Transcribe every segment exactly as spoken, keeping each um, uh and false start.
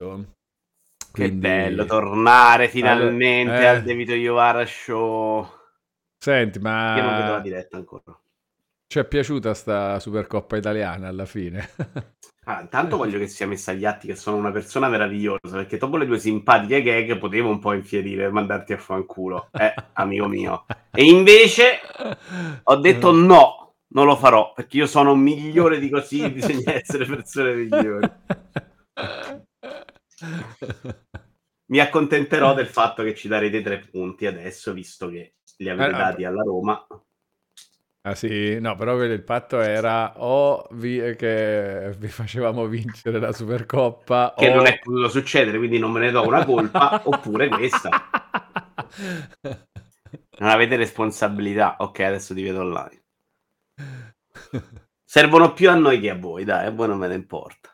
finito. Che Quindi... bello tornare finalmente allora, al eh... De Vito Iovara Show. Senti, Io non vedo la ma diretta ancora. ci è piaciuta sta Supercoppa italiana alla fine? Ah, intanto voglio che sia messa agli atti che sono una persona meravigliosa, perché dopo le due simpatiche gag potevo un po' infierire e mandarti a fanculo, eh, amico mio. E invece ho detto no, non lo farò, perché io sono migliore di così e bisogna essere persone migliori. Mi accontenterò del fatto che ci darete tre punti adesso, visto che li avete dati alla Roma. Ah sì? No, però il patto era o vi, che vi facevamo vincere la Supercoppa Che non è o... potuto succedere, quindi non me ne do una colpa, oppure questa. Non avete responsabilità. Ok, adesso ti vedo online. Servono più a noi che a voi, dai, a voi non me ne importa.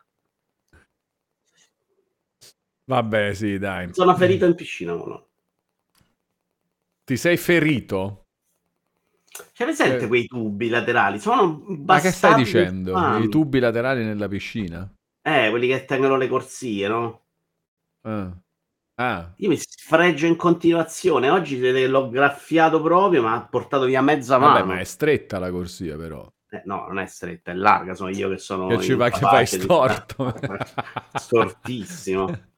Vabbè, sì, dai. Sono ferito in piscina, no? Ti sei ferito? C'è presente Che... quei tubi laterali? Sono Ma che stai bastardi dicendo? I infami. tubi laterali nella piscina? Eh, quelli che tengono le corsie, no? Ah. Ah. Io mi sfregio in continuazione. Oggi l'ho graffiato proprio, ma ha portato via mezza Vabbè, ma è mano. stretta la corsia, però. Eh, no, non è stretta, è larga. Sono io che Che sono ci va che fai incapace di... storto. Stortissimo.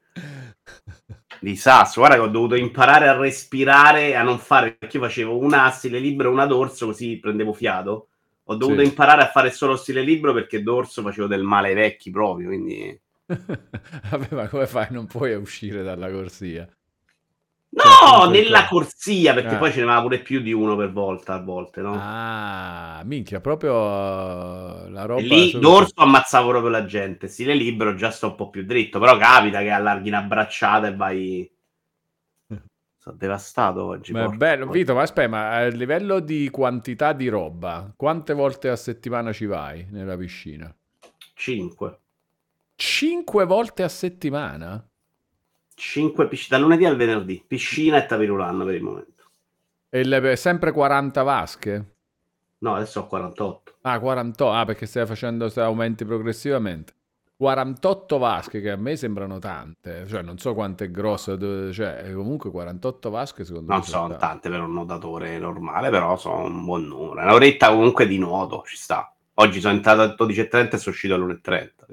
Di sasso. Guarda che ho dovuto imparare a respirare e a non fare, perché io facevo una stile libero e una dorso, così prendevo fiato. Ho dovuto Sì. imparare a fare solo stile libero perché dorso facevo del male ai vecchi proprio, quindi... Vabbè, ma come fai? Non puoi uscire dalla corsia. Cioè, No, appunto il nella co- corsia, perché poi ah. ce ne aveva pure più di uno per volta, a volte, no? Ah, minchia, proprio uh, la E roba... lì su- dorso ammazzavo proprio la gente. Stile libero già sto un po' più dritto, però capita che allarghi una bracciata e vai... Sono devastato oggi, Ma è porca bello, troia. Vito, ma aspetta, ma a livello di quantità di roba, quante volte a settimana ci vai nella piscina? cinque. Cinque volte a settimana? cinque piscine, da lunedì al venerdì. Piscina e tapirulanno per il momento. E le- sempre quaranta vasche? No, adesso ho quarantotto. Ah, quarantotto, ah, perché stai facendo, stai aumenti progressivamente. quarantotto vasche che a me sembrano tante, cioè non so quanto è grosso, do- cioè comunque quarantotto vasche secondo me Non sono sono tante. tante per un nuotatore normale, però sono un buon numero. Un'oretta comunque di nuoto ci sta. Oggi sono entrato alle dodici e trenta e sono uscito alle l'una e trenta.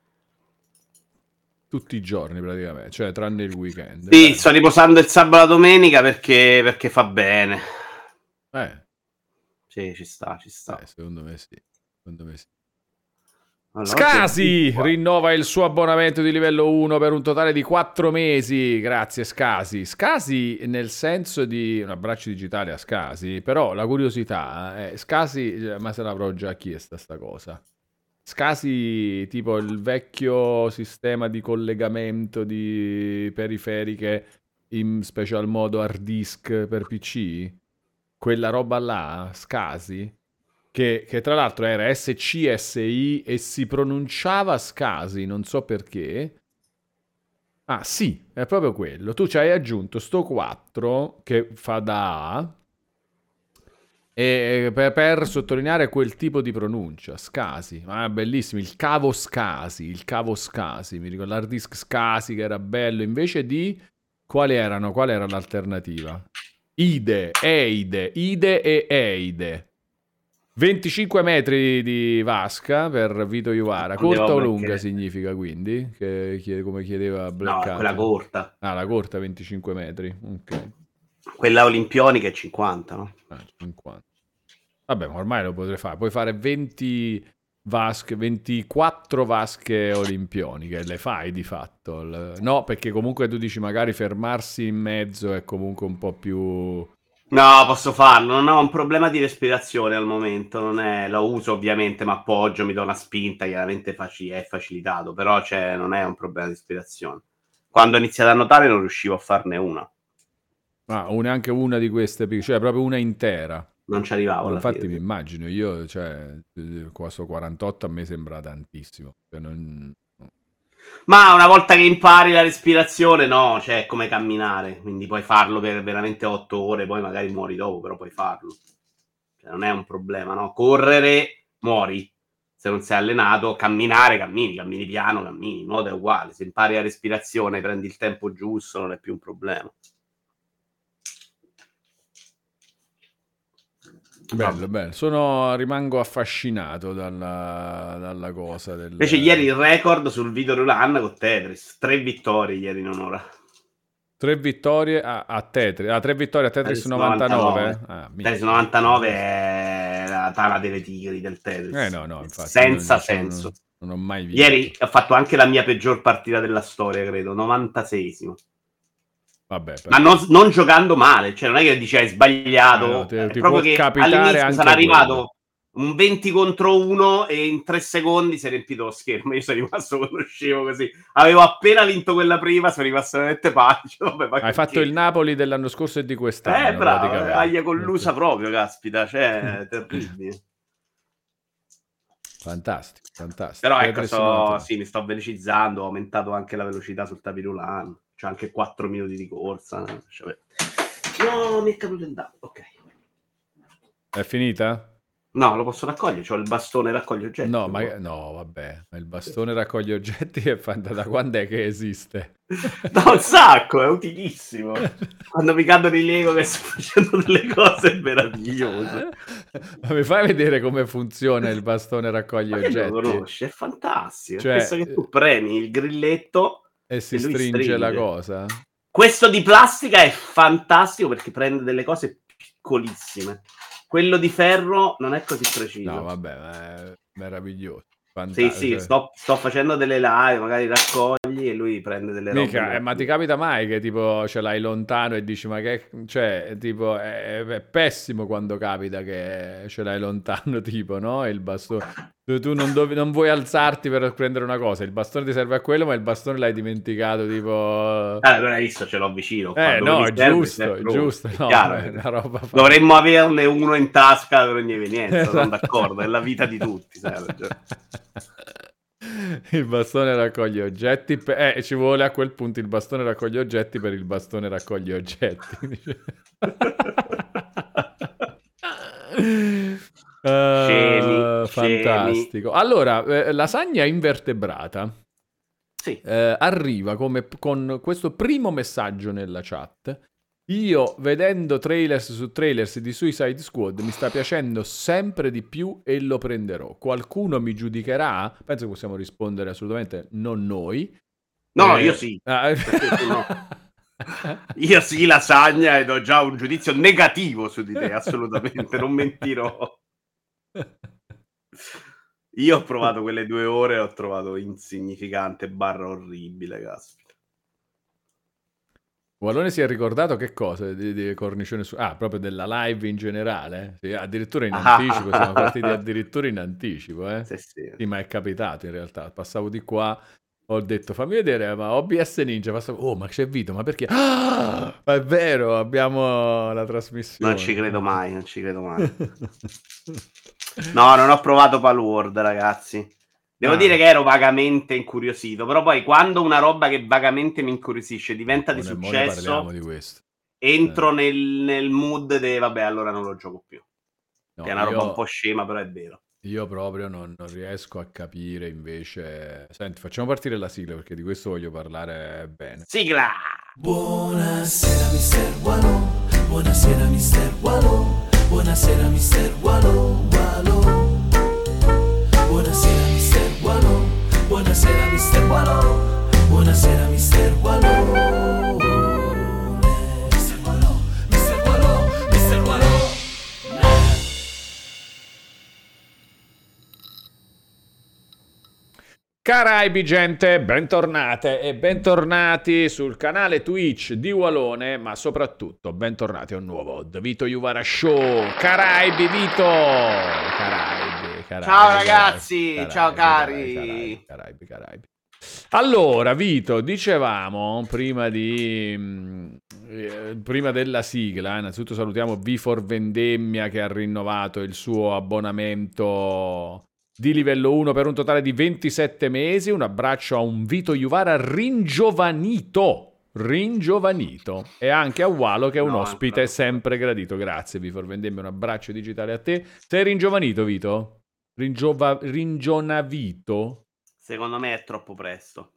Tutti i giorni praticamente, cioè tranne il weekend. Sì, Beh, sto riposando il sabato e la domenica perché, perché fa bene. eh, Sì, ci sta, ci sta. eh, secondo me sì, secondo me sì. Allora, oggi è Scasi ventiquattro. rinnova il suo abbonamento di livello uno per un totale di quattro mesi. Grazie Scasi. Scasi nel senso di un abbraccio digitale a Scasi, però la curiosità è Scasi, ma se l'avrò già chiesta sta cosa. Scasi tipo il vecchio sistema di collegamento di periferiche in special modo hard disk per P C? Quella roba là, Scasi? Che, che tra l'altro era S C S I e si pronunciava Scasi, non so perché. Ah, sì, è proprio quello. Tu ci hai aggiunto sto quattro che fa da A e per, per sottolineare quel tipo di pronuncia, Scasi. Ma bellissimo, il cavo Scasi, il cavo Scasi, mi ricordo l'hard disk Scasi che era bello, invece di quali erano? Qual era l'alternativa? Ide, Eide, Ide e Eide. venticinque metri di vasca per Vito Iuvara. Rispondevo Corta o lunga perché... significa quindi? Che, chiede- come chiedeva No, Black è quella Cat. corta. Ah, la corta venticinque metri. Ok. Quella olimpionica è cinquanta, no? Ah, cinquanta. Vabbè, ma ormai lo potrei fare. Puoi fare venti vasche, ventiquattro vasche olimpioniche. Le fai di fatto. Il- No, perché comunque tu dici magari fermarsi in mezzo è comunque un po' più... No, posso farlo. Non ho un problema di respirazione al momento. Non è... Lo uso ovviamente, ma appoggio, mi do una spinta. Chiaramente faci... è facilitato, però cioè, non è un problema di respirazione. Quando ho iniziato a nuotare non riuscivo a farne una. Ah, un- anche una di queste, pic- cioè proprio una intera. Non ci arrivavo No, alla fine. infatti mi Sì. immagino, io, cioè, eh, qua so quarantotto a me sembra tantissimo. Cioè, non- Ma una volta che impari la respirazione, no, cioè è come camminare. Quindi puoi farlo per veramente otto ore, poi magari muori dopo, però puoi farlo. Cioè, non è un problema, no? Correre, muori. se non sei allenato, camminare, cammini, cammini piano, cammini, nuoto è uguale. Se impari la respirazione, prendi il tempo giusto, non è più un problema. Bello, bello. Sono, rimango affascinato dalla, dalla cosa. Del... Invece ieri il record sul Vito Rulana con Tetris. Tre vittorie ieri in un'ora. Tre vittorie a, a Tetris. Ah, tre vittorie a Tetris, Tetris novantanove. novantanove. Ah, Tetris novantanove è la tana delle tigri del Tetris. Eh no, no, infatti. Senza non, senso. Non, non ho mai visto. Ieri ho fatto anche la mia peggior partita della storia, credo. novantaseisimo. Vabbè, ma non, non giocando male, cioè non è che dici hai sbagliato, no, no, ti, è ti proprio che all'inizio sarà arrivato un venti contro uno e in tre secondi si è riempito lo schermo. Io sono rimasto, conoscevo così, avevo appena vinto quella prima, sono rimasto veramente panico. Vabbè, hai perché? Fatto il Napoli dell'anno scorso e di quest'anno. Eh bravo, hai collusa proprio, caspita, cioè terribile. Fantastico, fantastico. Però ecco, so, sì, mi sto velocizzando, ho aumentato anche la velocità sul tapirulan, c'è anche quattro minuti di corsa. No, mi è caduto il dado, ok. È finita? No, lo posso raccogliere, c'ho il bastone raccoglie oggetti. No, ma no, vabbè, ma il bastone raccoglie oggetti è fantastico. Da quando è che esiste? Da un sacco, è utilissimo. Quando mi cadono i Lego che sto facendo delle cose meravigliose. Ma mi fai vedere come funziona il bastone raccoglie ma oggetti? Lo conosci, è fantastico. Cioè, penso che tu premi il grilletto e si e stringe, stringe la cosa. Questo di plastica è fantastico perché prende delle cose piccolissime. Quello di ferro non è così preciso. No, vabbè, è meraviglioso. Fantastico. Sì, sì, sto, sto facendo delle live, magari raccogli e lui prende delle Mica, robe. Eh, ma ti capita mai che tipo ce l'hai lontano e dici ma che... Cioè, tipo, è, è pessimo quando capita che ce l'hai lontano, tipo, no? Il bastone... Tu, tu non, dovi, non vuoi alzarti per prendere una cosa, il bastone ti serve a quello, ma il bastone l'hai dimenticato, tipo... Ah, non hai visto, ce l'ho vicino. Eh, no, è giusto, è giusto. No, chiaro, è una roba dovremmo averne uno in tasca per ogni evenienza, esatto. Sono d'accordo, è la vita di tutti, sai, il bastone raccoglie oggetti per... eh ci vuole a quel punto il bastone raccoglie oggetti per il bastone raccoglie oggetti. uh, scemi, fantastico. Scemi. Allora, eh, lasagna invertebrata sì. eh, arriva come con questo primo messaggio nella chat. Io, vedendo trailers su trailers di Suicide Squad, mi sta piacendo sempre di più e lo prenderò. Qualcuno mi giudicherà? Penso che possiamo rispondere assolutamente non noi. No, eh... io sì. Ah. no. Io sì, lasagna, ed ho già un giudizio negativo su di te, assolutamente, non mentirò. Io ho provato quelle due ore e ho trovato insignificante barra orribile, caspita. Wallone si è ricordato che cosa? Di, di cornicione su... Ah, proprio della live in generale? Sì, addirittura in anticipo, siamo partiti addirittura in anticipo, eh? Sì, sì. Sì, ma è capitato in realtà. Passavo di qua, ho detto fammi vedere, ma O B S Ninja, passavo... oh ma c'è Vito, ma perché? Ah, è vero, abbiamo la trasmissione. Non ci credo mai, non ci credo mai. No, non ho provato Palworld, ragazzi. Devo ah. dire che ero vagamente incuriosito, però poi quando una roba che vagamente mi incuriosisce diventa di non successo, di questo. entro eh. nel, nel mood de vabbè, allora non lo gioco più. No, che è una io, roba un po' scema, però è vero. Io proprio non, non riesco a capire invece... Senti, facciamo partire la sigla perché di questo voglio parlare bene. Sigla! Buonasera mister Wallo, buonasera mister Wallo, buonasera mister Wallo, Wallo. Buonasera mister Wallo, buonasera mister Wallo, buonasera mister Wallo. Mister Wallo, mister Wallo, mister Wallo. Caraibi gente, bentornate e bentornati sul canale Twitch di Walone, ma soprattutto bentornati a un nuovo The Vito Juvara Show. Caraibi Vito! Caraibi, Caraibi. Ciao ragazzi, Caraibi, ciao cari. Caraibi, Caraibi, Caraibi. Allora, Vito, dicevamo prima di eh, prima della sigla, innanzitutto salutiamo V for Vendemmia che ha rinnovato il suo abbonamento di livello uno per un totale di ventisette mesi. Un abbraccio a un Vito Juvara ringiovanito, ringiovanito, e anche a Walo che è un no, ospite sempre gradito. Grazie V for Vendemmia, un abbraccio digitale a te. Sei ringiovanito, Vito? ringiova- ringionavito? Secondo me è troppo presto.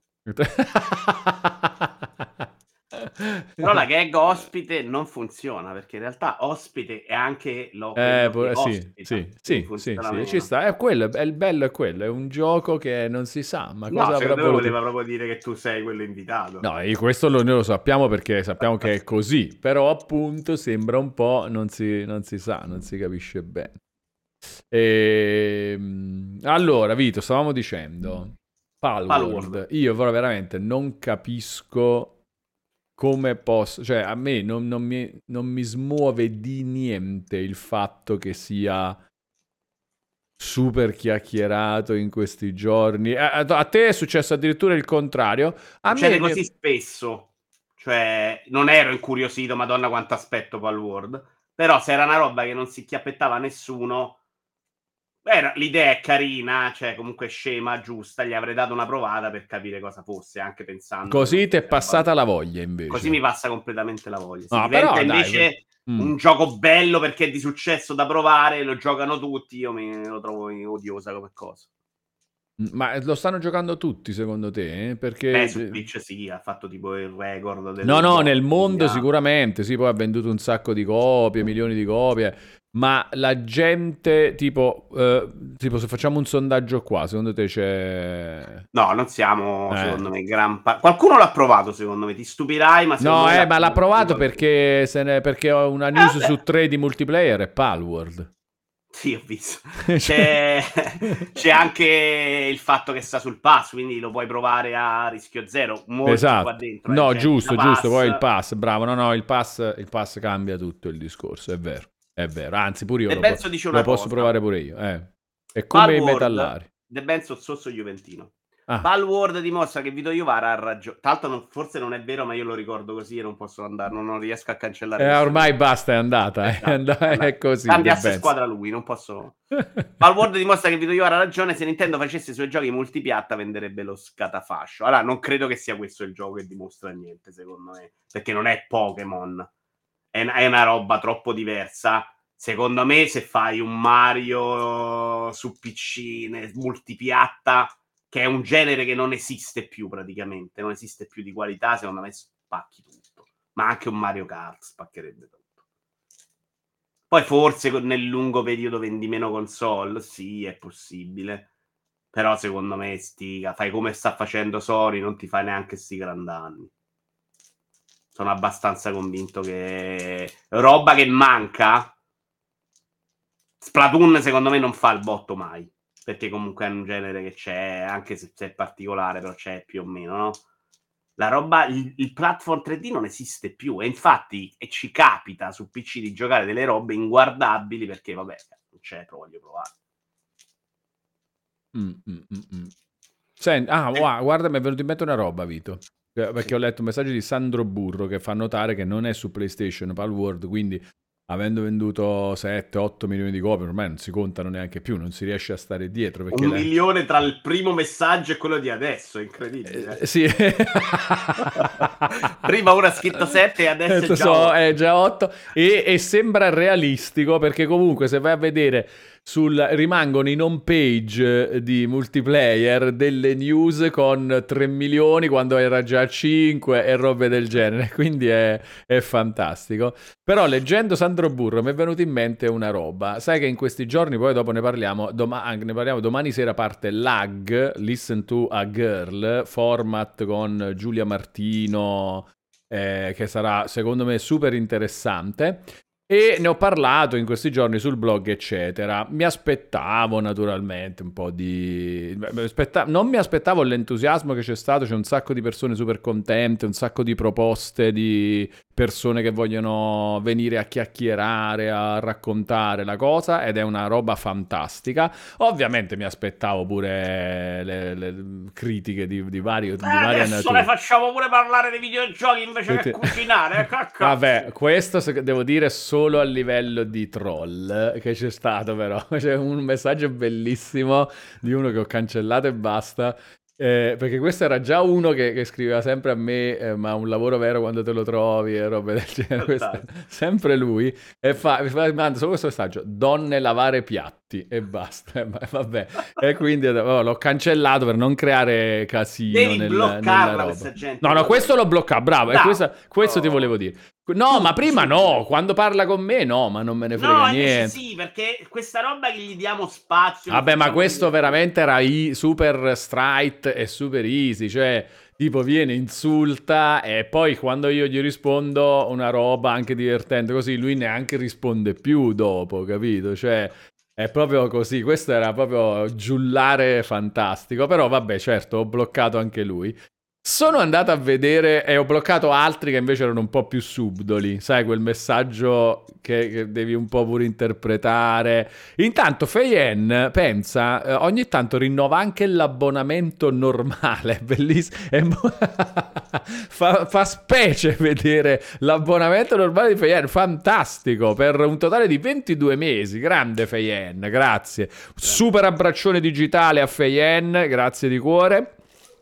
Però la gag ospite non funziona, perché in realtà ospite è anche lo, Eh, quello che sì, ospita, sì, quindi sì, sì, funziona sì, meno. ci sta. È quello, è il bello è quello, è un gioco che non si sa, ma No, cosa avrà secondo me voluto. voleva proprio dire che tu sei quello invitato. No, e questo lo, noi lo sappiamo perché sappiamo che è così, però appunto sembra un po', non si, non si sa, non si capisce bene. Ehm, allora, Vito, stavamo dicendo, Palworld, Palworld. io però veramente non capisco come posso, cioè a me non, non mi, non mi smuove di niente il fatto che sia super chiacchierato in questi giorni. A, a- a te è successo addirittura il contrario. A Succede me mi- così spesso, cioè non ero incuriosito, madonna quanto aspetto Palworld, però se era una roba che non si chiappettava nessuno, era, l'idea è carina, cioè comunque scema, giusta, gli avrei dato una provata per capire cosa fosse, anche pensando che non così ti è fosse roba- passata la voglia Così mi invece. passa completamente la voglia. Se No, diventa però dai. invece Mm. un gioco bello perché è di successo da provare, lo giocano tutti, io mi lo trovo odiosa come cosa. Ma lo stanno giocando tutti secondo te? Eh? Perché... Beh, su Twitch sì, ha fatto tipo il record del No, no, bot, nel mondo ya. sicuramente, sì, poi ha venduto un sacco di copie, milioni di copie, ma la gente, tipo, eh, tipo se facciamo un sondaggio qua, secondo te c'è... No, non siamo, Eh. secondo me, gran pa- qualcuno l'ha provato, secondo me, ti stupirai, ma secondo No, me eh, ma l'ha provato qualcuno. perché, se ne- perché ho una news vabbè. su tre di multiplayer, è Palworld. Sì, ho visto. C'è, c'è anche il fatto che sta sul pass, quindi lo puoi provare a rischio zero. Molti Esatto. qua dentro. eh, No, gente giusto, da giusto, pass. poi il pass, bravo, no, no, il pass, il pass cambia tutto il discorso, è vero, è vero, anzi pure io De lo, Benzo po- dice lo una posso cosa. provare pure io, eh. È come i Palworld, metallari. De Benzo Sosso Juventino. Ah. Palworld dimostra che Vito Iovara ha ragione. Tra l'altro non- forse non è vero, ma io lo ricordo così e non posso andare, non, non riesco a cancellare. Eh, questo ormai video. basta, è andata, Esatto, è, and- è andata. è così. Cambiasse De Benzo. squadra lui, non posso. Palworld dimostra che Vito Iovara ha ragione. Se Nintendo facesse i suoi giochi multipiatta, venderebbe lo scatafascio. Allora, non credo che sia questo il gioco che dimostra niente, secondo me, perché non è Pokémon, è, è una roba troppo diversa. Secondo me, se fai un Mario su P C ne- multipiatta, che è un genere che non esiste più praticamente, non esiste più di qualità, secondo me spacchi tutto. Ma anche un Mario Kart spaccherebbe tutto. Poi forse nel lungo periodo vendi meno console, sì, è possibile. Però secondo me stiga, fai come sta facendo Sony, non ti fai neanche sti gran danni. Sono abbastanza convinto che roba che manca. Splatoon secondo me non fa il botto mai, perché comunque è un genere che c'è, anche se è particolare, però c'è più o meno, no? La roba, il, il platform tre D non esiste più, e infatti e ci capita su P C di giocare delle robe inguardabili perché vabbè, non c'è, però voglio provare. Mm, mm, mm, mm. Senti, ah, wow, guarda, mi è venuto in mente una roba, Vito. Eh, Perché Sì. ho letto un messaggio di Sandro Burro che fa notare che non è su PlayStation Palworld, quindi avendo venduto sette otto milioni di copie, ormai non si contano neanche più, non si riesce a stare dietro. Perché Un la- milione tra il primo messaggio e quello di adesso, è incredibile. Eh, sì. Prima uno ha scritto sette e adesso è Adesso già so- otto. è già otto e, e sembra realistico perché comunque se vai a vedere sul, rimangono in home page di multiplayer delle news con tre milioni quando era già cinque e robe del genere, quindi è, è fantastico. Però leggendo Sandro Burro mi è venuto in mente una roba, sai che in questi giorni, poi dopo ne parliamo, doma- ne parliamo domani sera parte Lag, Listen to a Girl, format con Giulia Martino, eh, che sarà secondo me super interessante. E ne ho parlato in questi giorni sul blog, eccetera. Mi aspettavo naturalmente un po' di... mi aspetta- Non mi aspettavo l'entusiasmo che c'è stato, c'è un sacco di persone super contente, un sacco di proposte di persone che vogliono venire a chiacchierare, a raccontare la cosa, ed è una roba fantastica. Ovviamente mi aspettavo pure le, le critiche di, di, vario, di Eh, varia adesso natura. ne facciamo pure parlare dei videogiochi invece che Tutti- cucinare. eh, che cazzo. Vabbè, questo se- devo dire solo a livello di troll che c'è stato, però c'è un messaggio bellissimo di uno che ho cancellato e basta, Eh, perché questo era già uno che, che scriveva sempre a me, eh, ma un lavoro vero quando te lo trovi e robe del genere. Questo, sempre lui. E fa, mi fa, manda solo questo messaggio: donne lavare piatti e basta. E vabbè. E quindi oh, l'ho cancellato per non creare casino. Devi nel, bloccarla nella roba. questa gente. No, no, questo l'ho bloccato, bravo. No. E questo, questo Oh. ti volevo dire. No, ma prima no, quando parla con me no, ma non me ne frega no, niente. Sì, perché questa roba che gli diamo spazio. Vabbè, ma questo dire... veramente era i- super straight e super easy, cioè tipo viene, insulta e poi quando io gli rispondo una roba anche divertente così, lui neanche risponde più dopo, capito? Cioè è proprio così, questo era proprio giullare fantastico, però vabbè, certo, ho bloccato anche lui. Sono andato a vedere e ho bloccato altri che invece erano un po' più subdoli, sai, quel messaggio che, che devi un po' pure interpretare. Intanto Feyen, pensa, eh, ogni tanto rinnova anche l'abbonamento normale, bellissimo. È mo- fa, fa specie vedere l'abbonamento normale di Feyen, fantastico, per un totale di ventidue mesi, grande Feyen, grazie. Super abbraccione digitale a Feyen, grazie di cuore.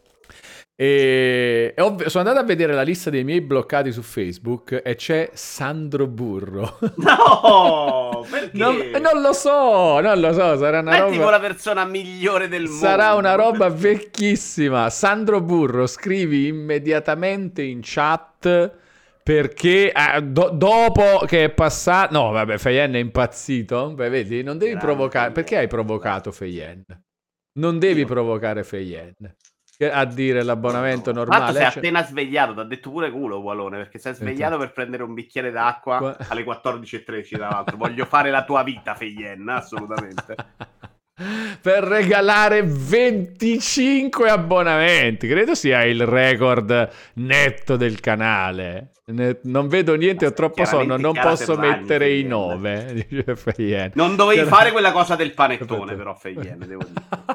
E ov- sono andato a vedere la lista dei miei bloccati su Facebook e c'è Sandro Burro. No, perché? non, non lo so, non lo so, sarà una Ma è roba... tipo la persona migliore del mondo. Sarà una roba vecchissima. Sandro Burro, scrivi immediatamente in chat perché eh, do- dopo che è passato... No, vabbè, Feyen è impazzito. Beh, vedi, non devi Grande provocare... Feyen. Perché hai provocato Feyen? Non devi Io. provocare Feyen a dire l'abbonamento No, no. normale. Tanto sei cioè... appena svegliato, ti ha detto pure culo, Walone, perché sei svegliato per prendere un bicchiere d'acqua Qua... alle quattordici e tredici tra l'altro. Voglio fare la tua vita, Feyen, assolutamente. Per regalare venticinque abbonamenti, credo sia il record netto del canale. Ne- non vedo niente, ho troppo sonno, non Chiara posso Ferragni, mettere i Feyen. nove. Dice Feyen. Non dovevi Chiara- fare quella cosa del panettone, però, Feyen, devo dire.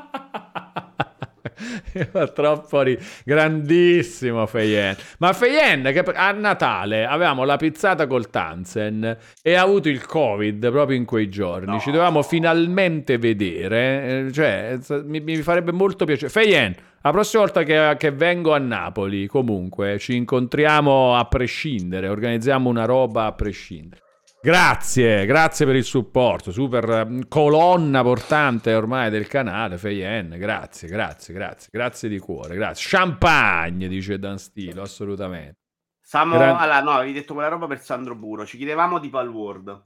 Troppo ri- grandissimo Feyen. Ma Feyen che a Natale avevamo la pizzata col Tanzen e ha avuto il Covid proprio in quei giorni. No. Ci dovevamo finalmente vedere, eh, cioè mi, mi farebbe molto piacere. Feyen, la prossima volta che, che vengo a Napoli, comunque ci incontriamo a prescindere, organizziamo una roba a prescindere. Grazie, grazie per il supporto, super colonna portante ormai del canale, Feyen, grazie, grazie, grazie, grazie di cuore, grazie. Champagne, dice Dan Stilo, assolutamente. Siamo, Gran... allora, no, avevi detto quella roba per Sandro Burro, ci chiedevamo di Palworld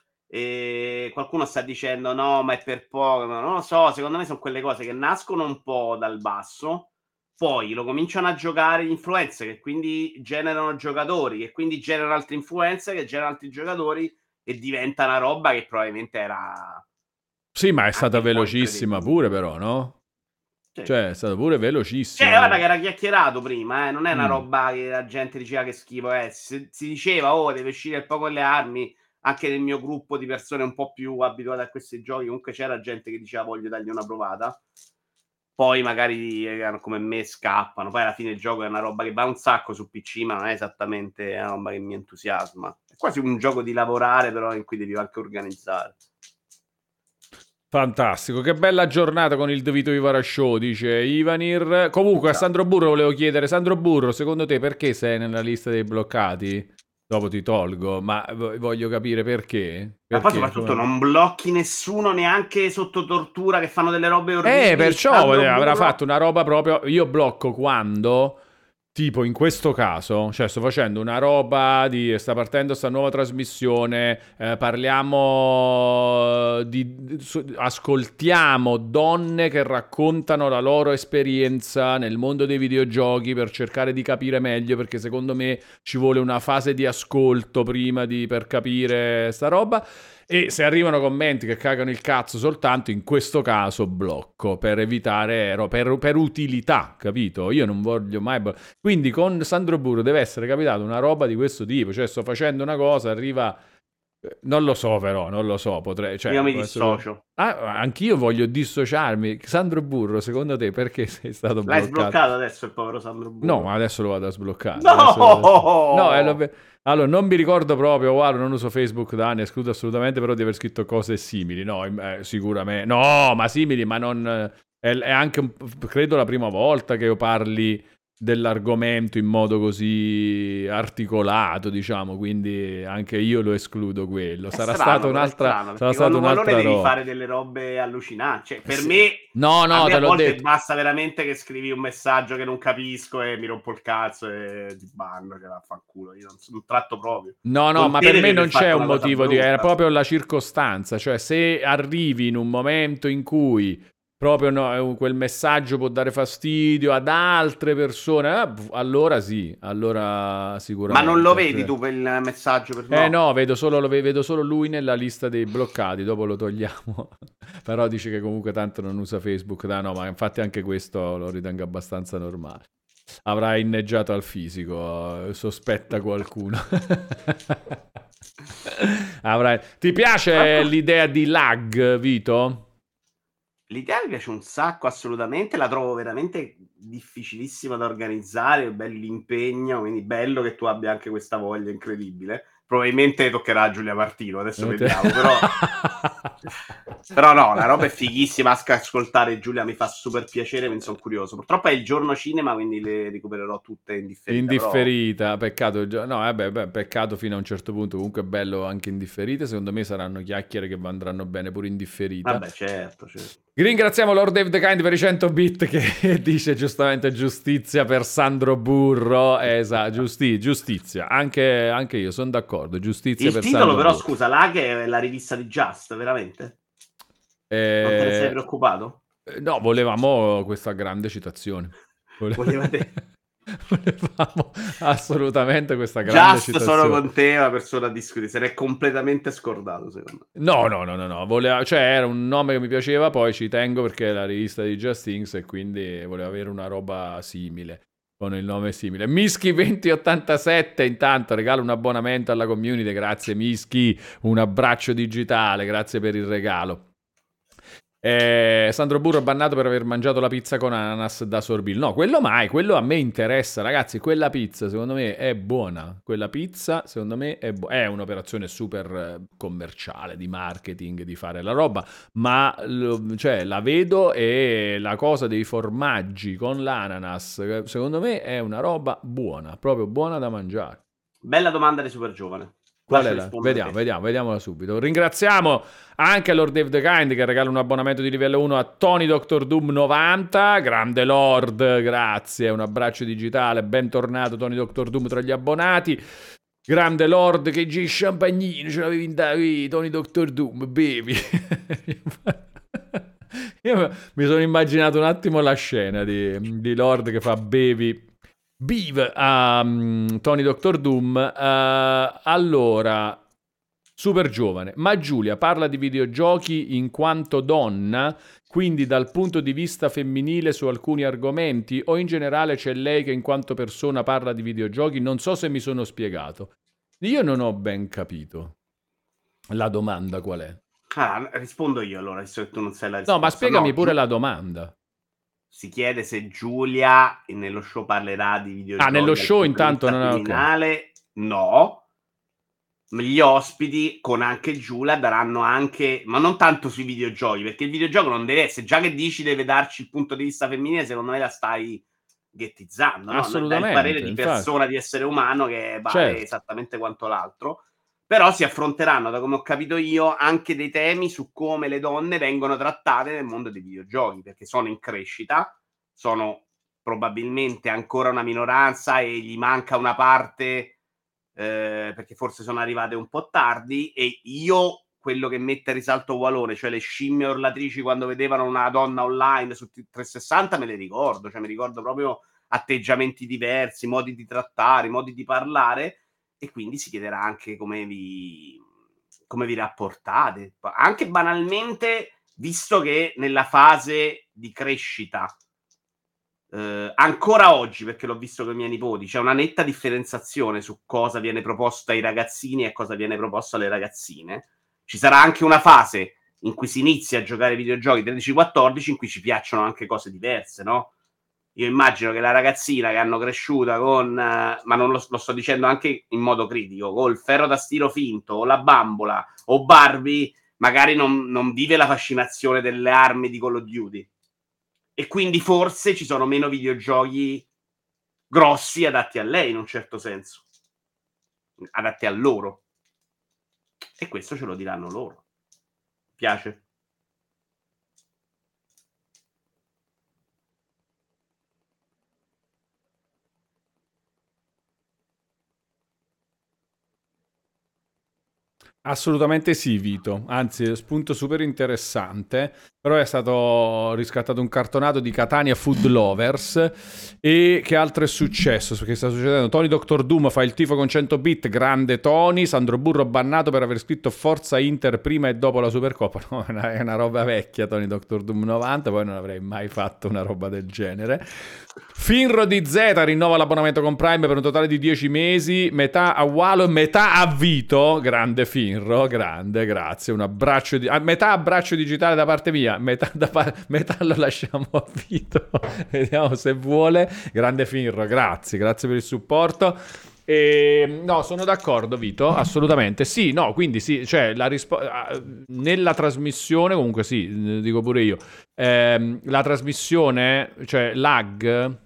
e qualcuno sta dicendo no, ma è per poco, non lo so, secondo me sono quelle cose che nascono un po' dal basso, poi lo cominciano a giocare gli influencer che quindi generano giocatori, che quindi generano altri influencer che generano altri giocatori e diventa una roba che probabilmente era... Sì, ma è stata velocissima pure però, no? Sì. Cioè, è stato pure velocissimo. Cioè, guarda che era chiacchierato prima, eh? Non è una mm. roba che la gente diceva che schifo è. Si, si diceva, oh, deve uscire il po' con le armi. Anche nel mio gruppo di persone un po' più abituate a questi giochi, comunque c'era gente che diceva voglio dargli una provata. Poi magari eh, come me scappano. Poi alla fine il gioco è una roba che va un sacco su P C, ma non è esattamente una roba che mi entusiasma. È quasi un gioco di lavorare, però in cui devi anche organizzare. Fantastico, che bella giornata con il Dovito Vivara Show, dice Ivanir. Comunque a Sandro Burro volevo chiedere, Sandro Burro, secondo te perché sei nella lista dei bloccati? Dopo ti tolgo, ma voglio capire perché. Ma poi soprattutto come... non blocchi nessuno neanche sotto tortura che fanno delle robe orribili. Eh, perciò avrà fatto una roba proprio... Io blocco quando... Tipo in questo caso, cioè sto facendo una roba di, sta partendo sta nuova trasmissione, eh, parliamo di, su, ascoltiamo donne che raccontano la loro esperienza nel mondo dei videogiochi per cercare di capire meglio, perché secondo me ci vuole una fase di ascolto prima di, per capire sta roba. E se arrivano commenti che cagano il cazzo soltanto, in questo caso blocco per evitare, per, per utilità, capito? Io non voglio mai... Quindi con Sandro Burro deve essere capitato una roba di questo tipo, cioè sto facendo una cosa, arriva... Non lo so però, non lo so, potrei... Cioè, io mi dissocio. Essere... Ah, anch'io voglio dissociarmi. Sandro Burro, secondo te perché sei stato bloccato? L'hai sbloccato adesso il povero Sandro Burro? No, ma adesso lo vado a sbloccare. No! Adesso... No, è lo... Allora, non mi ricordo proprio, guarda, non uso Facebook da anni, escludo assolutamente però di aver scritto cose simili, no, eh, sicuramente, no, ma simili, ma non, È, è anche, un, credo, la prima volta che io parli dell'argomento in modo così articolato, diciamo, quindi anche io lo escludo quello. È Sarà strano, stata però è un'altra, strano, sarà perché stata con un un'altra devi roba. fare delle robe allucinanti. Cioè, per Sì. me, no, no, a me te a l'ho volte detto. basta veramente che scrivi un messaggio che non capisco e mi rompo il cazzo e ti banno, che vaffanculo. Io non, non tratto proprio. No, no, Con ma te per devi me non aver c'è fatto un una cosa motivo di... Era brutta. proprio la circostanza, cioè se arrivi in un momento in cui proprio no, quel messaggio può dare fastidio ad altre persone, eh, allora sì, allora Ma non lo sicuramente. vedi tu quel messaggio? Per... Eh No. no, vedo solo, lo ve- vedo solo lui nella lista dei bloccati, dopo lo togliamo. Però dice che comunque tanto non usa Facebook, da no, ma infatti anche questo lo ritengo abbastanza normale. Avrà inneggiato al fisico, eh, sospetta qualcuno. Avrai... Ti piace l'idea di lag, Vito? L'idea mi piace un sacco, assolutamente. La trovo veramente difficilissima da organizzare, bell'impegno, quindi bello che tu abbia anche questa voglia incredibile. Probabilmente toccherà a Giulia Martino, adesso Eh, te- vediamo, però... però no, la roba è fighissima, anche ascoltare Giulia mi fa super piacere, mi sono curioso. Purtroppo è il giorno cinema, quindi le recupererò tutte in differita, però... Indifferita, peccato. gio- No, vabbè, beh, peccato fino a un certo punto. Comunque è bello anche indifferita. Secondo me saranno chiacchiere che andranno bene pure indifferita. Vabbè, certo, certo. Ringraziamo Lord Dave the Kind per i cento bit che dice giustamente giustizia per Sandro Burro. Esatto, giusti- giustizia. Anche, anche io sono d'accordo. Giustizia Il per titolo Sandro però, Burro. scusa, la che è la rivista di Just, veramente? Non te ne sei Eh, preoccupato? no, volevamo questa grande citazione. Vole- Volevate... Volevamo assolutamente questa grande Just sono citazione. con te, una persona a discutere. Se n'è completamente scordato, secondo me. No, no, no, no, no. Voleva, cioè era un nome che mi piaceva, poi ci tengo perché è la rivista di Just Things e quindi volevo avere una roba simile, con il nome simile. Mischi venti ottantasette intanto regala un abbonamento alla community, grazie Mischi, un abbraccio digitale, grazie per il regalo. Eh, Sandro Burro bannato per aver mangiato la pizza con ananas da Sorbil. No, quello mai, quello a me interessa, ragazzi. Quella pizza secondo me è buona. Quella pizza secondo me è, bu- è un'operazione super eh, commerciale di marketing di fare la roba, ma lo- cioè, la vedo e la cosa dei formaggi con l'ananas, eh, secondo me è una roba buona, proprio buona da mangiare. Bella domanda di super giovane. Qual Lascio è la? rispondere Vediamo, te. vediamo, vediamola subito. Ringraziamo anche Lord Dave the Kind che regala un abbonamento di livello uno a Tony Doctor Doom novanta. Grande Lord, grazie. Un abbraccio digitale. Bentornato Tony Doctor Doom tra gli abbonati. Grande Lord, che G champagnino ce l'avevi in da qui, Tony Doctor Doom, bevi. Io mi sono immaginato un attimo la scena di, di Lord che fa bevi. Bev a um, Tony Doctor Doom. Uh, allora, super giovane. Ma Giulia parla di videogiochi in quanto donna, quindi dal punto di vista femminile su alcuni argomenti, o in generale c'è lei che in quanto persona parla di videogiochi? Non so se mi sono spiegato. Io non ho ben capito la domanda qual è. Ah, rispondo io allora, visto che tu non sai la risposta. No, ma spiegami No, pure Giu- la domanda. Si chiede se Giulia nello show parlerà di videogiochi Ah, nello dal show punto di intanto vista non è ok. femminile. No. Gli ospiti con anche Giulia daranno anche, ma non tanto sui videogiochi, perché il videogioco non deve essere, già che dici deve darci il punto di vista femminile, secondo me la stai ghettizzando, no? Dai il parere Assolutamente, di infatti. persona, di essere umano che vale Certo. esattamente quanto l'altro. Però si affronteranno, da come ho capito io, anche dei temi su come le donne vengono trattate nel mondo dei videogiochi, perché sono in crescita, sono probabilmente ancora una minoranza e gli manca una parte eh, perché forse sono arrivate un po' tardi, e io quello che mette a risalto valore, cioè le scimmie orlatrici quando vedevano una donna online su trecentosessanta, me le ricordo, cioè mi ricordo proprio atteggiamenti diversi, modi di trattare, modi di parlare, e quindi si chiederà anche come vi come vi rapportate, anche banalmente, visto che nella fase di crescita Uh, ancora oggi, perché l'ho visto con i miei nipoti, c'è una netta differenziazione su cosa viene proposto ai ragazzini e cosa viene proposto alle ragazzine. Ci sarà anche una fase in cui si inizia a giocare ai videogiochi tredici quattordici in cui ci piacciono anche cose diverse, no? Io immagino che la ragazzina che hanno cresciuta con, uh, ma non lo, lo sto dicendo anche in modo critico, col ferro da stiro finto, o la bambola, o Barbie, magari non, non vive la fascinazione delle armi di Call of Duty. e quindi forse ci sono meno videogiochi grossi adatti a lei in un certo senso, adatti a loro, e questo ce lo diranno loro. Piace? Assolutamente sì, Vito, anzi spunto super interessante, però è stato riscattato un cartonato di Catania Food Lovers. E che altro è successo? Perché sta succedendo? Tony Doctor Doom fa il tifo con cento bit, grande Tony. Sandro Burro bannato per aver scritto Forza Inter prima e dopo la Supercoppa. No, è una, è una roba vecchia, Tony Doctor Doom novanta, poi non avrei mai fatto una roba del genere. Finro di Z rinnova l'abbonamento con Prime per un totale di dieci mesi, metà a Walo e metà a Vito. Grande Finro, grande, grazie. Un abbraccio, di... a metà abbraccio digitale da parte mia, metà, da pa... metà lo lasciamo a Vito. Vediamo se vuole. Grande Finro, grazie, grazie per il supporto. E, no, sono d'accordo, Vito, assolutamente. Sì, no, quindi sì, cioè la risposta nella trasmissione, comunque sì, dico pure io, ehm, la trasmissione, cioè lag,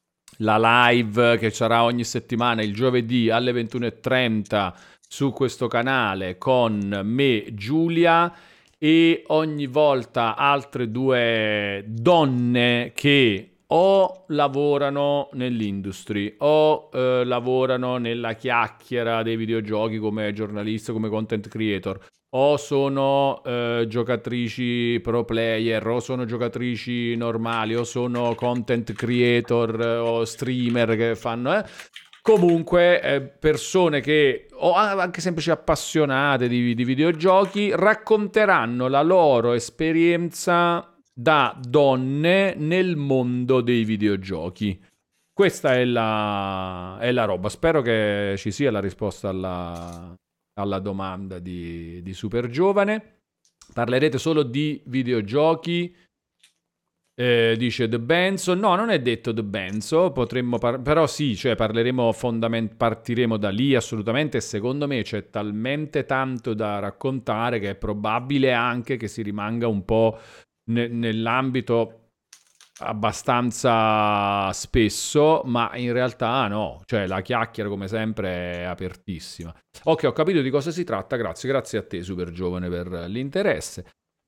la live che sarà ogni settimana il giovedì alle ventuno e trenta su questo canale con me, Giulia, e ogni volta altre due donne che o lavorano nell'industry o eh, lavorano nella chiacchiera dei videogiochi come giornalista, come content creator, o sono eh, giocatrici pro player, o sono giocatrici normali, o sono content creator eh, o streamer che fanno... Eh. Comunque, eh, persone che, o anche semplici appassionate di, di videogiochi, racconteranno la loro esperienza da donne nel mondo dei videogiochi. Questa è la, è la roba. Spero che ci sia la risposta alla, alla domanda di, di Super Giovane. Parlerete solo di videogiochi? Eh, dice The Benzo. No, non è detto The Benzo. Potremmo par- però sì, cioè parleremo fondament- partiremo da lì assolutamente. E secondo me c'è talmente tanto da raccontare che è probabile anche che si rimanga un po' ne- nell'ambito abbastanza spesso, ma in realtà no, cioè la chiacchiera come sempre è apertissima. Ok, ho capito di cosa si tratta, grazie, grazie a te Super Giovane per l'interesse.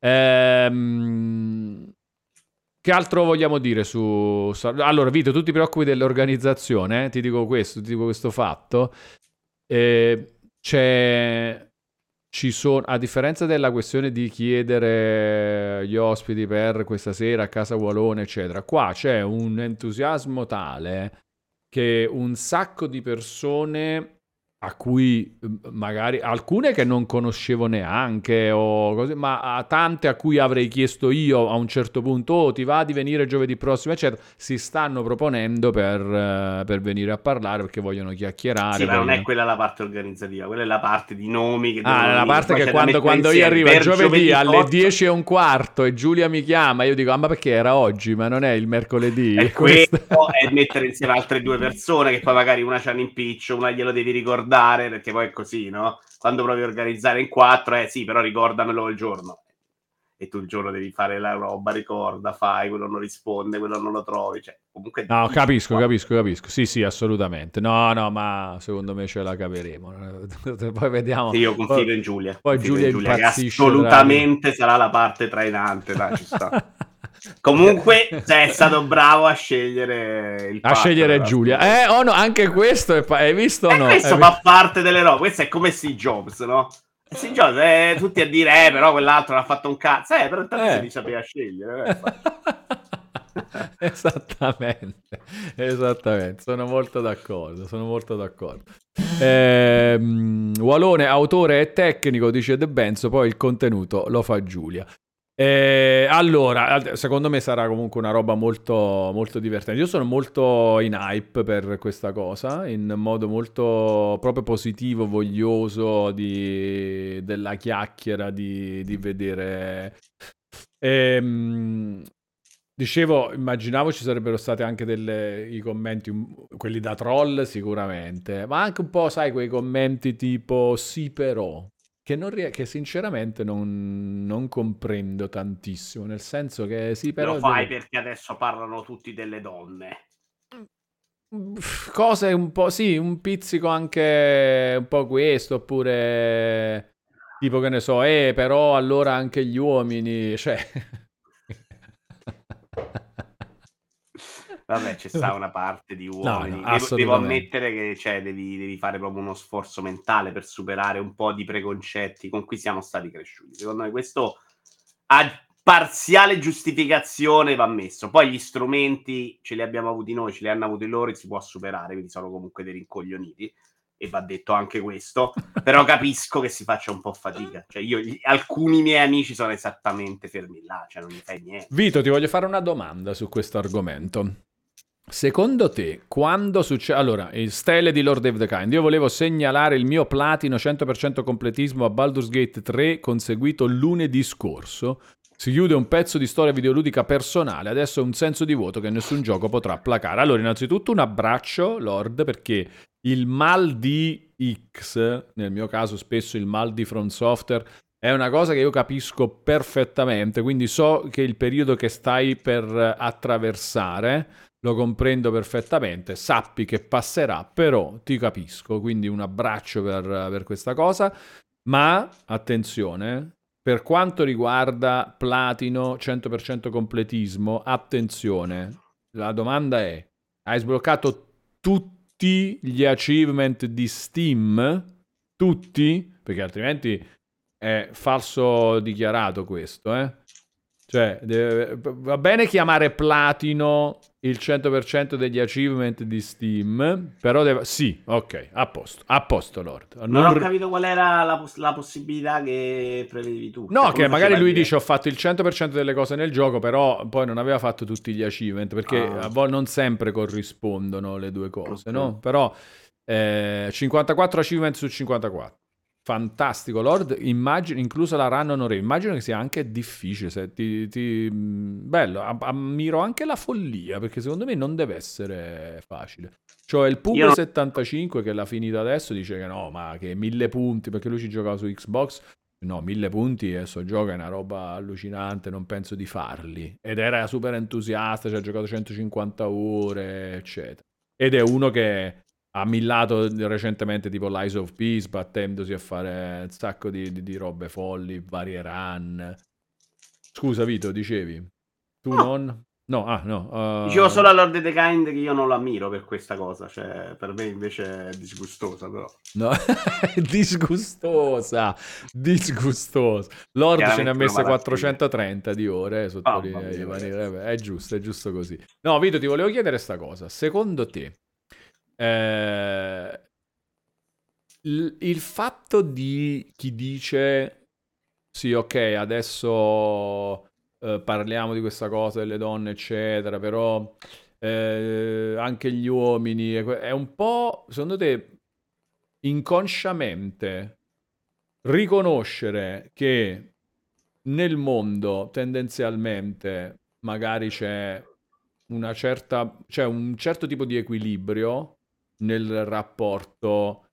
Ehm... Che altro vogliamo dire su... Allora, Vito, tu ti preoccupi dell'organizzazione, eh? Ti dico questo, ti dico questo fatto. Eh, c'è... Ci sono, a differenza della questione di chiedere gli ospiti per questa sera a casa Walone, eccetera, qua c'è un entusiasmo tale che un sacco di persone a cui magari alcune che non conoscevo neanche o così, ma a tante a cui avrei chiesto io a un certo punto oh, ti va di venire giovedì prossimo eccetera, si stanno proponendo per, uh, per venire a parlare perché vogliono chiacchierare. Sì, ma vogliono... non è quella la parte organizzativa, quella è la parte di nomi che ah, la parte che quando, quando io arrivo il giovedì, giovedì alle otto dieci e un quarto e Giulia mi chiama, io dico ah ma perché era oggi ma non è il mercoledì. E questo è mettere insieme altre due persone che poi magari una c'ha un impiccio, una glielo devi ricordare perché poi è così, no? Quando provi a organizzare in quattro, eh sì, però ricordamelo il giorno. E tu il giorno devi fare la roba, ricorda, fai, quello non risponde, quello non lo trovi, cioè comunque... No, capisco, capisco, capisco. Sì, sì, assolutamente. No, no, ma secondo me ce la caveremo. Poi vediamo. Sì, io confido in Giulia. Poi Giulia, in Giulia che impazzisce. Assolutamente tra... sarà la parte trainante, dai, ci sta. Comunque sei stato bravo a scegliere il a scegliere Giulia. Eh, oh no, anche questo è pa- hai visto o eh, no? Questo è fa parte delle robe. Questo è come Steve Jobs, no? Steve Jobs, eh, tutti a dire, eh, però quell'altro l'ha fatto un cazzo. Eh, però intanto eh. si sapeva scegliere. Eh, esattamente, esattamente. Sono molto d'accordo. Sono molto d'accordo. Eh, Walone, autore e tecnico, dice De Benzo. Poi il contenuto lo fa Giulia. Eh, allora, secondo me sarà comunque una roba molto, molto divertente. Io sono molto in hype per questa cosa, in modo molto proprio positivo, voglioso di, della chiacchiera, di, di vedere. Ehm, dicevo, immaginavo ci sarebbero stati anche delle, i commenti, quelli da troll sicuramente, ma anche un po', sai, quei commenti tipo sì però. che, non rie- che sinceramente non, non comprendo tantissimo, nel senso che sì, però Lo fai deve- perché adesso parlano tutti delle donne. Uff, cose un po', sì, un pizzico anche un po' questo, oppure tipo che ne so, eh, però allora anche gli uomini, cioè... Vabbè, c'è sta una parte di No, no, uomini. Devo, devo assolutamente. ammettere che cioè, devi, devi fare proprio uno sforzo mentale per superare un po' di preconcetti con cui siamo stati cresciuti. Secondo me questo a parziale giustificazione va messo. Poi gli strumenti ce li abbiamo avuti noi, ce li hanno avuti loro e si può superare, quindi sono comunque dei rincoglioniti. E va detto anche questo. Però capisco che si faccia un po' fatica. Cioè io, gli- alcuni miei amici sono esattamente fermi là, cioè non gli fai niente. Vito, ti voglio fare una domanda su questo argomento. Secondo te, quando succede... Allora, il stele di Lord of the Kind, io volevo segnalare il mio platino cento per cento completismo a Baldur's Gate tre conseguito lunedì scorso. Si chiude un pezzo di storia videoludica personale, adesso è un senso di vuoto che nessun gioco potrà placare. Allora, innanzitutto un abbraccio, Lord, perché il mal di X, nel mio caso spesso il mal di From Software, è una cosa che io capisco perfettamente, quindi so che il periodo che stai per attraversare lo comprendo perfettamente, sappi che passerà, però ti capisco, quindi un abbraccio per, per questa cosa, ma attenzione, per quanto riguarda platino, cento per cento completismo, attenzione, la domanda è, hai sbloccato tutti gli achievement di Steam? Tutti? Perché altrimenti è falso dichiarato questo, eh? Cioè, deve- va bene chiamare platino il cento per cento degli achievement di Steam, però deve... Sì, ok, a posto, a posto, Lord. Non Non ho r- capito qual era la, poss- la possibilità che prevedevi tu. Cioè, No, come che magari faceva a lui dire? dice ho fatto il cento per cento delle cose nel gioco, però poi non aveva fatto tutti gli achievement, perché Ah, a volte non sempre corrispondono le due cose, ok. no? Però eh, cinquantaquattro achievement su cinquantaquattro. Fantastico, Lord, immagino, inclusa la run onorevole, immagino che sia anche difficile, se ti, ti- bello, am- ammiro anche la follia, perché secondo me non deve essere facile. Cioè il Io Pube non... settantacinque che l'ha finita adesso dice che no, ma che mille punti, perché lui ci giocava su Xbox. No, mille punti e sto gioco è una roba allucinante, non penso di farli. Ed era super entusiasta, ci ha giocato centocinquanta ore, eccetera. Ed è uno che ha millato recentemente tipo l'Eyes of Peace, battendosi a fare un sacco di, di- di robe folli, varie run. Scusa Vito, dicevi? Tu No, non? No, ah dicevo no. solo uh, a Lord of the Kind che io non lo ammiro per questa cosa. Cioè, per me invece è disgustosa, però. No, disgustosa, disgustosa. Lord ce ne ha Chiaramente una messe malattia. quattrocentotrenta di ore, eh, Mamma sottolinea mia, Ivani. ragazzi. Vabbè, è giusto, è giusto così. No, Vito, ti volevo chiedere sta cosa. Secondo te, eh, il, il fatto di chi dice sì, ok, adesso eh, parliamo di questa cosa delle donne, eccetera, però eh, anche gli uomini, è que- è un po', secondo te, inconsciamente riconoscere che nel mondo tendenzialmente magari c'è una certa, c'è un certo tipo di equilibrio nel rapporto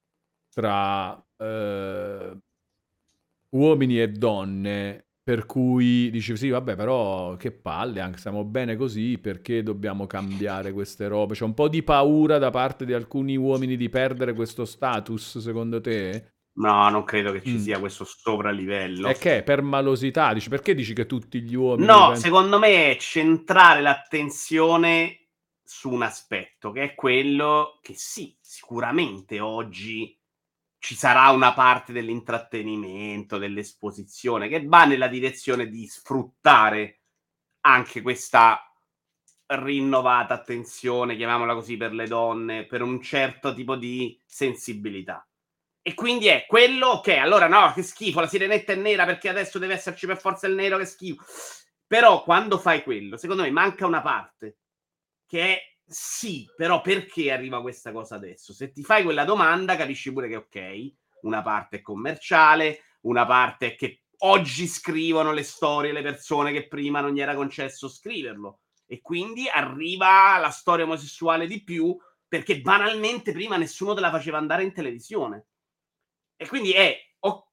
tra eh, uomini e donne, per cui dici sì, vabbè, però che palle, anche stiamo bene così, perché dobbiamo cambiare queste robe? C'è un po' di paura da parte di alcuni uomini di perdere questo status, secondo te? No, non credo che ci Mm. sia questo sopralivello. E che è per malosità? Dici, perché dici che tutti gli uomini No, pensano... secondo me è centrare l'attenzione su un aspetto, che è quello che sì, sicuramente oggi ci sarà una parte dell'intrattenimento, dell'esposizione, che va nella direzione di sfruttare anche questa rinnovata attenzione, chiamiamola così, per le donne, per un certo tipo di sensibilità. E quindi è quello, ok, allora no, che schifo, la sirenetta è nera perché adesso deve esserci per forza il nero, che schifo. Però quando fai quello, secondo me manca una parte, che è sì, però perché arriva questa cosa adesso? Se ti fai quella domanda capisci pure che ok, una parte è commerciale, una parte è che oggi scrivono le storie le persone che prima non gli era concesso scriverlo. E quindi arriva la storia omosessuale di più perché banalmente prima nessuno te la faceva andare in televisione. E quindi è, oh,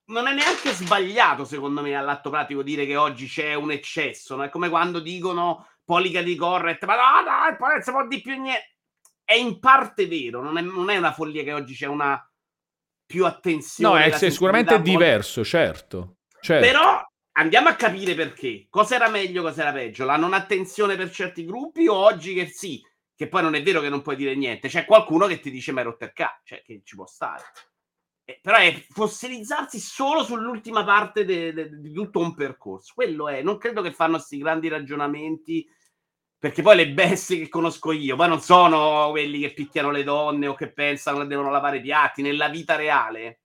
non è neanche sbagliato, secondo me, all'atto pratico dire che oggi c'è un eccesso, no? È come quando dicono politically correct, ma no, no, poi non si può di più niente. È in parte vero, non è, non è una follia che oggi c'è una più No, attenzione, è la se- sicuramente sensibilità è a volte. diverso, certo. Certo. Però andiamo a capire perché. Cosa era meglio, cosa era peggio? La non attenzione per certi gruppi o oggi che sì, che poi non è vero che non puoi dire niente, c'è qualcuno che ti dice ma hai rotto il cazzo, cioè che ci può stare. Eh, però è fossilizzarsi solo sull'ultima parte de- de- di tutto un percorso. Quello è, non credo che fanno questi grandi ragionamenti, perché poi le bestie che conosco io, poi non sono quelli che picchiano le donne o che pensano che devono lavare i piatti. Nella vita reale,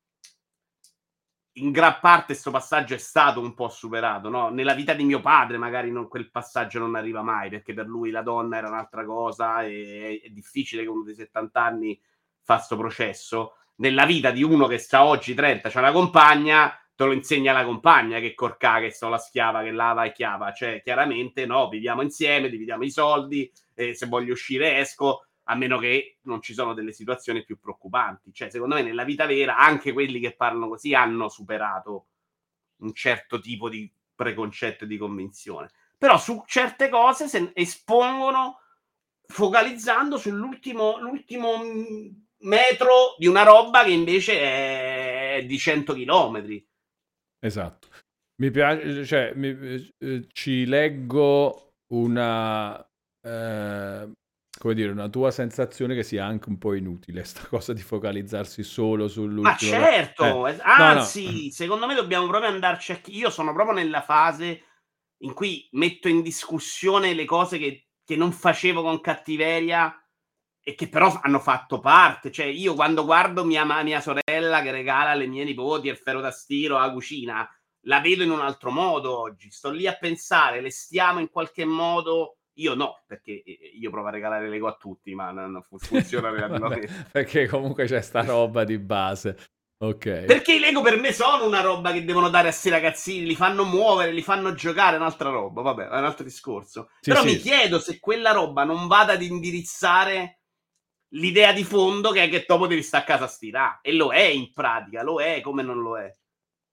in gran parte questo passaggio è stato un po' superato, no? Nella vita di mio padre magari non, quel passaggio non arriva mai, perché per lui la donna era un'altra cosa e è difficile che uno di settanta anni fa sto processo. Nella vita di uno che ha oggi trenta, c'ha una compagna, te lo insegna la compagna che corcà, che sto la schiava, che lava e chiava. Cioè, chiaramente no, viviamo insieme, dividiamo i soldi, eh, se voglio uscire esco, a meno che non ci sono delle situazioni più preoccupanti. Cioè, secondo me, nella vita vera, anche quelli che parlano così hanno superato un certo tipo di preconcetto e di convinzione. Però su certe cose se espongono focalizzando sull'ultimo l'ultimo metro di una roba che invece è di cento chilometri. Esatto. Mi piace, cioè, mi- eh, ci leggo una, eh, come dire, una tua sensazione che sia anche un po' inutile, sta cosa di focalizzarsi solo Ma sull'ultimo. Eh, certo, es- no, no. anzi, secondo me dobbiamo proprio andarci a... Io sono proprio nella fase in cui metto in discussione le cose che, che non facevo con cattiveria e che però hanno fatto parte. Cioè, io quando guardo mia, ma- mia sorella che regala alle mie nipoti il ferro da stiro alla cucina, la vedo in un altro modo oggi. Sto lì a pensare, le stiamo in qualche modo... Io no, perché eh, io provo a regalare Lego a tutti, ma non non fu- funziona Vabbè, relativamente. perché comunque c'è sta roba di base. Ok. Perché i Lego per me sono una roba che devono dare a sti ragazzini, li fanno muovere, li fanno giocare, è un'altra roba, vabbè, è un altro discorso. Sì, Però mi sì. chiedo se quella roba non vada ad indirizzare l'idea di fondo che è che dopo devi stare a casa a stirare. E lo è in pratica, lo è come non lo è.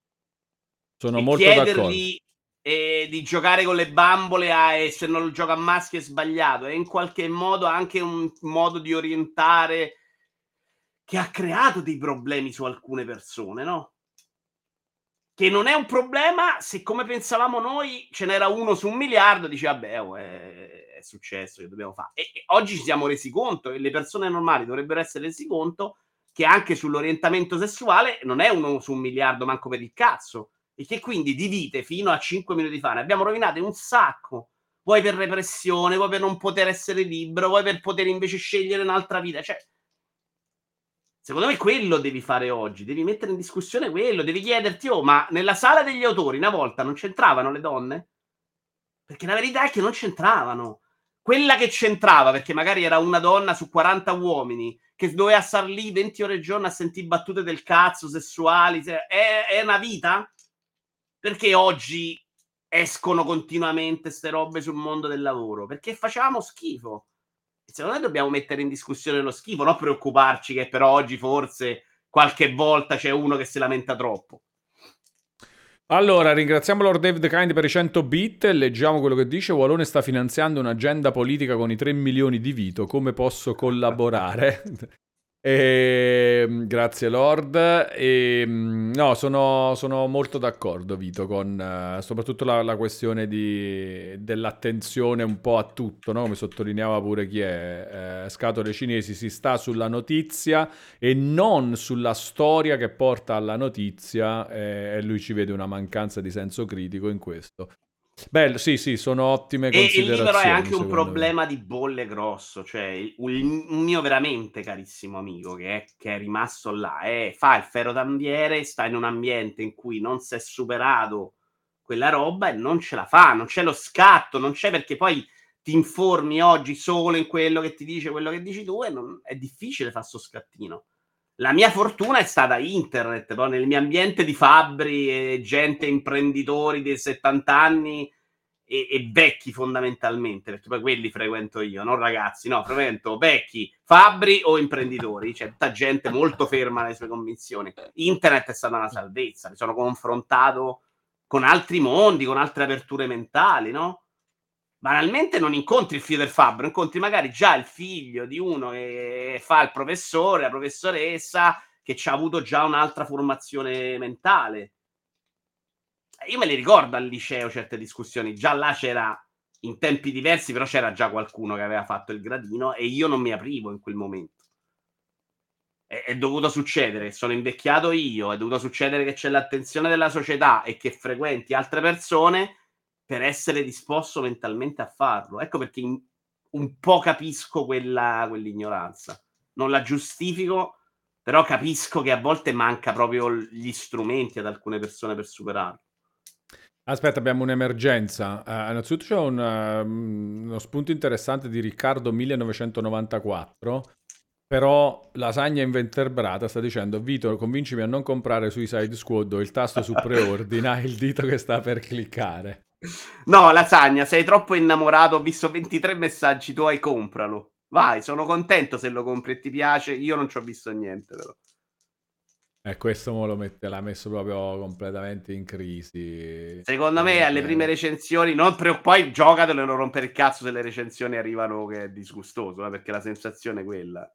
Sono E molto d'accordo. chiedergli eh, di giocare con le bambole a, e se non lo gioca a maschio è sbagliato. È in qualche modo anche un modo di orientare che ha creato dei problemi su alcune persone, no? Che non è un problema se, come pensavamo noi, ce n'era uno su un miliardo, dici vabbè, oh, è, è successo, che dobbiamo fare? E, e oggi ci siamo resi conto, e le persone normali dovrebbero essere resi conto, che anche sull'orientamento sessuale non è uno su un miliardo manco per il cazzo, e che quindi di vite fino a cinque minuti fa ne abbiamo rovinate un sacco, vuoi per repressione, vuoi per non poter essere libero, vuoi per poter invece scegliere un'altra vita, cioè... Secondo me quello devi fare oggi, devi mettere in discussione quello, devi chiederti, oh, ma nella sala degli autori una volta non c'entravano le donne? Perché la verità è che non c'entravano. Quella che c'entrava, perché magari era una donna su quaranta uomini, che doveva star lì venti ore al giorno a sentire battute del cazzo, sessuali, è, è una vita? Perché oggi escono continuamente ste robe sul mondo del lavoro? Perché facevamo schifo. Secondo me dobbiamo mettere in discussione lo schifo, non preoccuparci che però oggi forse qualche volta c'è uno che si lamenta troppo. Allora, ringraziamo Lord David Kind per i cento bit. Leggiamo quello che dice. Walone sta finanziando un'agenda politica con i tre milioni di Vito. Come posso collaborare? E, grazie Lord. E, no, sono, sono molto d'accordo, Vito, con uh, soprattutto la, la questione di, dell'attenzione un po' a tutto, no? Come sottolineava pure chi è eh, Scatole Cinesi, si sta sulla notizia e non sulla storia che porta alla notizia, eh, e lui ci vede una mancanza di senso critico in questo. Bello, sì, sì, sono ottime E, e lì però è considerazioni, anche un secondo me. problema di bolle grosso, cioè un, un mio veramente carissimo amico che è, che è rimasto là, è, fa il ferrotambiere, sta in un ambiente in cui non si è superato quella roba e non ce la fa, non c'è lo scatto, non c'è perché poi ti informi oggi solo in quello che ti dice quello che dici tu e non, è difficile fare sto scattino. La mia fortuna è stata internet, poi nel mio ambiente di fabbri e gente imprenditori dei settanta anni e, e vecchi fondamentalmente, perché poi quelli frequento io, non ragazzi, no, frequento vecchi, fabbri o imprenditori, c'è tutta gente molto ferma nelle sue convinzioni. Internet è stata una salvezza, mi sono confrontato con altri mondi, con altre aperture mentali, no? Banalmente non incontri il figlio del fabbro, incontri magari già il figlio di uno che fa il professore, la professoressa, che ci ha avuto già un'altra formazione mentale. Io me le ricordo al liceo certe discussioni, già là c'era, in tempi diversi, però c'era già qualcuno che aveva fatto il gradino e io non mi aprivo in quel momento. È, è dovuto succedere, sono invecchiato io, è dovuto succedere che c'è l'attenzione della società e che frequenti altre persone per essere disposto mentalmente a farlo. Ecco perché in, un po' capisco quella, quell'ignoranza. Non la giustifico, però capisco che a volte manca proprio gli strumenti ad alcune persone per superarlo. Aspetta, abbiamo un'emergenza. Uh, innanzitutto c'è un, uh, uno spunto interessante di Riccardo millenovecentonovantaquattro, però Lasagna Invertebrata sta dicendo: Vito, convincimi a non comprare Suicide Squad o il tasto su preordina e il dito che sta per cliccare. No, Lasagna, sei troppo innamorato, ho visto ventitré messaggi tuoi, compralo. Vai, sono contento se lo compri e ti piace, io non ci ho visto niente però. E questo mo lo mette, l'ha messo proprio completamente in crisi. Secondo me alle prime recensioni, non pre- poi giocatelo e non rompere il cazzo se le recensioni arrivano che è disgustoso, eh, perché la sensazione è quella.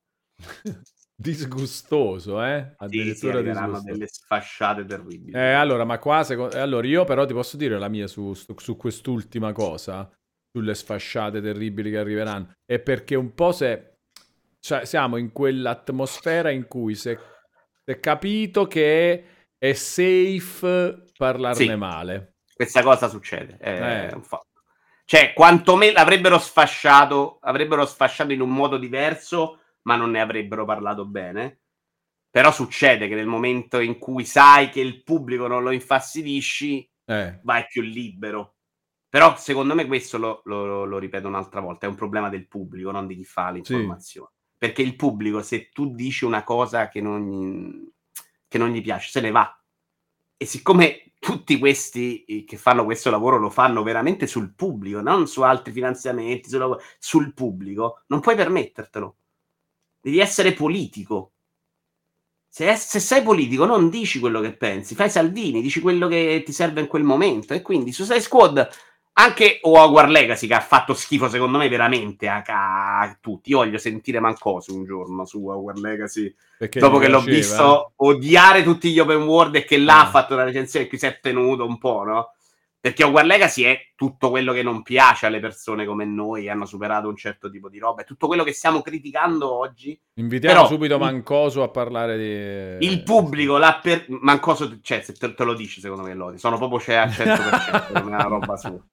Disgustoso, eh? Addirittura sì, sì, disgustoso. Delle sfasciate terribili. Eh, allora, ma qua, secondo... allora, io però ti posso dire la mia su, su, su quest'ultima cosa, sulle sfasciate terribili che arriveranno, è perché un po' se... Cioè, siamo in quell'atmosfera in cui si è, si è capito che è safe parlarne sì, male. Questa cosa succede, è Eh. un fatto. Cioè, quantomeno l'avrebbero sfasciato, avrebbero sfasciato in un modo diverso, ma non ne avrebbero parlato bene. Però succede che nel momento in cui sai che il pubblico non lo infastidisci, Eh. vai più libero. Però secondo me questo, lo, lo, lo ripeto un'altra volta, è un problema del pubblico, non di chi fa l'informazione. Sì. Perché il pubblico, se tu dici una cosa che non gli, che non gli piace, se ne va. E siccome tutti questi che fanno questo lavoro lo fanno veramente sul pubblico, non su altri finanziamenti, sul, sul pubblico, non puoi permettertelo. Devi essere politico. Se, se sei politico non dici quello che pensi, fai Salvini, dici quello che ti serve in quel momento. E quindi Suicide Squad, anche Hogwarts Legacy, che ha fatto schifo secondo me veramente a, a tutti. Io voglio sentire Mancoso un giorno su Hogwarts Legacy, perché dopo che l'ho visto odiare tutti gli open world e che là ah. ha fatto una recensione che si è tenuto un po', no? Perché Hogwarts Legacy è tutto quello che non piace alle persone come noi, che hanno superato un certo tipo di roba, è tutto quello che stiamo criticando oggi. Invitiamo Però, subito Mancoso a parlare di... Il pubblico, l'ha per... Mancoso, cioè, se te, te lo dici, secondo me, Lodi, sono proprio c'è al cento per cento, non è una roba sua.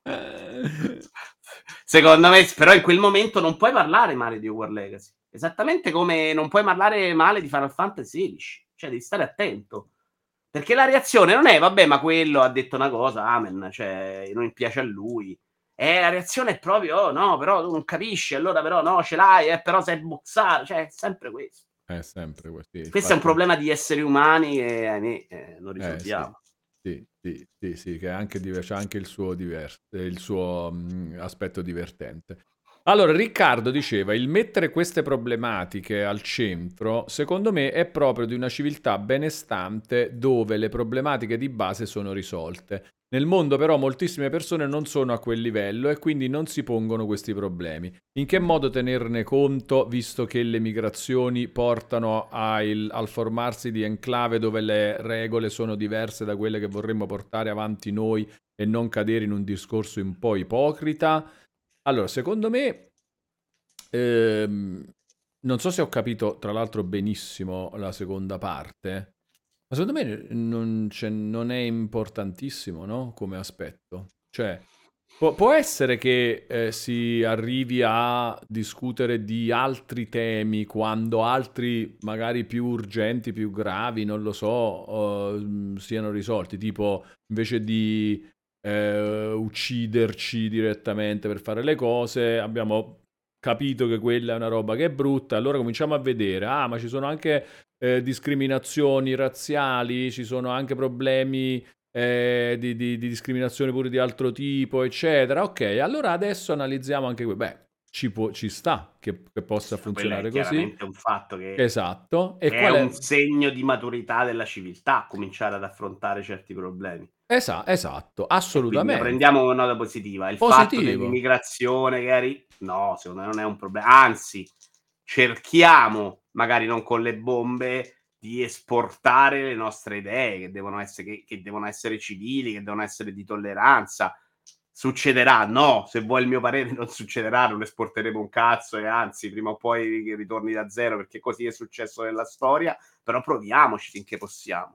Secondo me, però in quel momento non puoi parlare male di Hogwarts Legacy. Esattamente come non puoi parlare male di Final Fantasy sedici. Cioè, devi stare attento. Perché la reazione non è, vabbè, ma quello ha detto una cosa, amen, cioè, non piace a lui. E la reazione è proprio, oh, no, però tu non capisci, allora però no, ce l'hai, eh, però sei boxato, cioè, è sempre questo. È sempre questo. Sì, questo fatto... è un problema di esseri umani e ahimè, eh, non risolviamo. Eh, sì, sì, sì, sì, che anche diver- c'è anche il suo, divers- il suo mh, aspetto divertente. Allora, Riccardo diceva, il mettere queste problematiche al centro, secondo me, è proprio di una civiltà benestante dove le problematiche di base sono risolte. Nel mondo però moltissime persone non sono a quel livello e quindi non si pongono questi problemi. In che modo tenerne conto, visto che le migrazioni portano al, al formarsi di enclave dove le regole sono diverse da quelle che vorremmo portare avanti noi e non cadere in un discorso un po' ipocrita? Allora, secondo me, ehm, non so se ho capito tra l'altro benissimo la seconda parte, ma secondo me non, cioè, non è importantissimo, no? Come aspetto. Cioè, può, può essere che eh, si arrivi a discutere di altri temi quando altri magari più urgenti, più gravi, non lo so, uh, siano risolti, tipo invece di... Eh, ucciderci direttamente per fare le cose, abbiamo capito che quella è una roba che è brutta, allora cominciamo a vedere, ah, ma ci sono anche eh, discriminazioni razziali, ci sono anche problemi eh, di, di- di discriminazione pure di altro tipo, eccetera. Ok, allora adesso analizziamo anche que- Beh, ci, può- ci sta che, che possa Quello è funzionare così. chiaramente un fatto che, Esatto. E che è qual un è? segno di maturità della civiltà, cominciare ad affrontare certi problemi. Esa- esatto, E quindi la assolutamente. prendiamo come nota positiva. Il fatto Positivo. dell'immigrazione, che eri... no, secondo me non è un problema. Anzi, cerchiamo, magari non con le bombe, di esportare le nostre idee, che devono essere, che, che devono essere civili, che devono essere di tolleranza. Succederà? No, se vuoi il mio parere non succederà, non esporteremo un cazzo e anzi prima o poi ritorni da zero, perché così è successo nella storia, però proviamoci finché possiamo.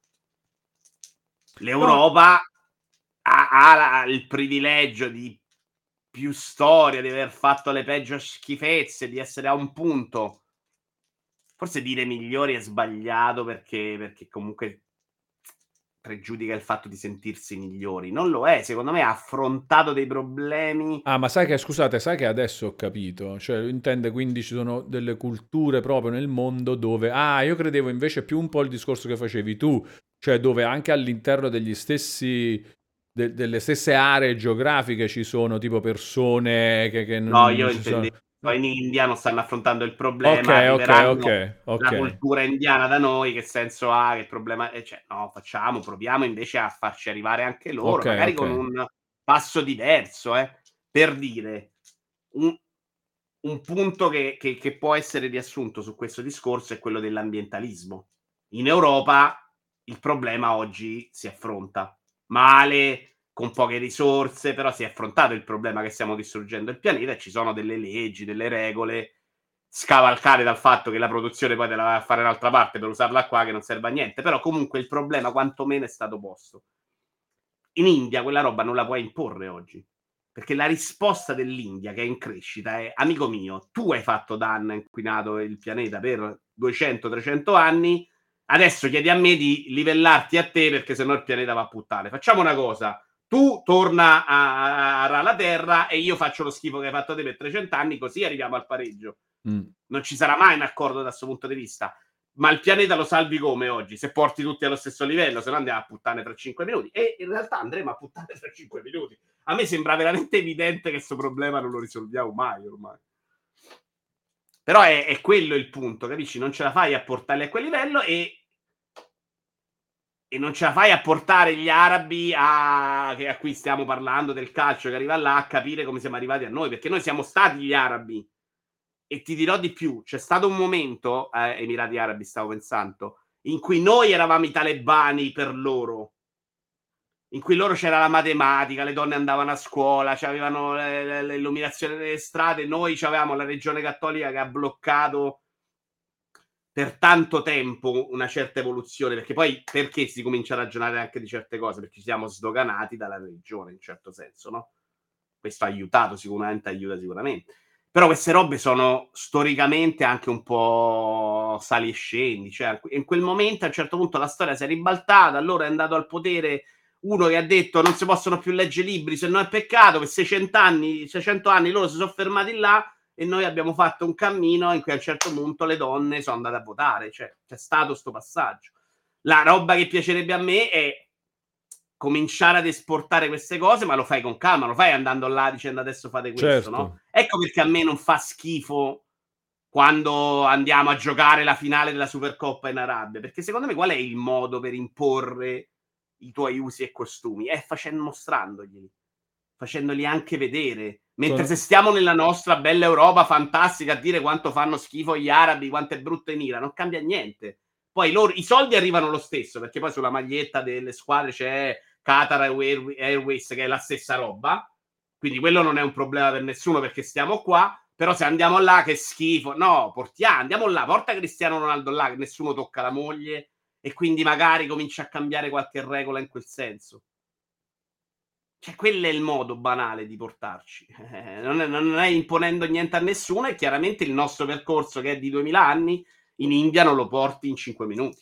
No, L'Europa ha, ha la- il privilegio di più storia, di aver fatto le peggio schifezze, di essere a un punto. Forse dire migliori è sbagliato perché, perché comunque pregiudica il fatto di sentirsi migliori. Non lo è, secondo me ha affrontato dei problemi. ah, ma sai che, scusate, sai che adesso ho capito? Cioè, intende quindi ci sono delle culture proprio nel mondo dove... Ah, io credevo invece più un po' il discorso che facevi tu, cioè dove anche all'interno degli stessi... de- delle stesse aree geografiche ci sono tipo persone che, che No, non io ci sono... intendevo in India non stanno affrontando il Ok, problema, ok, ok, arriveranno ok, la cultura indiana da noi, che senso ha, che problema è? Cioè, no, facciamo, proviamo invece a farci arrivare anche loro, ok, magari ok. con un passo diverso, eh, per dire un, un punto che, che, che può essere riassunto su questo discorso è quello dell'ambientalismo. In Europa il problema oggi si affronta male, con poche risorse, però si è affrontato il problema che stiamo distruggendo il pianeta e ci sono delle leggi, delle regole scavalcate dal fatto che la produzione poi te la vai a fare un'altra parte per usarla qua che non serve a niente, però comunque il problema quantomeno è stato posto. In India quella roba non la puoi imporre oggi, perché la risposta dell'India che è in crescita è, amico mio, tu hai fatto danno, hai inquinato il pianeta per duecento trecento anni, adesso chiedi a me di livellarti a te perché sennò il pianeta va a puttane. Facciamo una cosa, tu torna alla Terra e io faccio lo schifo che hai fatto te per trecento anni, così arriviamo al pareggio. Mm. Non ci sarà mai un accordo da questo punto di vista. Ma il pianeta lo salvi come oggi? Se porti tutti allo stesso livello, se no andiamo a puttane tra cinque minuti. E in realtà andremo a puttane tra cinque minuti. A me sembra veramente evidente che questo problema non lo risolviamo mai ormai. Però è, è quello il punto, capisci? Non ce la fai a portarli a quel livello e e non ce la fai a portare gli arabi a, che a cui stiamo parlando del calcio che arriva là a capire come siamo arrivati a noi, perché noi siamo stati gli arabi. E ti dirò di più, c'è stato un momento, eh, Emirati Arabi stavo pensando, in cui noi eravamo i talebani per loro, in cui loro c'era la matematica, le donne andavano a scuola, avevano l'illuminazione delle strade, noi avevamo la regione cattolica che ha bloccato per tanto tempo una certa evoluzione, perché poi perché si comincia a ragionare anche di certe cose? Perché ci siamo sdoganati dalla religione, in certo senso, no? Questo ha aiutato sicuramente, aiuta sicuramente. Però queste robe sono storicamente anche un po' sali e scendi, cioè in quel momento a un certo punto la storia si è ribaltata, allora è andato al potere uno che ha detto non si possono più leggere libri, se no è peccato, per seicento anni, seicento anni loro si sono fermati là e noi abbiamo fatto un cammino in cui a un certo punto le donne sono andate a votare, cioè c'è stato sto passaggio. La roba che piacerebbe a me è cominciare ad esportare queste cose, ma lo fai con calma, lo fai andando là dicendo adesso fate questo, Certo. no? Ecco perché a me non fa schifo quando andiamo a giocare la finale della Supercoppa in Arabia, perché secondo me qual è il modo per imporre i tuoi usi e costumi? È facendo, mostrandoglieli, facendoli anche vedere. Mentre Sono... se stiamo nella nostra bella Europa fantastica a dire quanto fanno schifo gli arabi, quanto è brutta in Ira, non cambia niente. Poi loro, i soldi arrivano lo stesso, perché poi sulla maglietta delle squadre c'è Qatar Airways, che è la stessa roba. Quindi quello non è un problema per nessuno perché stiamo qua. Però se andiamo là, che schifo. No, portiamo, andiamo là, porta Cristiano Ronaldo là, che nessuno tocca la moglie e quindi magari comincia a cambiare qualche regola in quel senso. Cioè, quello è il modo banale di portarci. Eh, non, è, non è imponendo niente a nessuno e chiaramente il nostro percorso, che è di duemila anni, in India non lo porti in cinque minuti.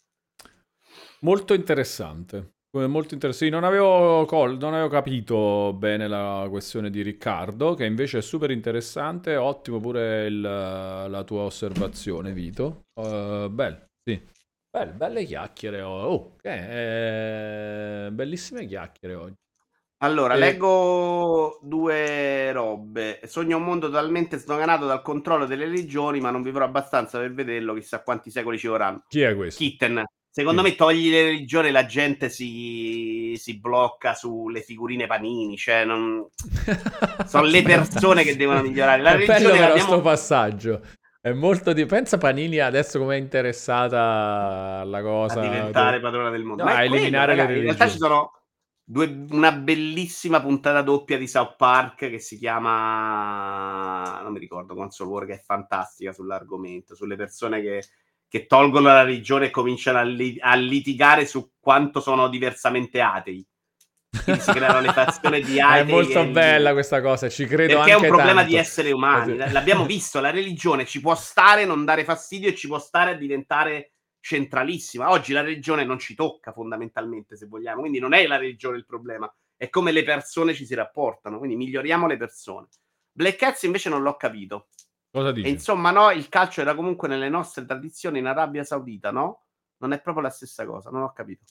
Molto interessante. Molto interessante. Non avevo, col- non avevo capito bene la questione di Riccardo, che invece è super interessante. Ottimo pure il- la tua osservazione, Vito. Uh, bello, sì. Belle, belle chiacchiere. Oh, oh, eh, eh, bellissime chiacchiere oggi. Allora, E leggo due robe. Sogno un mondo totalmente sdoganato dal controllo delle religioni, ma non vivrò abbastanza per vederlo, chissà quanti secoli ci vorranno. chi è questo? Kitten, Chi secondo è? me togli le religioni e la gente si, si blocca sulle figurine panini, cioè non... sono le Aspetta, persone che devono migliorare. La è bello religione però sto l'abbiamo passaggio. È molto di... Pensa Panini adesso come è interessata alla a cosa. diventare padrona del mondo. No, Ma a è quello, eliminare le ragazzi. In realtà ci religioni. sono due- una bellissima puntata doppia di South Park che si chiama, non mi ricordo, Console War, che è fantastica sull'argomento, sulle persone che, che tolgono la religione e cominciano a, li- a litigare su quanto sono diversamente atei. Quindi si creano le fazioni di È atei molto e bella li- questa cosa, ci credo perché è un anche problema di tanto. esseri umani. L- L'abbiamo visto, la religione ci può stare, non dare fastidio e ci può stare a diventare centralissima. Oggi la religione non ci tocca fondamentalmente, se vogliamo, quindi non è la religione il problema, è come le persone ci si rapportano, quindi miglioriamo le persone. Black Cats invece non l'ho capito. Cosa E dici? insomma, no, il calcio era comunque nelle nostre tradizioni in Arabia Saudita, no? Non è proprio la stessa cosa, non ho capito.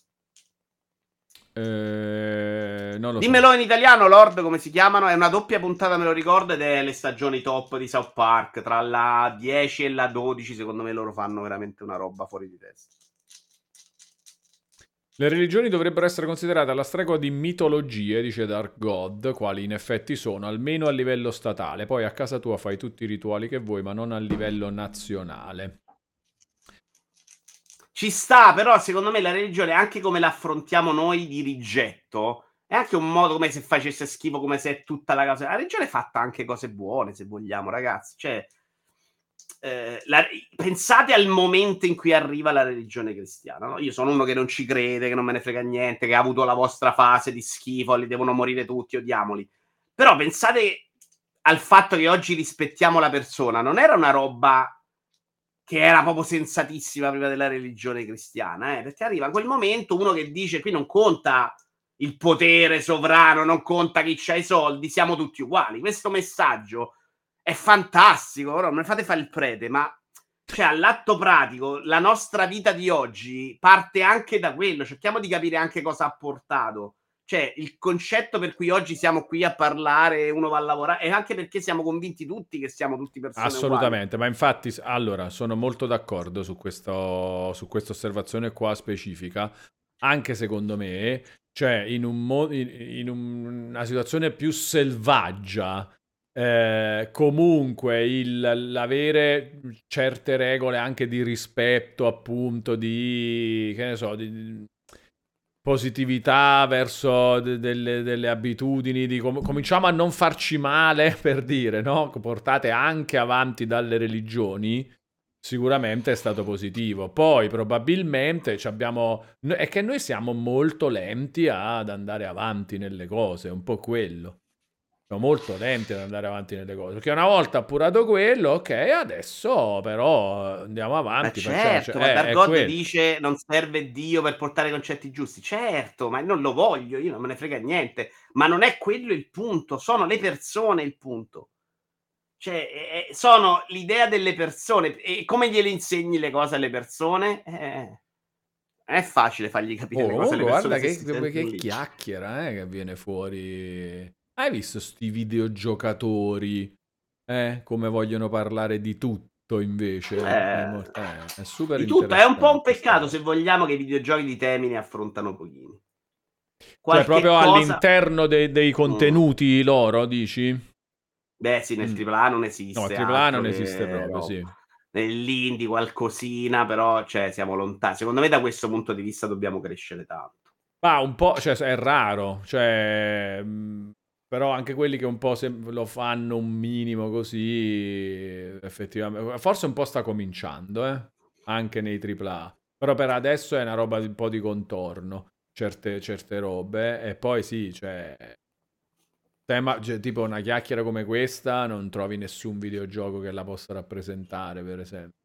Eh, non lo so. Dimmelo in italiano, Lord, come si chiamano? È una doppia puntata, me lo ricordo, ed è le stagioni top di South Park. Tra la dieci e la dodici, secondo me, loro fanno veramente una roba fuori di testa. Le religioni dovrebbero essere considerate alla stregua di mitologie, dice Dark God, quali in effetti sono, almeno a livello statale. Poi a casa tua fai tutti i rituali che vuoi, ma non a livello nazionale. Ci sta, però, secondo me, la religione, anche come l'affrontiamo noi di rigetto, è anche un modo come se facesse schifo, come se è tutta la cosa. La religione è fatta anche cose buone, se vogliamo, ragazzi. Cioè, eh, la- pensate al momento in cui arriva la religione cristiana. No? Io sono uno che non ci crede, che non me ne frega niente, che ha avuto la vostra fase di schifo, li devono morire tutti, odiamoli. Però pensate al fatto che oggi rispettiamo la persona. Non era una roba che era proprio sensatissima prima della religione cristiana, eh? Perché arriva quel momento uno che dice qui non conta il potere sovrano, non conta chi c'ha i soldi, siamo tutti uguali. Questo messaggio è fantastico, ora non mi fate fare il prete, ma cioè all'atto pratico la nostra vita di oggi parte anche da quello, cerchiamo di capire anche cosa ha portato. Cioè, il concetto per cui oggi siamo qui a parlare, uno va a lavorare, è anche perché siamo convinti tutti che siamo tutti persone uguali. Assolutamente, ma infatti, s- allora, sono molto d'accordo su questo, su questa osservazione qua specifica, anche secondo me, cioè in, un mo- in, in un- una situazione più selvaggia, eh, comunque il- l'avere certe regole anche di rispetto, appunto, di, che ne so, di positività verso de- delle, delle abitudini, di com- cominciamo a non farci male, per dire, no? Portate anche avanti dalle religioni, sicuramente è stato positivo. Poi probabilmente ci abbiamo... no- è che noi siamo molto lenti ad andare avanti nelle cose, è un po' quello. Siamo molto lenti ad andare avanti nelle cose. Perché una volta appurato quello, ok, adesso però andiamo Ma avanti, facciamoci... certo, ma Eh, è Dargod quello. dice non serve Dio per portare i concetti giusti. Certo, ma non lo voglio, io non me ne frega niente. Ma non è quello il punto, sono le persone il punto. Cioè, eh, eh, sono l'idea delle persone. E come gliele insegni le cose alle persone? Eh, è facile fargli capire Oh, le cose alle comunque, persone guarda se che, si sentono che lì. chiacchiera eh, che viene fuori. Hai visto sti videogiocatori? Eh, come vogliono parlare di tutto invece? È, Eh, molto- eh, è super di tutto, è un po' un interessante sta peccato cosa. se vogliamo che i videogiochi di temi ne affrontano pochini. Cioè, Qualche proprio cosa... all'interno dei, dei Mm. contenuti loro, dici? Beh, sì, nel Mm. tripla A non No, esiste tripla A altro non esiste che proprio, roba. sì. Nell'indie qualcosina, però, cioè, siamo lontani. Secondo me da questo punto di vista dobbiamo crescere tanto. Ma un po', cioè, è raro, cioè, mh, però anche quelli che un po' se lo fanno un minimo così, effettivamente, forse un po' sta cominciando, eh? Anche nei tripla A. Però per adesso è una roba di un po' di contorno, certe, certe robe, e poi sì, cioè, tema, cioè, tipo una chiacchiera come questa, non trovi nessun videogioco che la possa rappresentare, per esempio.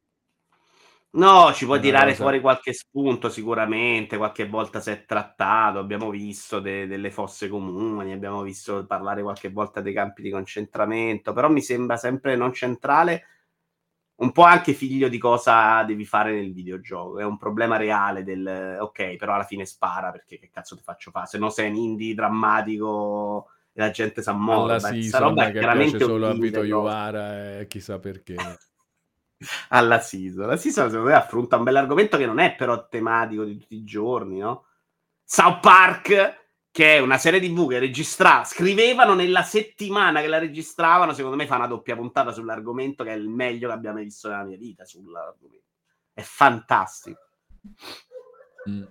No, ci È puoi una tirare cosa... fuori qualche spunto sicuramente, qualche volta si è trattato, abbiamo visto de- delle fosse comuni, abbiamo visto parlare qualche volta dei campi di concentramento, però mi sembra sempre non centrale un po' anche figlio di cosa devi fare nel videogioco. È un problema reale del ok, però alla fine spara, perché che cazzo ti faccio fare? Se no sei un indie drammatico e la gente sa Alla morba. Questa season roba è che piace chiaramente solo a ottimista Vito e roba. Iuvara e chissà perché. Alla season. La season secondo me affronta un bell'argomento che non è però tematico di tutti i giorni, no? South Park, che è una serie tivù che registra scrivevano nella settimana che la registravano, secondo me fa una doppia puntata sull'argomento, che è il meglio che abbia mai visto nella mia vita sull'argomento. È fantastico. Mm.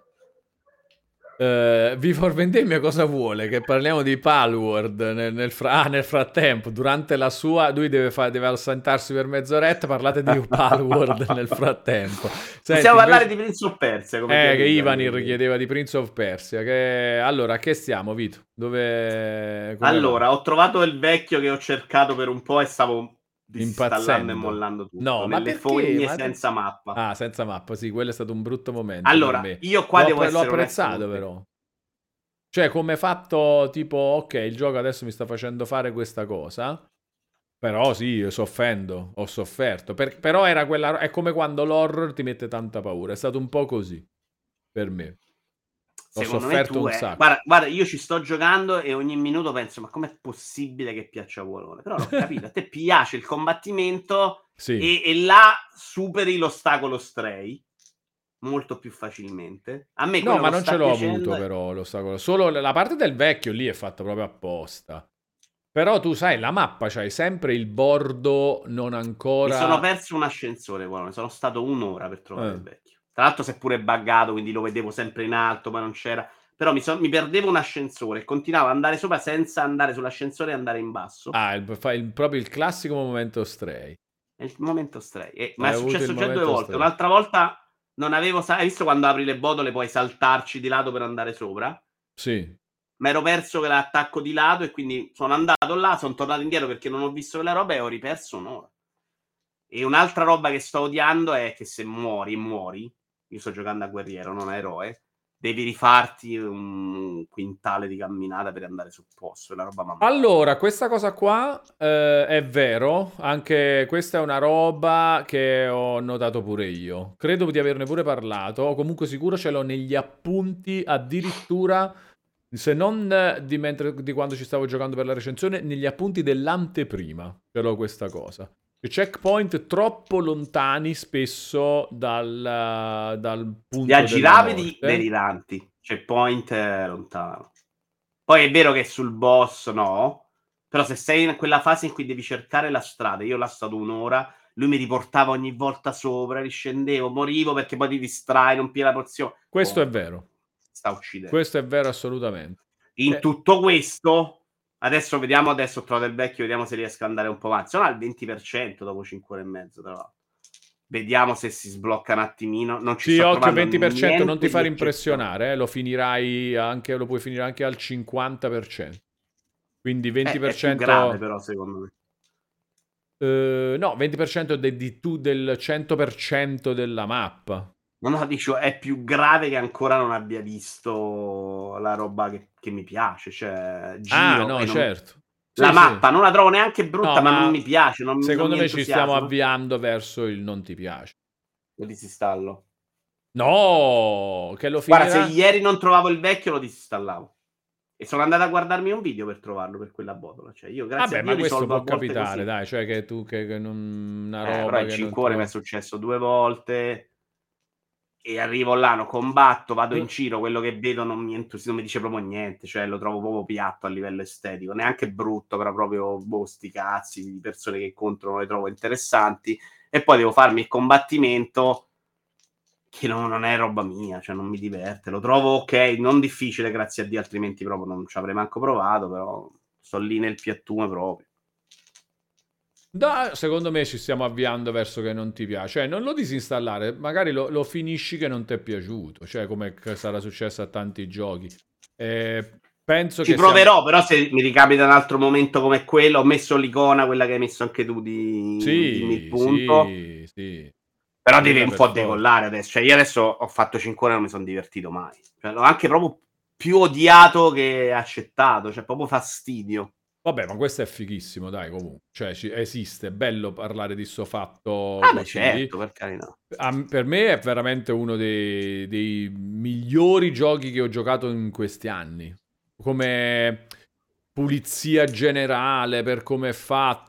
Uh, V for Vendemmia cosa vuole? Che parliamo di Palworld nel, nel, fra- ah, nel frattempo, durante la sua, lui deve, fa- deve assentarsi per mezz'oretta, parlate di Palworld nel frattempo. Senti, possiamo parlare invece... di Prince of Persia, come eh, che Ivanir chiedeva di Prince of Persia. Che... Allora, a che stiamo, Vito? Dove... Come allora, va? ho trovato il vecchio che ho cercato per un po' e stavo disinstallando e Impazzendo. mollando tutto, No, ma nelle perché? fogne Ma te- senza mappa. Ah, senza mappa, sì, quello è stato un brutto momento per Allora, me. io qua L'ho, devo appre- l'ho essere onesto apprezzato con te. però. Cioè, come fatto tipo, ok, il gioco adesso mi sta facendo fare questa cosa, però sì, io soffendo, ho sofferto. Per- però era quella, è come quando l'horror ti mette tanta paura, è stato un po' così per me. Ho Secondo me sofferto tu un è... sacco. Guarda, guarda, io ci sto giocando e ogni minuto penso, ma com'è possibile che piaccia a Wolone? Però l'ho capito, a te piace il combattimento Sì. e, e là superi l'ostacolo stray molto più facilmente. A me No, quello ma che non sta ce l'ho piacendo avuto è... però l'ostacolo. Solo la parte del vecchio lì è fatta proprio apposta. Però tu sai, la mappa c'hai sempre il bordo non ancora... Mi sono perso un ascensore, Wolone, sono stato un'ora per trovare Eh. il vecchio. Tra l'altro si è pure buggato, quindi lo vedevo sempre in alto, ma non c'era... Però mi, so... mi perdevo un ascensore e continuavo ad andare sopra senza andare sull'ascensore e andare in basso. Ah, il, fa il, proprio il classico momento stray. È il momento stray. E, ma Hai è avuto il successo già due momento volte. stray. Un'altra volta non avevo... sa- Hai visto quando apri le botole puoi saltarci di lato per andare sopra? Sì. Ma ero perso che l'attacco di lato e quindi sono andato là, sono tornato indietro perché non ho visto quella roba e ho riperso un'ora. E un'altra roba che sto odiando è che se muori, muori, io sto giocando a guerriero, non a eroe, devi rifarti un quintale di camminata per andare sul posto. La roba mamma. Allora, questa cosa qua eh, è vero, anche questa è una roba che ho notato pure io. Credo di averne pure parlato, o comunque sicuro ce l'ho negli appunti, addirittura, se non di, mentre, di quando ci stavo giocando per la recensione, negli appunti dell'anteprima ce l'ho questa cosa. Checkpoint troppo lontani spesso dal, dal punto Viaggi della rapidi, morte. deliranti. Checkpoint è lontano. Poi è vero che sul boss no, però se sei in quella fase in cui devi cercare la strada, io l'ho stato un'ora, lui mi riportava ogni volta sopra, riscendevo, morivo perché poi ti distrai, non pigli la pozione. Questo oh, è vero. Sta uccidendo. Questo è vero assolutamente. In Eh. tutto questo, adesso vediamo, adesso ho trovato il vecchio, vediamo se riesco ad andare un po' avanti. Sono al venti per cento dopo cinque ore e mezzo, tra l'altro. Vediamo se si sblocca un attimino. Non ci sì, sto occhio, trovando venti per cento, non ti far niente di impressionare, eh, lo finirai anche, lo puoi finire anche al cinquanta per cento. Quindi venti per cento... È, è più grave però, secondo me. Uh, no, venti per cento de, di tu del cento per cento della mappa. No, no, dico, è più grave che ancora non abbia visto la roba che, che mi piace. Cioè, giro Ah, no, e non... certo. La sì, mappa sì. non la trovo neanche brutta, No, ma, ma non mi piace. Non, secondo non mi me ci stiamo entusiasma. avviando verso il non ti piace. Lo disinstallo. No, che lo Guarda, finirà... se ieri non trovavo il vecchio, lo disinstallavo. E sono andato a guardarmi un video per trovarlo per quella botola. Cioè, io grazie Vabbè, a Dio ma questo risolvo può a volte capitare, così. dai, cioè che tu che, che non una Eh, roba però in che non cinque ore mi è trovi. successo due volte. E arrivo là, lo combatto, vado in giro, quello che vedo non mi, entusi- non mi dice proprio niente, cioè lo trovo proprio piatto a livello estetico, neanche brutto, però proprio boh, sti cazzi di persone che incontro non le trovo interessanti, e poi devo farmi il combattimento che non, non è roba mia, cioè non mi diverte, lo trovo ok, non difficile grazie a Dio, altrimenti proprio non ci avrei manco provato, però sto lì nel piattume proprio. Da, secondo me ci stiamo avviando verso che non ti piace, cioè non lo disinstallare, magari lo, lo finisci che non ti è piaciuto, cioè come sarà successo a tanti giochi. Eh, penso Ci che proverò, siamo... però se mi ricapita un altro momento come quello, ho messo l'icona, quella che hai messo anche tu di dimmi il Sì, punto. sì, sì. Però Quella deve un per po' forza. decollare adesso. Cioè, io adesso ho fatto cinque ore e non mi sono divertito mai. Cioè, l'ho anche proprio più odiato che accettato. Cioè, proprio fastidio. Vabbè, ma questo è fighissimo, dai, comunque. Cioè, ci- esiste, è bello parlare di sto fatto Ah, beh, così. certo, per carità. A- per me è veramente uno dei, dei migliori giochi che ho giocato in questi anni. Come pulizia generale, per come è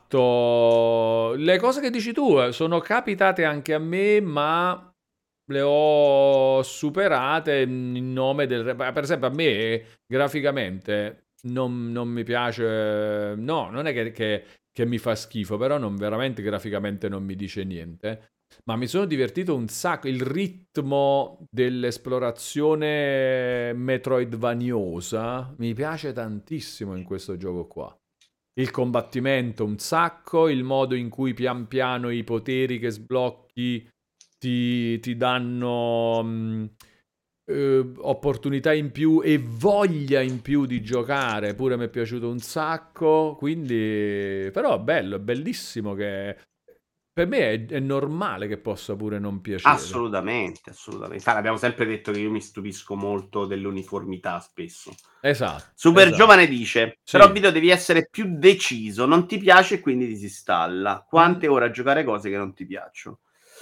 fatto. Le cose che dici tu eh, sono capitate anche a me, ma le ho superate in nome del... Per esempio, a me graficamente non, non mi piace... No, non è che, che- che mi fa schifo, però non, veramente graficamente non mi dice niente. Ma mi sono divertito un sacco. Il ritmo dell'esplorazione metroidvaniosa mi piace tantissimo in questo gioco qua. Il combattimento un sacco, il modo in cui pian piano i poteri che sblocchi ti, ti danno mh, eh, opportunità in più e voglia in più di giocare. Pure mi è piaciuto un sacco. Quindi, però è bello, è bellissimo che per me è, è normale che possa pure non piacere. Assolutamente, assolutamente. Infatti abbiamo sempre detto che io mi stupisco molto dell'uniformità spesso. Esatto, Super esatto. Giovane dice, però Sì. Vito devi essere più deciso, non ti piace e quindi disinstalla. Quante Mm. ore a giocare cose che non ti piacciono?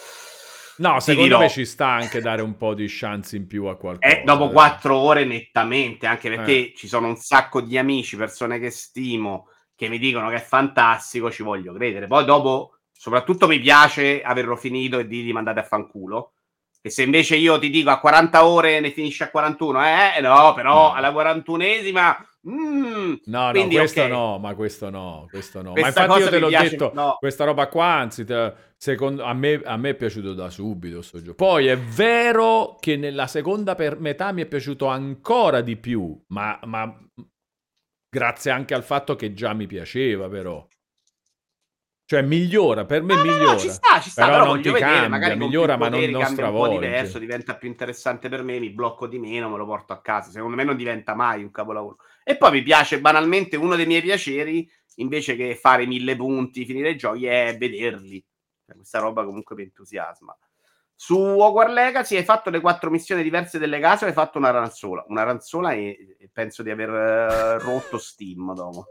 No, Ti secondo dirò, me ci sta anche dare un po' di chance in più a è dopo qualcosa. Eh. quattro ore nettamente, anche Eh. perché ci sono un sacco di amici, persone che stimo, che mi dicono che è fantastico, ci voglio credere. Poi dopo, soprattutto mi piace averlo finito e dirgli mandate a fanculo. E se invece io ti dico a quaranta ore ne finisce a quarantuno, eh, no, però No. alla quarantunesima, mm, No, no, quindi questo ok, no, ma questo no, questo no. Ma questa infatti io cosa te mi l'ho piace, detto, no, questa roba qua, anzi, te- secondo, a me, a me è piaciuto da subito sto gioco. Poi è vero che nella seconda per metà mi è piaciuto ancora di più, ma, ma grazie anche al fatto che già mi piaceva, però. Cioè migliora, per me no, no, no, ci migliora. sta, ci sta, Però però non voglio ti vedere, cambia, magari con più migliora ma non, poteri non cambia un po' diverso, stravolge. diventa più interessante per me, mi blocco di meno, me lo porto a casa. Secondo me non diventa mai un capolavoro. E poi mi piace banalmente, uno dei miei piaceri, invece che fare mille punti, finire i giochi, è vederli. Cioè, questa roba comunque mi entusiasma. Su Hogwarts Legacy hai fatto le quattro missioni diverse delle case o hai fatto una run sola? Una run sola e, e penso di aver uh, rotto Steam dopo.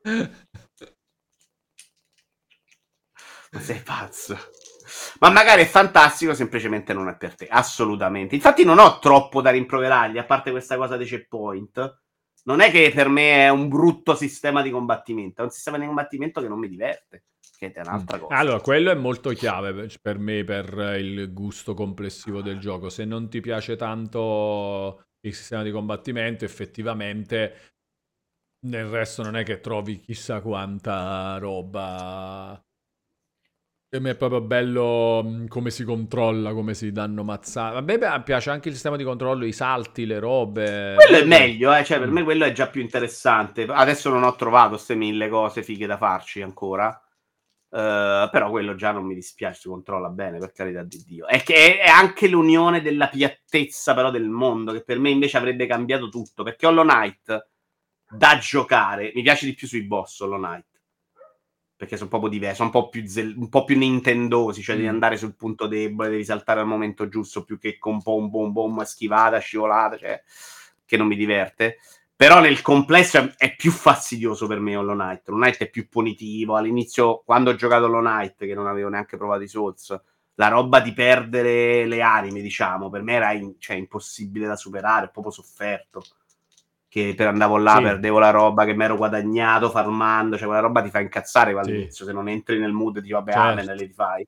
Ma sei pazzo? Ma magari è fantastico, semplicemente non è per te. Assolutamente. Infatti non ho troppo da rimproverargli, a parte questa cosa dei checkpoint. Non è che per me è un brutto sistema di combattimento, è un sistema di combattimento che non mi diverte, che è Mm. un'altra cosa. Allora, quello è molto chiave per- per me, per il gusto complessivo del gioco. Se non ti piace tanto il sistema di combattimento, effettivamente nel resto non è che trovi chissà quanta roba. Per me è proprio bello mh, come si controlla, come si danno mazzate. A me beh, piace anche il sistema di controllo, i salti, le robe. Quello è Quello per... meglio, eh? Cioè per Mm. me quello è già più interessante. Adesso non ho trovato queste mille cose fighe da farci ancora. Uh, però quello già non mi dispiace, si controlla bene, per carità di Dio. È che è anche l'unione della piattezza però del mondo, che per me invece avrebbe cambiato tutto, perché Hollow Knight da giocare, mi piace di più sui boss Hollow Knight, perché sono proprio diversi, sono un po' più, zel- un po' più nintendosi, cioè devi Mm. andare sul punto debole, devi saltare al momento giusto, più che con bom bom bom, schivata, scivolata, cioè che non mi diverte. Però nel complesso è più fastidioso per me Hollow Knight. Hollow Knight è più punitivo. All'inizio, quando ho giocato Hollow Knight, che non avevo neanche provato i Souls, la roba di perdere le anime, diciamo, per me era in, cioè, impossibile da superare, proprio sofferto. Che per andavo là, Sì, perdevo la roba che mi ero guadagnato farmando, cioè quella roba ti fa incazzare sì, all'inizio, se non entri nel mood ti vabbè, amen, certo. le rifai.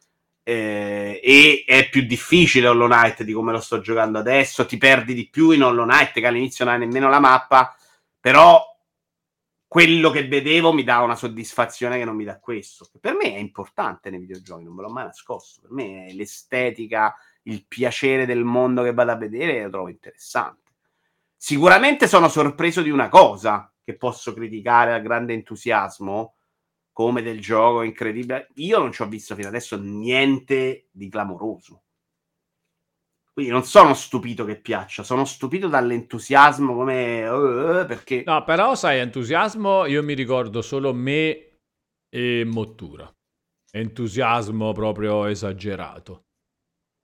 Eh, e è più difficile Hollow Knight di come lo sto giocando adesso, ti perdi di più in Hollow Knight che all'inizio non hai nemmeno la mappa, però quello che vedevo mi dà una soddisfazione che non mi dà questo, che per me è importante nei videogiochi, non me l'ho mai nascosto, per me è l'estetica, il piacere del mondo che vado a vedere, lo trovo interessante. Sicuramente sono sorpreso di una cosa che posso criticare a grande entusiasmo, come del gioco incredibile. Io non ci ho visto fino adesso niente di clamoroso. Quindi non sono stupito che piaccia, sono stupito dall'entusiasmo come uh, perché No, però sai, entusiasmo, io mi ricordo solo me e Mottura. Entusiasmo proprio esagerato.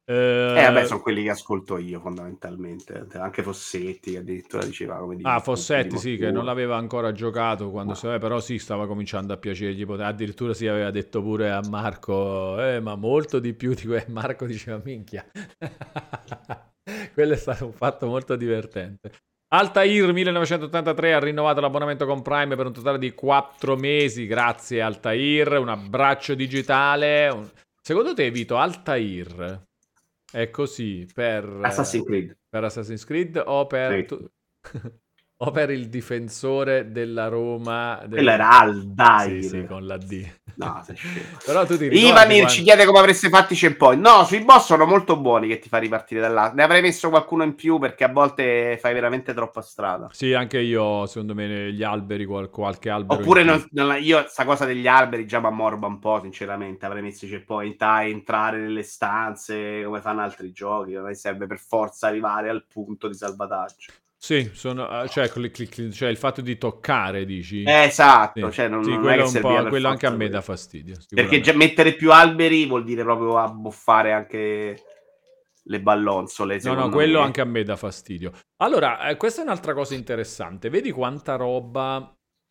Eh, vabbè, sono quelli che ascolto io fondamentalmente. Anche Fossetti che addirittura diceva come Ah, dici, Fossetti, sì, che non l'aveva. l'aveva ancora giocato quando No. si... eh, però sì, stava cominciando a piacergli. pote- Addirittura si aveva detto pure a Marco, eh, ma molto di più di quello. Marco diceva, minchia. Quello è stato un fatto molto divertente. Altair millenovecentottantatré ha rinnovato l'abbonamento con Prime per un totale di quattro mesi. Grazie Altair, un abbraccio digitale. Un- Secondo te, Vito, Altair è così per, eh, Assassin's Creed. per Assassin's Creed o per, Sì. tu- o per il difensore della Roma? Quello del- era Aldair. Sì, sì, con la D. No, sei scemo. Però tu ti ricordi Ivanir quando... ci chiede come avreste fatto i checkpoint. No, sui boss sono molto buoni che ti fa ripartire da là. Ne avrei messo qualcuno in più perché a volte fai veramente troppa strada. Sì, anche io, secondo me, gli alberi, qual- qualche albero Oppure in più. non- non- io sta cosa degli alberi già mi ammorba un po', sinceramente. Avrei messo i checkpoint a entrare nelle stanze come fanno altri giochi. Non è che serve per forza arrivare al punto di salvataggio. Sì, sono, eh, cioè, clic, clic, clic, cioè il fatto di toccare, dici? Eh, esatto, Sì, cioè non, sì, non è quello che è un serviva po', per quello anche a forza me dà quello. fastidio, Perché già sicuramente. mettere più alberi vuol dire proprio abbuffare anche le ballonzole, No, no, secondo quello me. anche a me dà fastidio. Allora, eh, questa è un'altra cosa interessante. Vedi quanta roba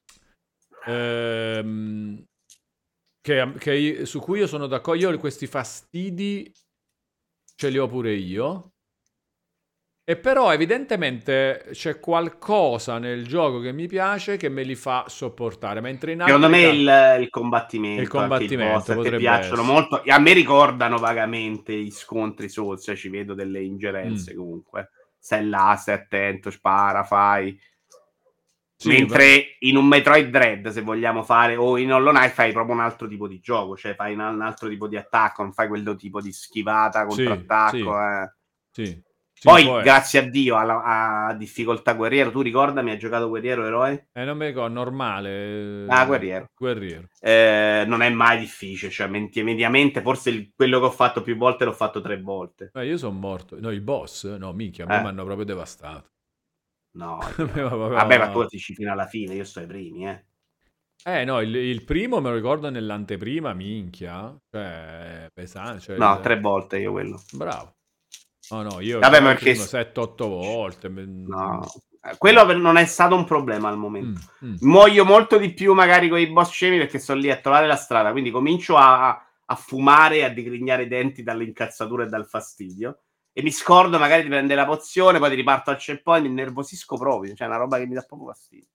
ehm, che, che io- su cui io sono d'accordo. Io questi fastidi ce li ho pure io. E però evidentemente c'è qualcosa nel gioco che mi piace che me li fa sopportare, mentre in Secondo altri me casi il, il il combattimento, anche i boss, combattimento a te potrebbe piacciono essere. molto. E a me ricordano vagamente gli scontri Souls, cioè ci vedo delle ingerenze Mm. comunque. Stai là, stai attento, spara, fai. Sì, Mentre in un Metroid Dread, se vogliamo fare, o in Hollow Knight, fai proprio un altro tipo di gioco, cioè fai un, un altro tipo di attacco, non fai quel tipo di schivata, sì, contrattacco. sì, Eh. sì, sì, Poi, può essere. grazie a Dio, alla, a difficoltà guerriero, tu ricordami, hai giocato guerriero o eroe? Eh, non mi ricordo, normale, Ah, eh, guerriero. guerriero. Eh, non è mai difficile, cioè menti- mediamente forse il- quello che ho fatto più volte l'ho fatto tre volte. Eh, io sono morto. No, i boss? No, minchia, a me mi Eh, hanno proprio devastato. no, A me io... Vabbè, ma tu proprio- dici fino alla fine, io sto ai primi, eh. Eh no, il, il primo me lo ricordo nell'anteprima, minchia. Cioè, pesante. Cioè, No, il- tre volte io quello. Bravo. No, no, io Vabbè, già ma il perché... primo sette otto volte. mm, No, eh, quello per- non è stato un problema al momento. mm, mm. Muoio molto di più magari con i boss scemi perché sono lì a trovare la strada, quindi comincio a, a fumare e a digrignare i denti dall'incazzatura e dal fastidio. E mi scordo magari di prendere la pozione, poi ti riparto al checkpoint, mi innervosisco proprio, cioè è una roba che mi dà proprio fastidio.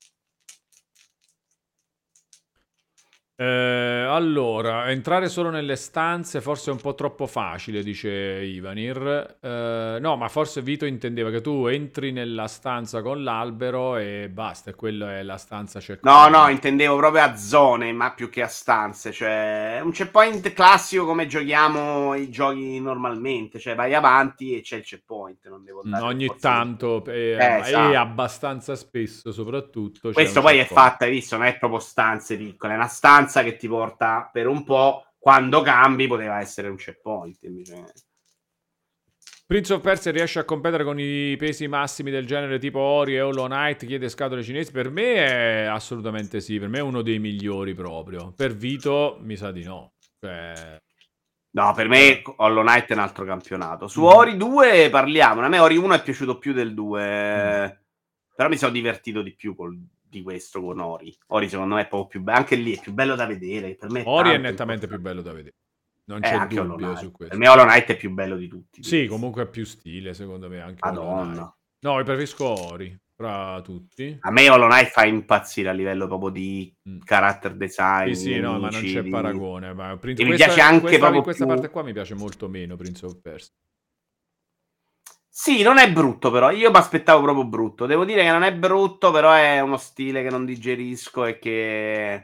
Eh, allora, entrare solo nelle stanze forse è un po' troppo facile, dice Ivanir. Eh, no, ma forse Vito intendeva che tu entri nella stanza con l'albero e basta, e quella è la stanza No, checkpoint. no, intendevo proprio a zone, ma più che a stanze. Cioè, un checkpoint classico come giochiamo i giochi normalmente. Cioè, vai avanti e c'è il checkpoint. Non devo Mm, andare per ogni forza nel punto. tanto e, Eh, e esatto. abbastanza spesso, soprattutto, c'è un Questo poi è checkpoint. fatta, hai visto? Non è proprio stanze piccole, è una stanza che ti porta per un po'. Quando cambi poteva essere un checkpoint. Invece... Prince of Persia riesce a competere con i pesi massimi del genere tipo Ori e Hollow Knight, chiede scatole cinesi. Per me è assolutamente sì, per me è uno dei migliori proprio. Per Vito mi sa di no. Cioè... No, per me Hollow Knight è un altro campionato. Su Mhm. Ori due parliamo. A me Ori uno è piaciuto più del due. Mm. Però mi sono divertito di più col, di questo con Ori. Ori secondo me è proprio più bello. Anche lì è più bello da vedere. Per me è Ori è tanto nettamente più importante. bello da vedere. Non Eh, c'è anche Hollow dubbio Knight. su Per questo. me Hollow Knight è più bello di tutti. Sì, comunque è più stile, secondo me, anche Hollow Knight. Madonna. No, io preferisco Ori, fra tutti. A me Hollow Knight fa impazzire a livello proprio di Mm. character design, Sì, sì, no, ma non nemici, c'è di- paragone. Ma Prince- E mi questa, piace anche questa, proprio questa più... parte qua mi piace molto meno, Prince of Persia. Sì, non è brutto però, io mi aspettavo proprio brutto. Devo dire che non è brutto, però è uno stile che non digerisco e che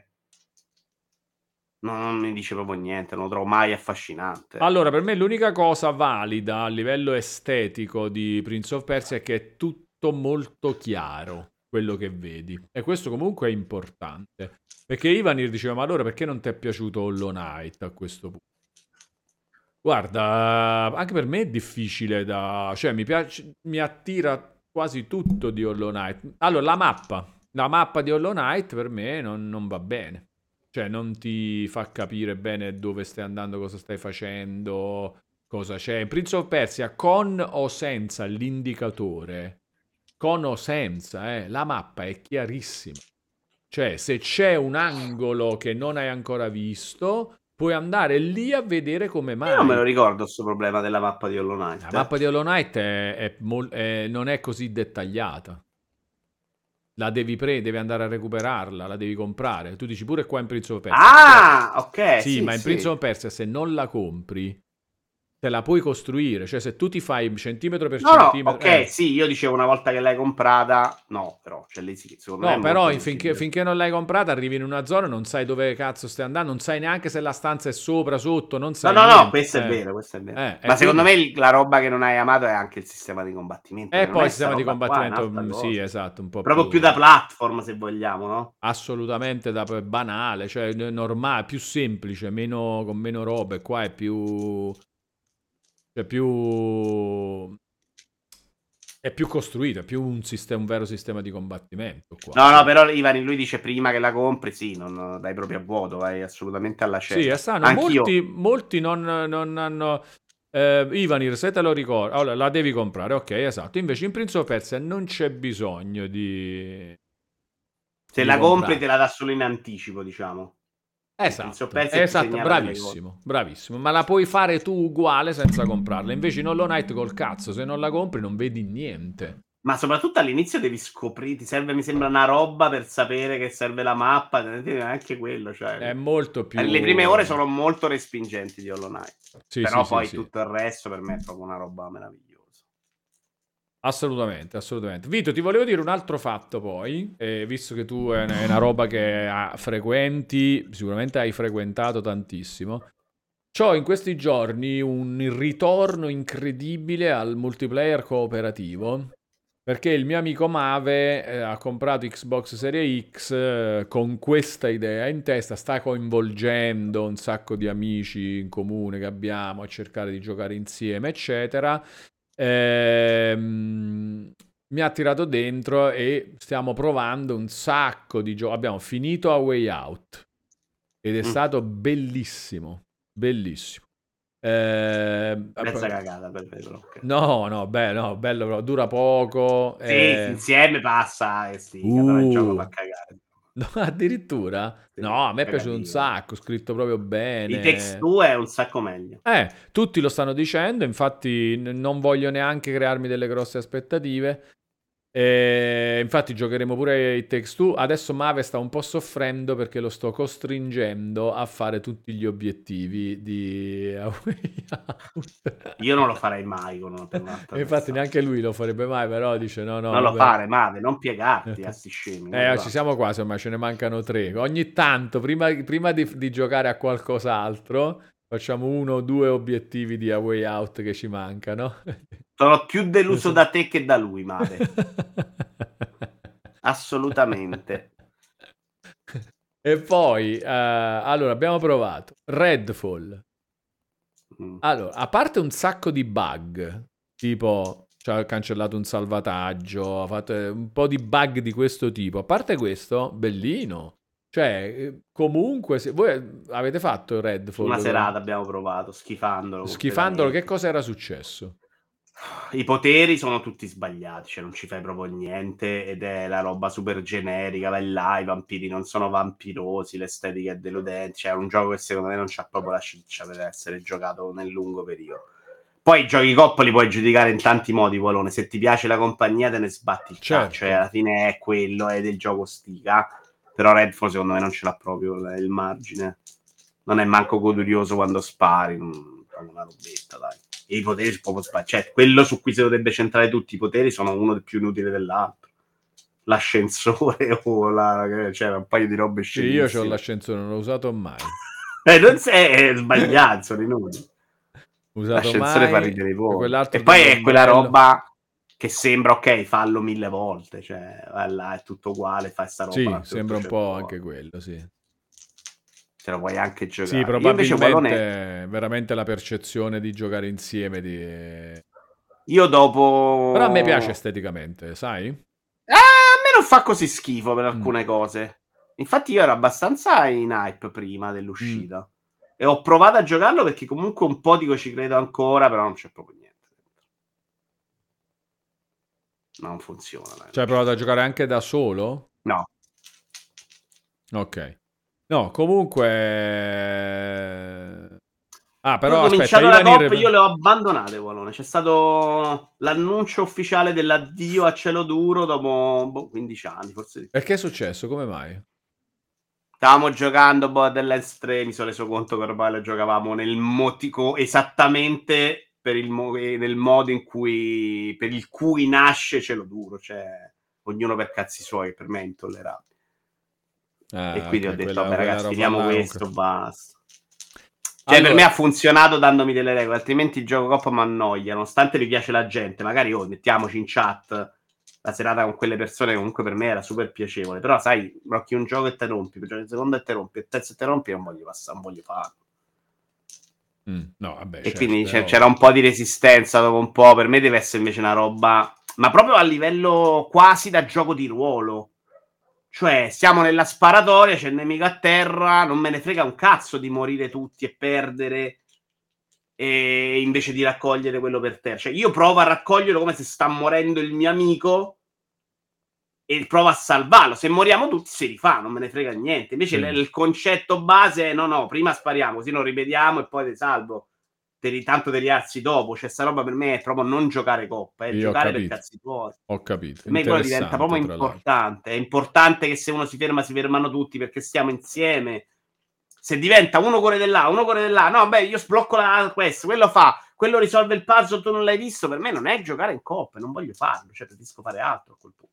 non mi dice proprio niente, non lo trovo mai affascinante. Allora, per me l'unica cosa valida a livello estetico di Prince of Persia è che è tutto molto chiaro, quello che vedi. E questo comunque è importante. Perché Ivanir diceva, ma allora perché non ti è piaciuto Hollow Knight a questo punto? Guarda, anche per me è difficile da... Cioè, mi piace, mi attira quasi tutto di Hollow Knight. Allora, la mappa. La mappa di Hollow Knight per me non, non va bene. Cioè, non ti fa capire bene dove stai andando, cosa stai facendo. cosa c'è. In Prince of Persia, con o senza l'indicatore, con o senza, eh, la mappa è chiarissima. Cioè, se c'è un angolo che non hai ancora visto, puoi andare lì a vedere come mai. Io non me lo ricordo questo problema della mappa di Hollow Knight. La eh. mappa di Hollow Knight è, è mol- è- non è così dettagliata. La devi prendere, devi andare a recuperarla, la devi comprare. Tu dici pure qua in Prince of Persia. Ah, ok. Sì, sì, ma in sì. Prince of Persia se non la compri, te la puoi costruire. Cioè se tu ti fai centimetro per No, no, centimetro... ok, eh. sì, io dicevo una volta che l'hai comprata, no, però, cioè lì sì, secondo me No, è però molto finché, possibile. finché non l'hai comprata arrivi in una zona, non sai dove cazzo stai andando, non sai neanche se la stanza è sopra, sotto, non No, sai no, niente. no, questo Eh. è vero, questo è vero. Eh, e Ma secondo quindi- me il- la roba che non hai amato è anche il sistema di combattimento. E che non poi è il sistema sta di roba qua, è combattimento, un'altra mm, sì, cosa. esatto, un po' Proprio più da platform, se vogliamo, no? assolutamente da banale, cioè n- normale, più semplice, meno, con meno robe. Qua è più, cioè più, è più costruito, è più un, sistema, un vero sistema di combattimento qua. No, no, però Ivan, lui dice prima che la compri, sì, non dai proprio a vuoto, vai assolutamente alla cieca. Sì, è strano. Anch'io. Molti, molti non, non hanno. Eh, Ivanir, se te lo ricordi, allora, la devi comprare, ok, esatto. Invece in Prince of Persia non c'è bisogno di. Se di la compri comprare. te la dà solo in anticipo, diciamo. Prince of Esatto, Persia ti esatto, segnala delle cose. bravissimo, bravissimo. Ma la puoi fare tu uguale senza comprarla. Invece in Hollow Knight col cazzo, se non la compri non vedi niente. Ma soprattutto all'inizio devi scoprire, ti serve, mi sembra, una roba per sapere che serve la mappa, anche quello, cioè. È molto più. Le prime ore sono molto respingenti di Hollow Knight. Sì, Però sì, poi sì, sì. tutto il resto per me è proprio una roba meravigliosa. Assolutamente, assolutamente. Vito, ti volevo dire un altro fatto poi, eh, visto che tu è una, è una roba che ha, frequenti, sicuramente hai frequentato tantissimo. C'ho in questi giorni un ritorno incredibile al multiplayer cooperativo, perché il mio amico Mave eh, ha comprato Xbox Series X eh, con questa idea in testa, sta coinvolgendo un sacco di amici in comune che abbiamo a cercare di giocare insieme, eccetera. Ehm, mi ha tirato dentro e stiamo provando un sacco di giochi. Abbiamo finito A Way Out ed è Mm. stato bellissimo, bellissimo. Ehm, Mezza cagata per me, però. ok. no, no, beh, no, bello, però dura poco. Sì, eh, insieme passa e sì, Uh. però il gioco fa cagare. no, addirittura? Sì, No, a me è piaciuto un cagatino. sacco, scritto proprio bene. I Takes Two è un sacco meglio. Eh, tutti lo stanno dicendo, infatti n- non voglio neanche crearmi delle grosse aspettative. E infatti giocheremo pure It Takes Two. Adesso Mave sta un po' soffrendo perché lo sto costringendo a fare tutti gli obiettivi di A Way Out. Io non lo farei mai con una, per un'altra E infatti persona. neanche lui lo farebbe mai, però dice no, no, Non lo vabbè. fare, Mave, non piegarti a sti scemi. non Eh, lo ci fa. siamo quasi, ma ce ne mancano tre. Ogni tanto, prima, prima di, di giocare a qualcos'altro, facciamo uno o due obiettivi di A Way Out che ci mancano. Sono più deluso da te che da lui, Mave. Assolutamente. E poi, eh, allora, abbiamo provato Redfall. Mm. Allora, a parte un sacco di bug, tipo, ci ha cancellato un salvataggio, ha fatto eh, un po' di bug di questo tipo. A parte questo, bellino. Cioè, eh, comunque, se voi avete fatto Redfall? Una serata abbiamo provato, schifandolo. Schifandolo, che completamente. cosa era successo? I poteri sono tutti sbagliati, cioè non ci fai proprio niente ed è la roba super generica, vai là, i vampiri non sono vampirosi, l'estetica è deludente, cioè è un gioco che secondo me non c'ha proprio la ciccia per essere giocato nel lungo periodo. Poi i giochi coop li puoi giudicare in tanti modi, Volone, se ti piace la compagnia te ne sbatti il Certo. cazzo, cioè alla fine è quello, è del gioco stica, però Redfall secondo me non ce l'ha proprio il margine, non è manco godurioso quando spari, non- una robetta, dai. E i poteri sono proprio sbagliati. Cioè, quello su cui si dovrebbe centrare tutti i poteri sono uno dei più inutili dell'altro. L'ascensore o la... c'era un paio di robe Sì, io ho scemissime. l'ascensore, non l'ho usato mai. Eh, non sei è sbagliato, sono inutili. Usato L'ascensore mai. fa ridere i E voi. quell'altro E poi tipo è quella ombrello. roba che sembra, ok, fallo mille volte. Cioè, vai là, è tutto uguale, fai sta roba. Sì, l'altro sembra un ottocento po' volte. anche quello, sì. Se lo puoi anche giocare. Sì, Io invece probabilmente Wallone, veramente la percezione di giocare insieme di... io dopo... Però a me piace esteticamente, sai? Ah, a me non fa così schifo per Mm. alcune cose. Infatti io ero abbastanza in hype prima dell'uscita. E ho provato a giocarlo perché comunque un po' dico ci credo ancora, però non c'è proprio niente. Non funziona. Dai, Cioè hai provato a giocare anche da solo? No. Ok. No, comunque... Ah, però Io ho aspetta, cominciato la Ivanir... Coppa, io le ho abbandonate, Valone. C'è stato l'annuncio ufficiale dell'addio a cielo duro dopo boh, quindici anni, forse di più. E che è successo? Come mai? Stavamo giocando Borderlands tre, mi sono reso conto che ormai lo giocavamo nel motico esattamente per il mo- nel modo in cui per il cui nasce cielo duro, cioè ognuno per cazzi suoi, per me è intollerabile. Ah, E quindi ok, ho detto, quella, vabbè quella ragazzi, roba finiamo là questo, comunque. basta. Cioè, Allora, per me ha funzionato dandomi delle regole, altrimenti il gioco Coppa mi annoia, nonostante mi piace la gente. Magari oh, mettiamoci in chat la serata con quelle persone che comunque per me era super piacevole. Però, sai, blocchi un gioco e te rompi, poi giochi il secondo e te rompi, il terzo e te rompi, e non voglio passare, non voglio farlo. mm, no, vabbè, E certo, quindi è c'è- ovvio. c'era un po' di resistenza dopo un po'. Per me deve essere invece una roba, ma proprio a livello quasi da gioco di ruolo. Cioè, siamo nella sparatoria, c'è il nemico a terra, non me ne frega un cazzo di morire tutti e perdere, e invece di raccogliere quello per terra. Cioè, io provo a raccoglierlo come se sta morendo il mio amico e provo a salvarlo. Se moriamo tutti si rifà, non me ne frega niente. Invece Mm. l- il concetto base è no, no, prima spariamo, così non ripetiamo e poi ti salvo. Te ri- tanto te rialzi dopo. Cioè, sta roba per me è proprio non giocare coppa, è Io ho giocare per capito, cazzi tuoi. ho capito. Per me quello diventa Interessante, proprio tra l'altro. importante. È importante che se uno si ferma, si fermano tutti perché stiamo insieme. Se diventa uno corre dell'A, uno corre dell'A, no, beh, io sblocco la quest, quello fa, quello risolve il puzzle, tu non l'hai visto, per me non è giocare in coppia, non voglio farlo, cioè preferisco fare altro a quel punto.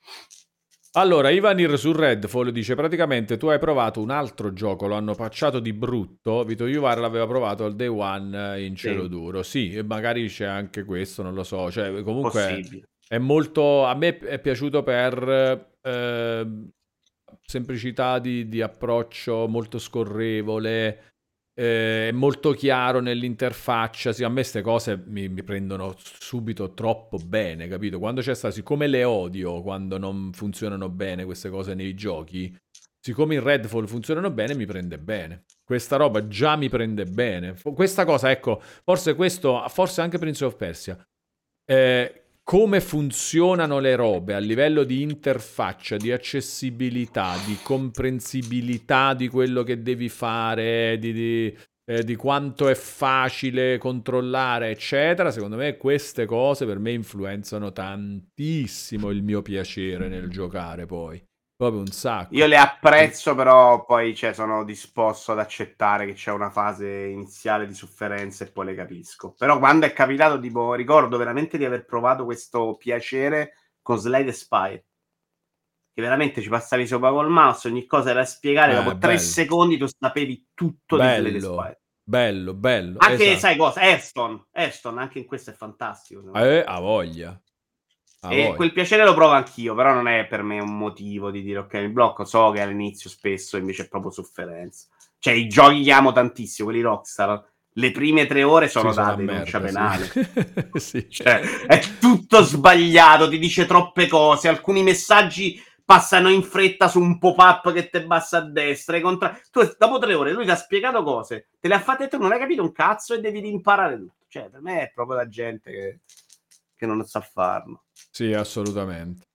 Allora, Ivanir su Redfall dice praticamente tu hai provato un altro gioco, lo hanno patchato di brutto, Vito Juvar l'aveva provato al day one in cielo Sì, duro, sì, e magari c'è anche questo, non lo so, cioè comunque possibile. è molto, a me è piaciuto per eh, semplicità di, di approccio, molto scorrevole, eh, è molto chiaro nell'interfaccia, sì, a me queste cose mi, mi prendono subito troppo bene, capito? Quando c'è sta, siccome le odio quando non funzionano bene queste cose nei giochi, siccome in Redfall funzionano bene, mi prende bene. Questa roba già mi prende bene. F- Questa cosa, ecco, forse questo, forse anche Prince of Persia. Eh, come funzionano le robe a livello di interfaccia, di accessibilità, di comprensibilità di quello che devi fare, di, di, eh, di quanto è facile controllare, eccetera. Secondo me queste cose per me influenzano tantissimo il mio piacere nel giocare poi. Proprio un Io sacco. le apprezzo, però poi cioè, sono disposto ad accettare che c'è una fase iniziale di sofferenza e poi le capisco. Però quando è capitato, tipo, ricordo veramente di aver provato questo piacere con Slade Spire, che veramente ci passavi sopra col mouse, ogni cosa era da spiegare, Eh, dopo tre bello, secondi tu sapevi tutto di Slade bello, Spire. bello, bello, Anche, esatto. sai cosa? Airstone, Airstone, anche in questo è fantastico. secondo me. Eh, a voglia, a E voglia. quel piacere lo provo anch'io, però non è per me un motivo di dire ok, mi blocco. So che all'inizio spesso invece è proprio sofferenza. Cioè, i giochi che amo tantissimo, quelli Rockstar, le prime tre ore Sì, sono sono a da denuncia merda, sì. penale. Sì. Cioè, è tutto sbagliato, ti dice troppe cose, alcuni messaggi passano in fretta su un pop-up che te bassa a destra. Contra... Tu, dopo tre ore lui ti ha spiegato cose, te le ha fatte e tu non hai capito un cazzo e devi imparare tutto. Cioè, per me è proprio la gente che, che non sa farlo. Sì, assolutamente.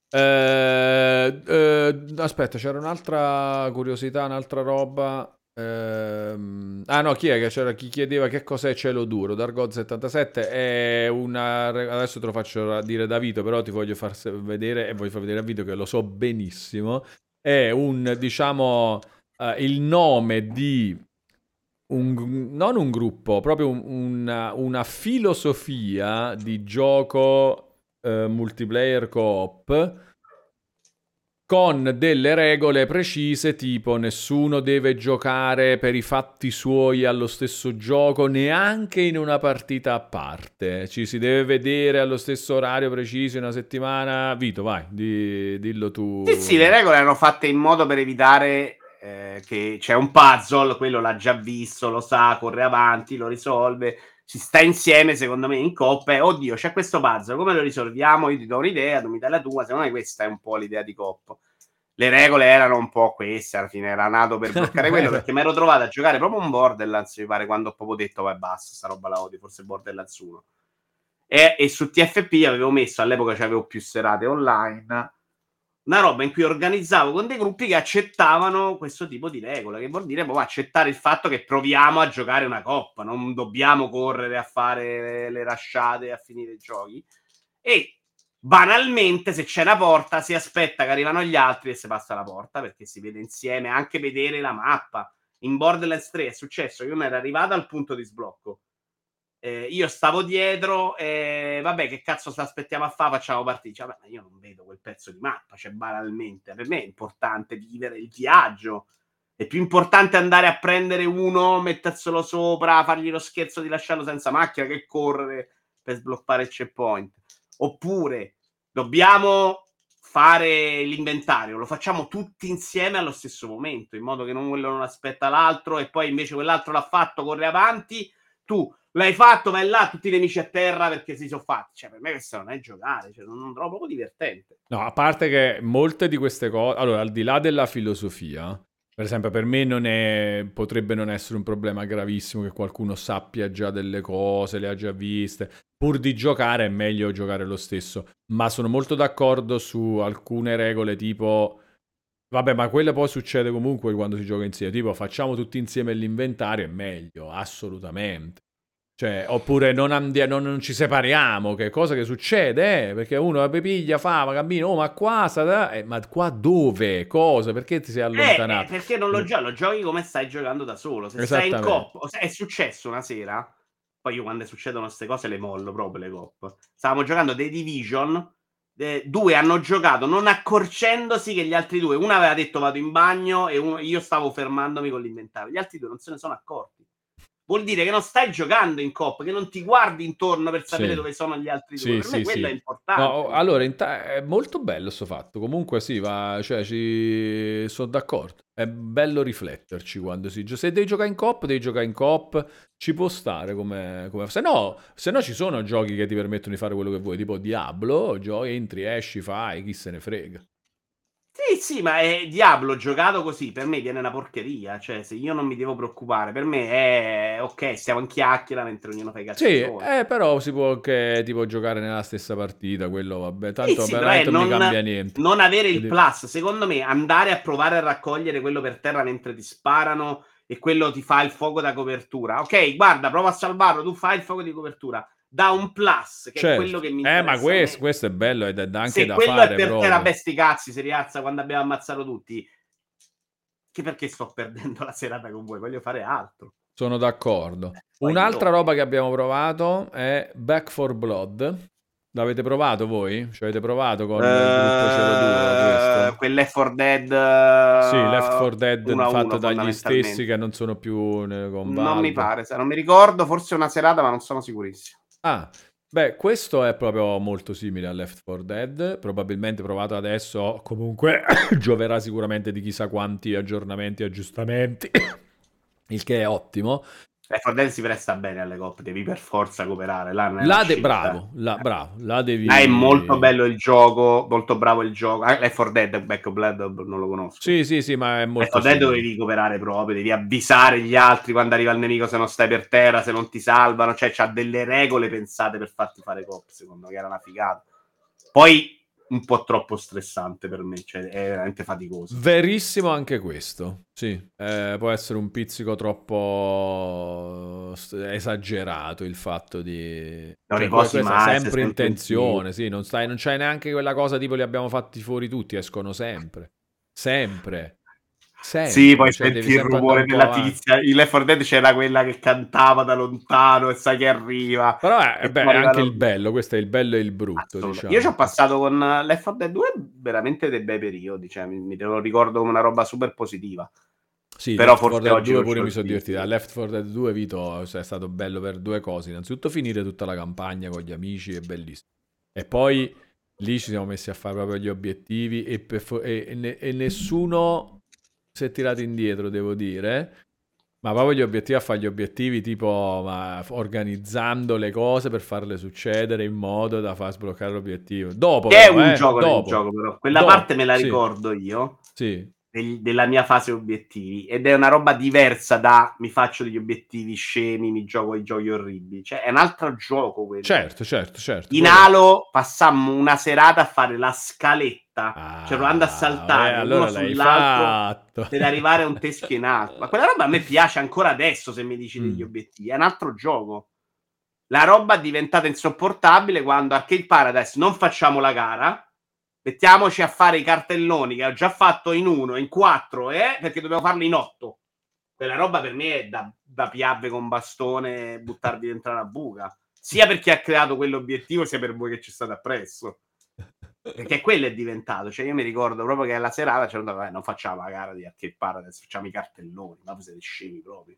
Eh, eh, aspetta, c'era un'altra curiosità, un'altra roba. Ehm, ah no, chi è che c'era? Chi chiedeva che cos'è cielo duro? Dargod settantasette è una. Adesso te lo faccio dire da Vito, però ti voglio far se- vedere e voglio far vedere a Vito che lo so benissimo. È un, diciamo, eh, il nome di un, non un gruppo, proprio un- una, una filosofia di gioco eh, multiplayer co-op con delle regole precise, tipo nessuno deve giocare per i fatti suoi allo stesso gioco, neanche in una partita a parte. Ci si deve vedere allo stesso orario preciso in una settimana. Vito, vai, di- dillo tu. Sì, sì, le regole erano fatte in modo per evitare eh, che c'è un puzzle, quello l'ha già visto, lo sa, corre avanti, lo risolve, si sta insieme, secondo me, in coppia. E, oddio, c'è questo puzzle, come lo risolviamo? Io ti do un'idea, tu mi dai la tua, secondo me questa è un po' l'idea di coppa. le regole erano un po' queste, alla fine era nato per bloccare quello, perché mi ero trovato a giocare proprio un Borderlands, mi pare, quando ho proprio detto, vai basta, sta roba la odio, forse Borderlands uno. E, e su T F P avevo messo, all'epoca c'avevo più serate online, una roba in cui organizzavo con dei gruppi che accettavano questo tipo di regola, che vuol dire boh, accettare il fatto che proviamo a giocare una coppa, non dobbiamo correre a fare le, le rasciate e a finire i giochi. E banalmente, se c'è una porta, si aspetta che arrivano gli altri e si passa la porta, perché si vede insieme, anche vedere la mappa. In Borderlands tre è successo che io non ero arrivato al punto di sblocco. Eh, io stavo dietro e vabbè, che cazzo sta aspettiamo a fare? Facciamo partire. Cioè, vabbè, io non vedo quel pezzo di mappa, cioè banalmente per me è importante vivere il viaggio, è più importante andare a prendere uno, metterselo sopra, fargli lo scherzo di lasciarlo senza macchina che correre per sbloccare il checkpoint. Oppure dobbiamo fare l'inventario, lo facciamo tutti insieme allo stesso momento, in modo che non quello non aspetta l'altro e poi invece quell'altro l'ha fatto, corre avanti, tu l'hai fatto, vai là, tutti i nemici a terra perché si sono fatti. Cioè, per me questo non è giocare, cioè, non, non trovo proprio divertente. No, a parte che molte di queste cose, allora, al di là della filosofia, per esempio, per me non è, potrebbe non essere un problema gravissimo che qualcuno sappia già delle cose, le ha già viste. Pur di giocare è meglio giocare lo stesso. Ma sono molto d'accordo su alcune regole tipo... Vabbè, ma quello poi succede comunque quando si gioca insieme. Tipo, facciamo tutti insieme l'inventario, è meglio, assolutamente. Cioè, oppure non, andi- non, non ci separiamo, che cosa che succede, eh? Perché uno piglia, fa, ma cammina, oh, ma qua sta, eh, ma qua dove? Cosa? Perché ti sei Eh, allontanato? perché non lo giochi, lo giochi come stai giocando da solo. Se stai in Esattamente. coppa, è successo una sera, poi io quando succedono queste cose le mollo proprio le coppe. Stavamo giocando The Division, eh, due hanno giocato non accorgendosi che gli altri due, uno aveva detto vado in bagno e uno, io stavo fermandomi con l'inventario, gli altri due non se ne sono accorti. Vuol dire che non stai giocando in coppa, che non ti guardi intorno per sapere Sì. dove sono gli altri Sì, due. Per sì, me quello sì. è importante. No, allora, in ta- è molto bello sto fatto. Comunque sì, va, cioè, ci... sono d'accordo. È bello rifletterci quando si gioca. Se devi giocare in coop, devi giocare in coop. Ci può stare come... come... Se no, se no ci sono giochi che ti permettono di fare quello che vuoi, tipo Diablo, giochi, entri, esci, fai, chi se ne frega. Sì, sì, ma è Diablo giocato così per me viene una porcheria. Cioè, se io non mi devo preoccupare, per me è ok, stiamo in chiacchiera mentre ognuno fa i cazzi Sì, suoi. eh, però si può anche tipo giocare nella stessa partita, quello vabbè, Sì, tanto sì, però è veramente non mi non, cambia niente. non avere il Vedi- plus. Secondo me, andare a provare a raccogliere quello per terra mentre ti sparano e quello ti fa il fuoco da copertura. Ok, guarda, prova a salvarlo, tu fai il fuoco di copertura. Da un plus, che è quello Certo. che mi Eh, ma interessa a questo, me. questo è bello ed è da- anche Se da quello è fare per terra, proprio. beh, sti cazzi, si rialza quando abbiamo ammazzato tutti. Che perché sto perdendo la serata con voi? Voglio fare altro. Sono d'accordo. Poi Un'altra io... roba che abbiamo provato è Back for Blood. L'avete provato voi? Ci avete provato con il gruppo Cielo Duro Uh, questo? quel for Dead Sì, Left four uh, Dead uno a fatto uno dagli stessi che fondamentalmente. non sono più eh, con Non mi Valve. pare, se non mi ricordo, forse una serata, ma non sono sicurissimo. Ah, beh, questo è proprio molto simile a Left four Dead, probabilmente provato adesso, comunque gioverà sicuramente di chissà quanti aggiornamenti e aggiustamenti, il che è ottimo. Left four Dead si presta bene alle coppe, devi per forza cooperare, là non è una Là de- scelta. bravo, là, bravo, là Là è molto devi... bello il gioco, molto bravo il gioco. Ah, Left four Dead, Back of Blood non lo conosco. Sì, sì, sì, ma è Left molto four Dead simile. dovevi cooperare proprio, devi avvisare gli altri quando arriva il nemico se non stai per terra, se non ti salvano, cioè c'ha delle regole pensate per farti fare coop, secondo me, che era una figata. Poi un po' troppo stressante per me, cioè è veramente faticoso. Verissimo anche questo, sì, eh, può essere un pizzico troppo st- esagerato il fatto di... Non Cioè, que- riposi questa è mai, sei sempre sempre in piedi. intenzione, sì, non stai, non c'è neanche quella cosa tipo li abbiamo fatti fuori tutti, escono sempre, sempre, Sì, sempre, poi cioè devi senti il sempre andare rumore un po' della avanti. tizia. In Left four Dead c'era quella che cantava da lontano e sai che arriva. Però è, E beh, tu è anche arrivato... il bello, questo è il bello e il brutto, Assolutamente. Io ci ho diciamo. passato con Left four Dead due veramente dei bei periodi, cioè mi, mi lo ricordo come una roba super positiva. Sì, Però Left four forse Dead oggi due non pure c'ho mi il sono divertito. A fisico. Left four Dead due, Vito, cioè, è stato bello per due cose. Innanzitutto finire tutta la campagna con gli amici, è bellissimo. E poi lì ci siamo messi a fare proprio gli obiettivi e, per fo- e- e ne- e nessuno si è tirato indietro, devo dire. Ma proprio gli obiettivi a fare gli obiettivi tipo ma, organizzando le cose per farle succedere in modo da far sbloccare l'obiettivo. Dopo Che è però, un eh? gioco nel Dopo. gioco, però. Quella Dopo, parte me la sì. ricordo io. Sì. del- della mia fase obiettivi. Ed è una roba diversa da mi faccio degli obiettivi scemi, mi gioco i giochi orribili. Cioè, è un altro gioco quello. Certo, certo, certo. In Poi- Halo passammo una serata a fare la scaletta, Ah, cioè provando a saltare eh, allora uno l'hai sull'altro fatto. per arrivare a un teschio in alto. Ma quella roba a me piace ancora adesso, se mi dici degli Mm. obiettivi. È un altro gioco. La roba è diventata insopportabile quando Arcade Paradise non facciamo la gara, mettiamoci a fare i cartelloni che ho già fatto in uno, in quattro, eh, perché dobbiamo farli in otto. Quella roba per me è da, da piave con bastone e buttarvi dentro una buca. Sia per chi ha creato quell'obiettivo, sia per voi che ci state appresso. Perché quello è diventato. Cioè, io mi ricordo proprio che alla serata c'era un non facciamo la gara di Arcade Paradise, facciamo i cartelloni. Ma voi siete scemi proprio.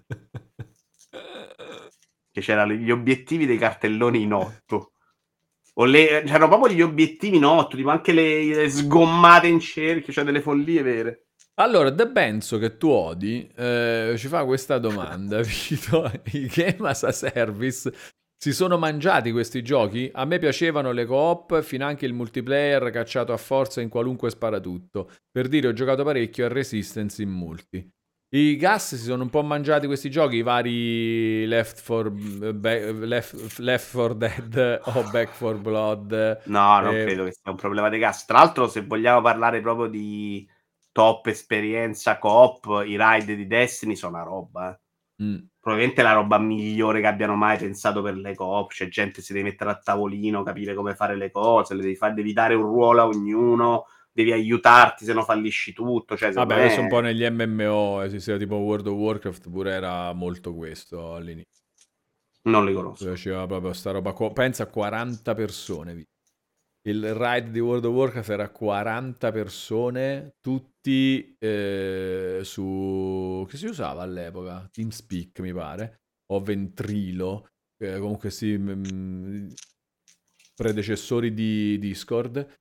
Che c'erano gli obiettivi dei cartelloni in otto. O le, c'erano proprio gli obiettivi in otto, tipo anche le, le sgommate in cerchio, cioè delle follie vere. Allora, The Benzo che tu odi eh, ci fa questa domanda, Vito. I Game as a Service si sono mangiati questi giochi? A me piacevano le co-op, finanche il multiplayer cacciato a forza in qualunque sparatutto. Per dire, ho giocato parecchio a Resistance in multi. I gas si sono un po' mangiati questi giochi, i vari Left for, Left, Left for Dead o Back for Blood. No, non eh, credo che sia un problema di gas. Tra l'altro, se vogliamo parlare proprio di top esperienza coop, i raid di Destiny sono una roba. Eh. mm. Probabilmente la roba migliore che abbiano mai pensato per le coop. C'è gente che si deve mettere a tavolino, capire come fare le cose, le devi, fare, devi dare un ruolo a ognuno, devi aiutarti se no fallisci tutto. Cioè, Vabbè, me... questo un po' negli M M O esisteva tipo World of Warcraft, pure era molto questo all'inizio. Non li conosco. Faceva proprio sta roba. Pensa a quaranta persone. Il raid di World of Warcraft era quaranta persone, tutti eh, su... che si usava all'epoca? TeamSpeak, mi pare, o Ventrilo, eh, comunque sì, mh, predecessori di Discord.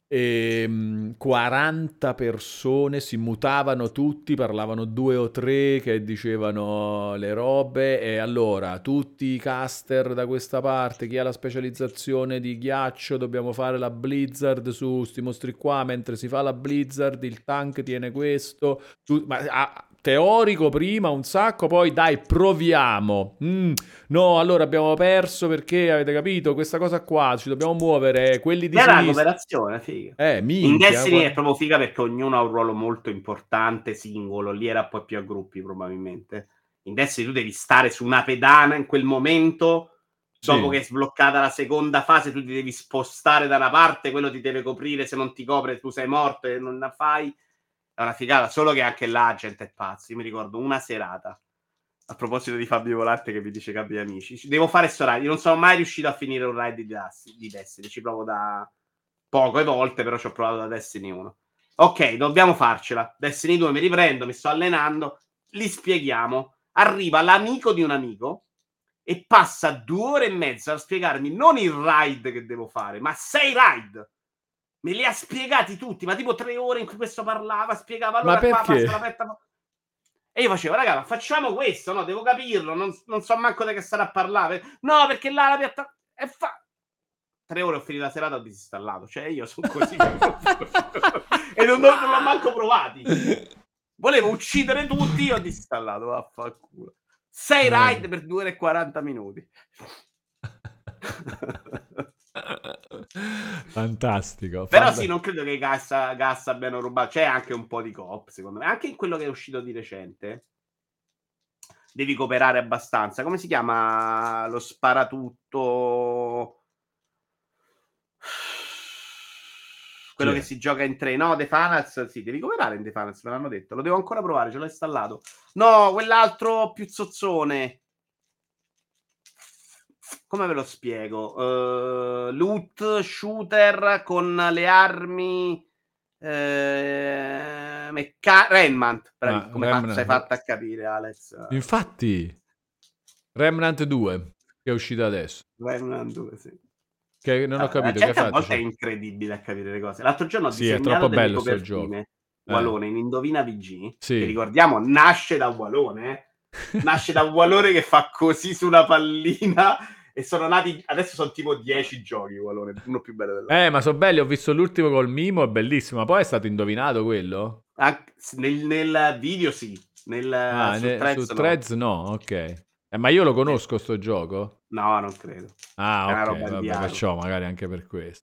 E mh, quaranta persone si mutavano tutti, parlavano due o tre che dicevano le robe e allora tutti i caster da questa parte, chi ha la specializzazione di ghiaccio, dobbiamo fare la blizzard su sti mostri qua, mentre si fa la blizzard il tank tiene questo, tu, ma, ah, teorico prima un sacco, poi dai proviamo, mm, no allora abbiamo perso perché avete capito questa cosa qua, ci dobbiamo muovere, quelli di Era una sinistra. cooperazione, figa. Eh, minchia, in Destiny guarda... è proprio figa perché ognuno ha un ruolo molto importante, singolo. Lì era poi più a gruppi, probabilmente. In Destiny tu devi stare su una pedana in quel momento. Dopo Sì. che è sbloccata la seconda fase, tu ti devi spostare da una parte, quello ti deve coprire. Se non ti copre, tu sei morto e non la fai. È una figata. Solo che anche là gente è pazza. Io mi ricordo una serata. A proposito di Fabio Volante che mi dice che abbia amici, devo fare sto raid. Io non sono mai riuscito a finire un raid di, di Destiny. Ci provo da poche volte, però ci ho provato da Destiny uno. Ok, dobbiamo farcela. Destiny due mi riprendo, mi sto allenando. Li spieghiamo. Arriva l'amico di un amico e passa due ore e mezza a spiegarmi non il raid che devo fare, ma sei raid. Me li ha spiegati tutti, ma tipo tre ore in cui questo parlava, spiegava allora ma qua perché? passa la petta. E io facevo, raga, facciamo questo, no? Devo capirlo, non, non so manco di che starà a parlare. No, perché là la piatta... E fa... Tre ore ho finito la serata, ho disinstallato. Cioè, io sono così. E non, non, non l'ho manco provati. Volevo uccidere tutti, io ho disinstallato. Vaffanculo. Sei raid per due ore e quaranta minuti. Fantastico. Però Fant- sì, non credo che i gas, gas abbiano rubato. C'è anche un po' di coop, secondo me. Anche in quello che è uscito di recente. Devi cooperare abbastanza. Come si chiama lo sparatutto? Quello Sì. che si gioca in tre, no? The Finals, sì, devi cooperare in The Finals, me l'hanno detto. Lo devo ancora provare, ce l'ho installato. No, quell'altro più zozzone. Come ve lo spiego? Uh, loot shooter con le armi eh, mecca- Remnant. Ah, Come Remnant. fa- sei fatta a capire, Alex? Infatti, Remnant due, che è uscito adesso. Remnant due, sì. Che non ho Allora, capito la che gente ha a fatto. volte Cioè... è incredibile a capire le cose. L'altro giorno ho Sì, è disegnato troppo delle bello sto gioco. copertine Eh. Walone in Indovina V G, Sì. che ricordiamo nasce da Walone, nasce da un Walone che fa così su una pallina e sono nati, adesso sono tipo dieci giochi Walone, uno più bello dell'altro. Eh, ma sono belli, ho visto l'ultimo col Mimo, è bellissimo, ma poi è stato indovinato quello? Anche nel, nel video sì, nel, Ah, su ne- Threads su no. Threads no, ok. Eh, ma io lo conosco sto gioco? No, non credo. Ah, È una ok, roba vabbè, indiana. perciò magari anche per questo.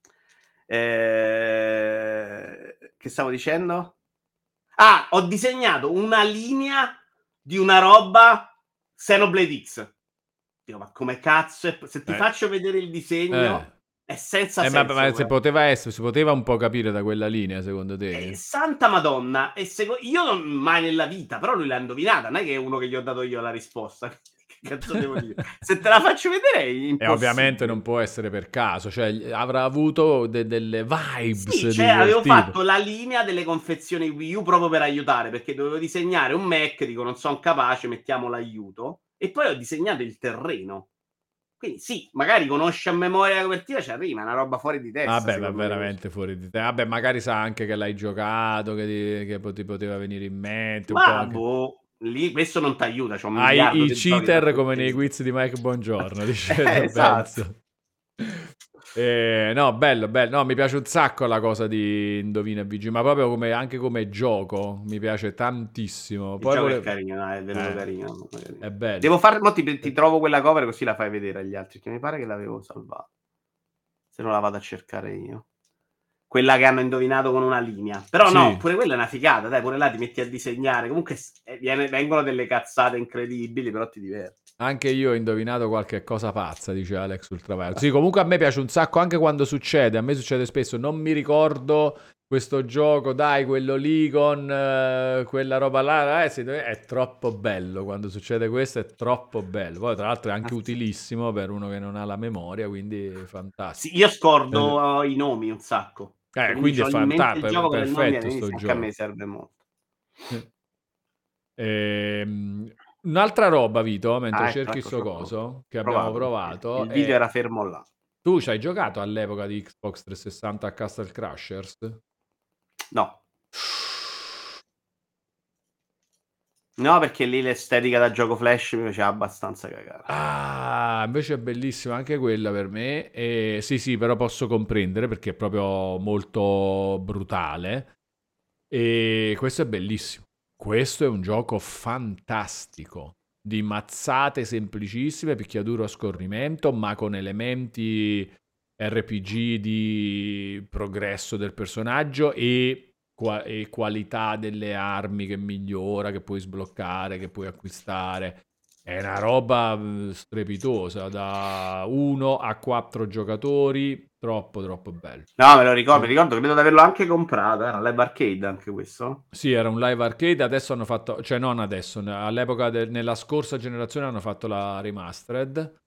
Eh, Che stavo dicendo? Ah, ho disegnato una linea di una roba Xenoblade X. Dico, ma come cazzo è... Se ti Eh. faccio vedere il disegno, Eh. è senza Eh, ma, senso. ma se guarda. poteva essere, si poteva un po' capire da quella linea, secondo te? Eh, Santa Madonna, e seco- io non mai nella vita, però lui l'ha indovinata, non è che è uno che gli ho dato io la risposta. Che cazzo devo dire? Se te la faccio vedere è E impossibile. ovviamente non può essere per caso, cioè avrà avuto de- delle vibes Sì, di cioè quel avevo tipo. fatto la linea delle confezioni Wii U proprio per aiutare, perché dovevo disegnare un Mac, dico non sono capace, mettiamo l'aiuto, e poi ho disegnato il terreno. Quindi sì, magari conosci a memoria la copertina, ci arriva, è una roba fuori di testa. Vabbè, ma secondo me. veramente fuori di te. Vabbè, magari sa anche che l'hai giocato, che ti, che ti poteva venire in mente un po' Ma anche. boh, lì questo non ti aiuta, c'è un Hai miliardo i di giochi cheater come dappertutto. nei quiz di Mike Bongiorno, dice Eh, esatto. Benzo. Eh, no, bello, bello. No, mi piace un sacco la cosa di Indovina e Vigi, ma proprio come, anche come gioco mi piace tantissimo. Il Poi gioco vole- è carino, no, è venuto Eh, carino, molto carino. è bello. Devo fare, mo ti, ti trovo quella cover così la fai vedere agli altri, che mi pare che l'avevo salvata. Se no la vado a cercare io. Quella che hanno indovinato con una linea. Però Sì. no, pure quella è una figata, dai, pure là ti metti a disegnare. Comunque eh, viene- vengono delle cazzate incredibili, però ti diverti. Anche io ho indovinato qualche cosa pazza, dice Alex Ultraviolent. Sì, comunque a me piace un sacco anche quando succede. A me succede spesso, non mi ricordo questo gioco, dai, quello lì con eh, quella roba là. Eh, sì, è troppo bello quando succede questo, è troppo bello. Poi, tra l'altro, è anche Ah, sì. utilissimo per uno che non ha la memoria, quindi fantastico. Sì, io scordo eh, i nomi un sacco. Eh, Quindi quindi è ho in mente fantastico, il gioco che non mi perfetto viene, sto anche a me gioco. serve molto. Ehm, un'altra roba, Vito, mentre Ah, ecco, cerchi ecco, sto ci ho coso che provato. abbiamo provato, Il video è- era fermo là. tu ci hai giocato all'epoca di Xbox trecentosessanta a Castle Crashers? No. No, perché lì l'estetica da gioco flash mi faceva abbastanza cagare. Ah, invece è bellissima anche quella per me. E, sì, sì, però posso comprendere perché è proprio molto brutale. E questo è bellissimo. Questo è un gioco fantastico. Di mazzate semplicissime, picchiaduro a scorrimento, ma con elementi R P G di progresso del personaggio e, qua- e qualità delle armi che migliora, che puoi sbloccare, che puoi acquistare. È una roba eh, strepitosa, da uno a quattro giocatori, troppo troppo bello. No, me lo ricordo, mi ricordo, credo di averlo anche comprato, era live arcade anche questo. Sì, era un live arcade, adesso hanno fatto, cioè non adesso, all'epoca, de- nella scorsa generazione hanno fatto la remastered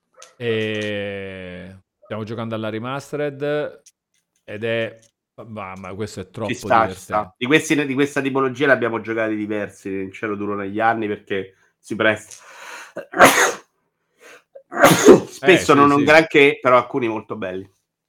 e stiamo giocando alla remastered ed è, mamma, questo è Ci troppo sta, ci divertente. sta. Di, questi, di questa tipologia ne abbiamo giocati diversi in cielo duro negli anni perché si presta. Spesso Eh, sì, non un sì. granché, però alcuni molto belli.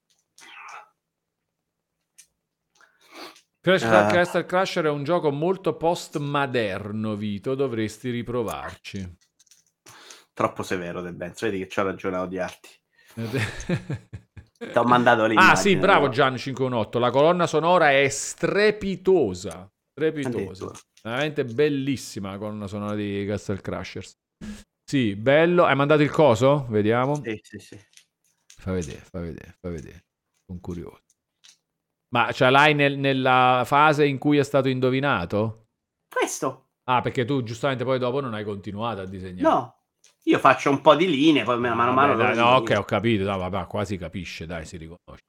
Crash, Ah. Castle Crusher è un gioco molto postmoderno, Vito, dovresti riprovarci. Troppo severo De Benzo, vedi che c'ho ragione a odiarti. Ti ho mandato l'immagine. Ah sì, bravo allora. Gian cinquantotto, la colonna sonora è strepitosa, strepitosa. Addirittura. Veramente bellissima la colonna sonora di Castle Crashers. Sì, bello. Hai mandato il coso? Vediamo. Sì, sì, sì. Fa vedere, fa vedere, fa vedere. Sono curioso. Ma ce l'hai nel- nella fase in cui è stato indovinato? Questo? Ah, perché tu giustamente poi dopo non hai continuato a disegnare. No. Io faccio un po' di linee, poi Ah, mano a vabbè, mano... dai, lo no, ok, indovino. ho capito. No, vabbè, quasi capisce, dai, si riconosce.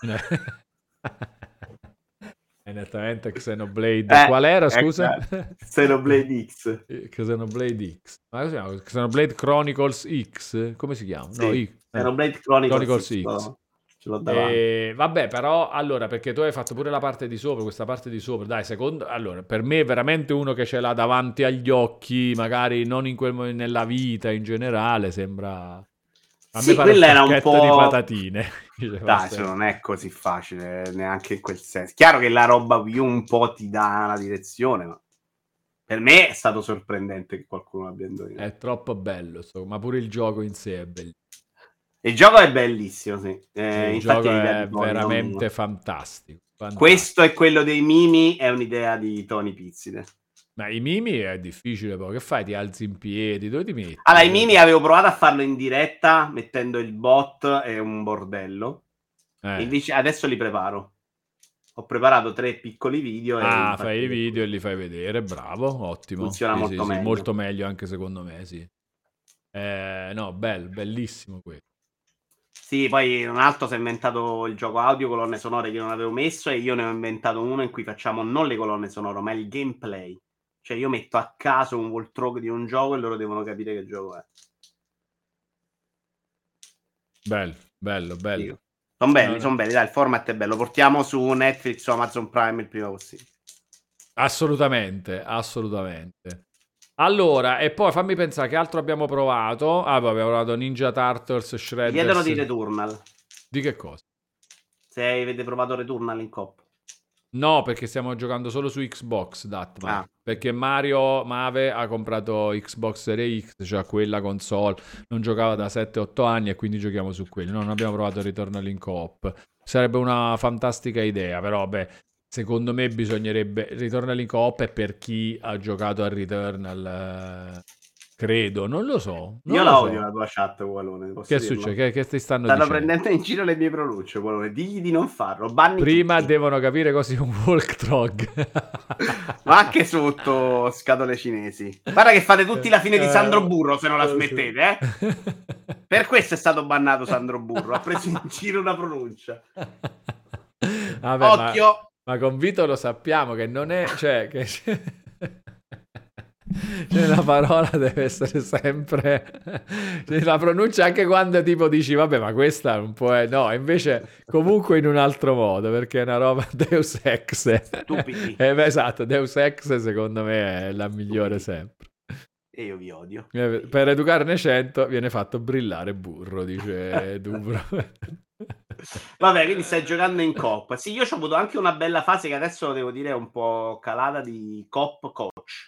È nettamente Xenoblade. Eh, Qual era, ecco, scusa? Xenoblade X. Xenoblade X. Ma cosa si chiama? Xenoblade Chronicles X? Come si chiama? No, Sì, X. Xenoblade Chronicles, Chronicles X. X. no? Ce l'ho davanti. E, vabbè, però, allora, perché tu hai fatto pure la parte di sopra, questa parte di sopra, dai, secondo, allora, per me è veramente uno che ce l'ha davanti agli occhi, magari non in quel, mo- nella vita in generale, sembra... A Sì, me pare un quella era un pacchetto di po'... patatine. Dice, Dai, forse- se non è così facile neanche in quel senso. Chiaro che la roba Wii U un po' ti dà una direzione, ma Per me è stato sorprendente che qualcuno abbia indovinato. È troppo bello, so, ma pure il gioco in sé è bellissimo. Il gioco è bellissimo, sì. Eh, Il infatti gioco è l'idea è di Tony, non veramente mia. fantastico, fantastico. Questo è quello dei mimi, è un'idea di Tony Pizzide. Ma i mimi è difficile, però che fai? Ti alzi in piedi, dove ti metti? Allora, i mimi avevo provato a farlo in diretta mettendo il bot e un bordello. Eh. E invece adesso li preparo. Ho preparato tre piccoli video. Ah, e fai i video e li fai vedere, bravo, ottimo. Funziona sì, molto sì, meglio. Sì, molto meglio anche secondo me, sì. Eh, no, bello, bellissimo questo. Sì, poi un altro si è inventato il gioco audio, colonne sonore che non avevo messo, e io ne ho inventato uno in cui facciamo non le colonne sonore, ma il gameplay. Cioè io metto a caso un walkthrough di un gioco e loro devono capire che gioco è. Bello, bello, bello. Sono belli, no, no. sono belli, dai, il format è bello. Lo portiamo su Netflix o Amazon Prime il prima possibile. Assolutamente, assolutamente. Allora, e poi fammi pensare che altro abbiamo provato. Ah, poi abbiamo provato Ninja Turtles, Mi Shredders. chiedono di Returnal. Di che cosa? Se avete provato Returnal in coop. No, perché stiamo giocando solo su Xbox, Datman. Ah. Perché Mario Mave ha comprato Xbox Series X, cioè quella console, non giocava da sette otto anni e quindi giochiamo su quelli. No, non abbiamo provato Returnal in coop. Sarebbe una fantastica idea, però beh, secondo me bisognerebbe... Returnal in coop è per chi ha giocato a Returnal... Credo, non lo so. Non Io lo la so. odio la tua chat, Walone. Che succede? Che, che ti stanno, stanno dicendo? prendendo in giro le mie pronunce, Walone. Digli di non farlo. Banni Prima tutti. devono capire cos'è un walkthrough. Ma anche sotto scatole cinesi. Guarda che fate tutti la fine di Sandro Burro se non la smettete, eh. Per questo è stato bannato Sandro Burro. Ha preso in giro una pronuncia. Vabbè, Occhio. Ma, ma con Vito lo sappiamo che non è... Cioè, che... Cioè, la parola deve essere sempre cioè, la pronuncia anche quando tipo dici vabbè ma questa un po' è no invece comunque in un altro modo perché è una roba Deus Ex Stupidi. eh, beh, esatto Deus Ex secondo me è la migliore sempre e io vi odio eh, per educarne cento viene fatto brillare burro dice Dubro. Vabbè, quindi stai giocando in coop. Sì, io ho avuto anche una bella fase che adesso devo dire è un po' calata di coop coach.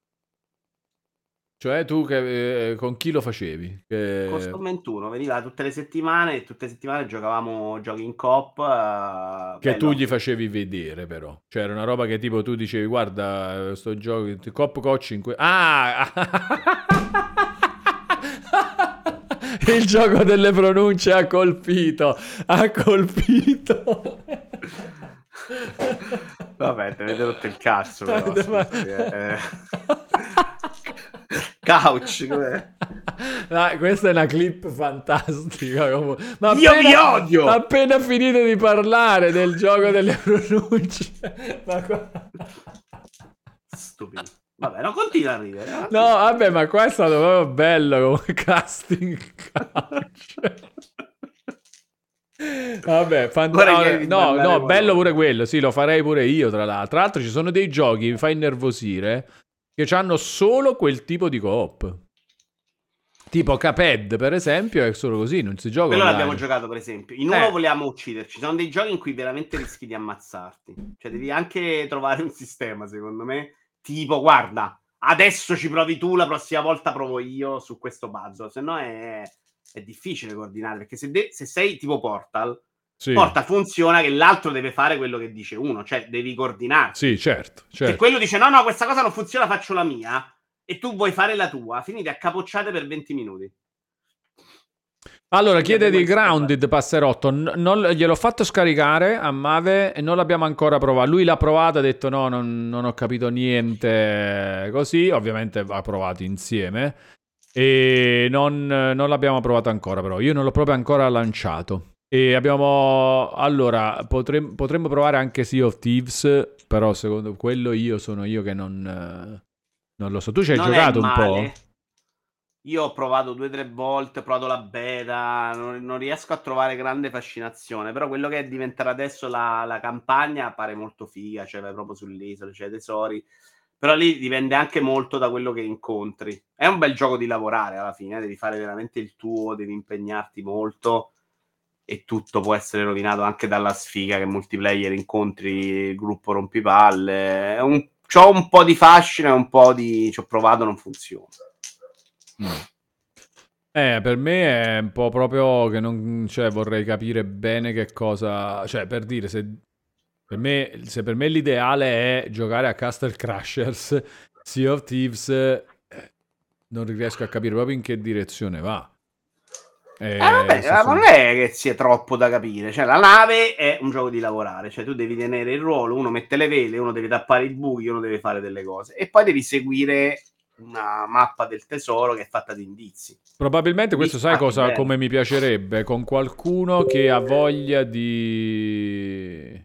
Cioè tu che, eh, con chi lo facevi? Che... Con Storm ventuno veniva tutte le settimane e tutte le settimane giocavamo giochi in coop. Uh, che bello. tu gli facevi vedere però. Cioè era una roba che tipo tu dicevi guarda sto gioco, coop coaching. Que- ah! Il gioco delle pronunce ha colpito. Ha colpito. Vabbè, te avete rotto il cazzo però, Ma... scusami, eh. Couch, com'è? No, questa è una clip fantastica. Ma io appena, vi odio! Appena finito di parlare del gioco delle pronunce. Ma qua... Stupido. Vabbè, non continua a ridere. No, no, vabbè, ma qua è stato proprio bello come casting couch. Vabbè, fantastico. No, no, no bello pure quello. Sì, lo farei pure io, tra l'altro. Tra l'altro ci sono dei giochi, mi fa innervosire, che hanno solo quel tipo di coop. Tipo Cuphead, per esempio, è solo così, non si gioca quello online. l'abbiamo giocato, per esempio. In uno eh. vogliamo ucciderci. Ci sono dei giochi in cui veramente rischi di ammazzarti. Cioè, devi anche trovare un sistema, secondo me. Tipo, guarda, adesso ci provi tu, la prossima volta provo io su questo puzzle. Se no è, è difficile coordinare. Perché se, de- se sei tipo Portal, sì. Portal funziona che l'altro deve fare quello che dice uno. Cioè, devi coordinarti. Sì, certo, certo. Se quello dice, no, no, questa cosa non funziona, faccio la mia. E tu vuoi fare la tua, finite a capocciate per venti minuti. Allora, chiede di Grounded Passerotto, non, gliel'ho fatto scaricare a Mave e non l'abbiamo ancora provato. Lui l'ha provato, ha detto no, non, non ho capito niente, così, ovviamente va provato insieme e non, non l'abbiamo provato ancora però, io non l'ho proprio ancora lanciato. E abbiamo, allora, potremmo, potremmo provare anche Sea of Thieves, però secondo quello io sono io che non, non lo so. Tu ci hai non giocato un po'? Io ho provato due o tre volte, ho provato la beta, non, non riesco a trovare grande fascinazione, però quello che diventerà adesso la, la campagna pare molto figa, cioè vai proprio sull'isola, c'è cioè tesori, però lì dipende anche molto da quello che incontri. È un bel gioco di lavorare alla fine, devi fare veramente il tuo, devi impegnarti molto e tutto può essere rovinato anche dalla sfiga che multiplayer incontri il gruppo rompipalle, è un c'ho un po' di fascino e un po' di... ci ho provato, non funziona. Mm. Eh, per me è un po' proprio che non... cioè, vorrei capire bene che cosa... Cioè, per dire, se per me, se per me l'ideale è giocare a Castle Crashers, Sea of Thieves, eh, non riesco a capire proprio in che direzione va. Eh, vabbè, Eh, se ma sono- non è che sia troppo da capire. Cioè, la nave è un gioco di lavorare. Cioè, tu devi tenere il ruolo, uno mette le vele, uno deve tappare i buchi, uno deve fare delle cose. E poi devi seguire una mappa del tesoro che è fatta di indizi. Probabilmente questo sai Fatti cosa, bene. come mi piacerebbe? Con qualcuno che ha voglia di...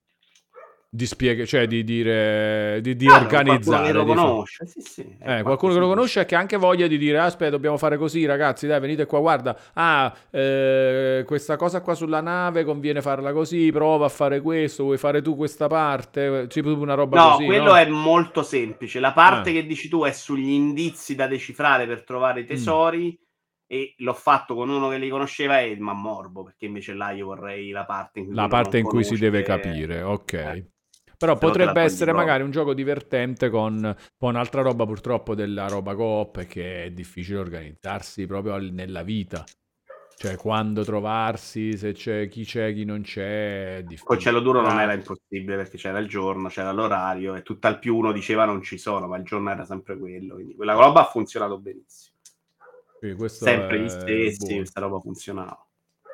di spiegare, cioè di dire, di, di Chiaro, qualcuno che organizzare. lo Di fa- conosce. Sì, sì. Eh, Eh, qualcuno che lo qualcosina. conosce e che ha anche voglia di dire: "Ah, aspetta, dobbiamo fare così, ragazzi, dai, venite qua, guarda, ah, eh, questa cosa qua sulla nave conviene farla così, prova a fare questo, vuoi fare tu questa parte, tipo una roba No, così, quello no?" è molto semplice. La parte Ah, che dici tu è sugli indizi da decifrare per trovare i mm. tesori. E l'ho fatto con uno che li conosceva e ma morbo, perché invece là io vorrei la parte in cui La quello non parte in cui si deve conosce. capire, Eh, ok. Però se no te la potrebbe togli essere proprio. magari un gioco divertente con poi un'altra roba purtroppo della roba coop è che è difficile organizzarsi proprio al- nella vita. Cioè, quando trovarsi, se c'è chi c'è, chi non c'è, è Col difficile. cielo duro non era Era... impossibile perché c'era il giorno, c'era l'orario e tutt'al più uno diceva non ci sono, ma il giorno era sempre quello. Quindi quella roba ha funzionato benissimo. Sì, questo Sempre gli è stessi, buono. questa roba funzionava.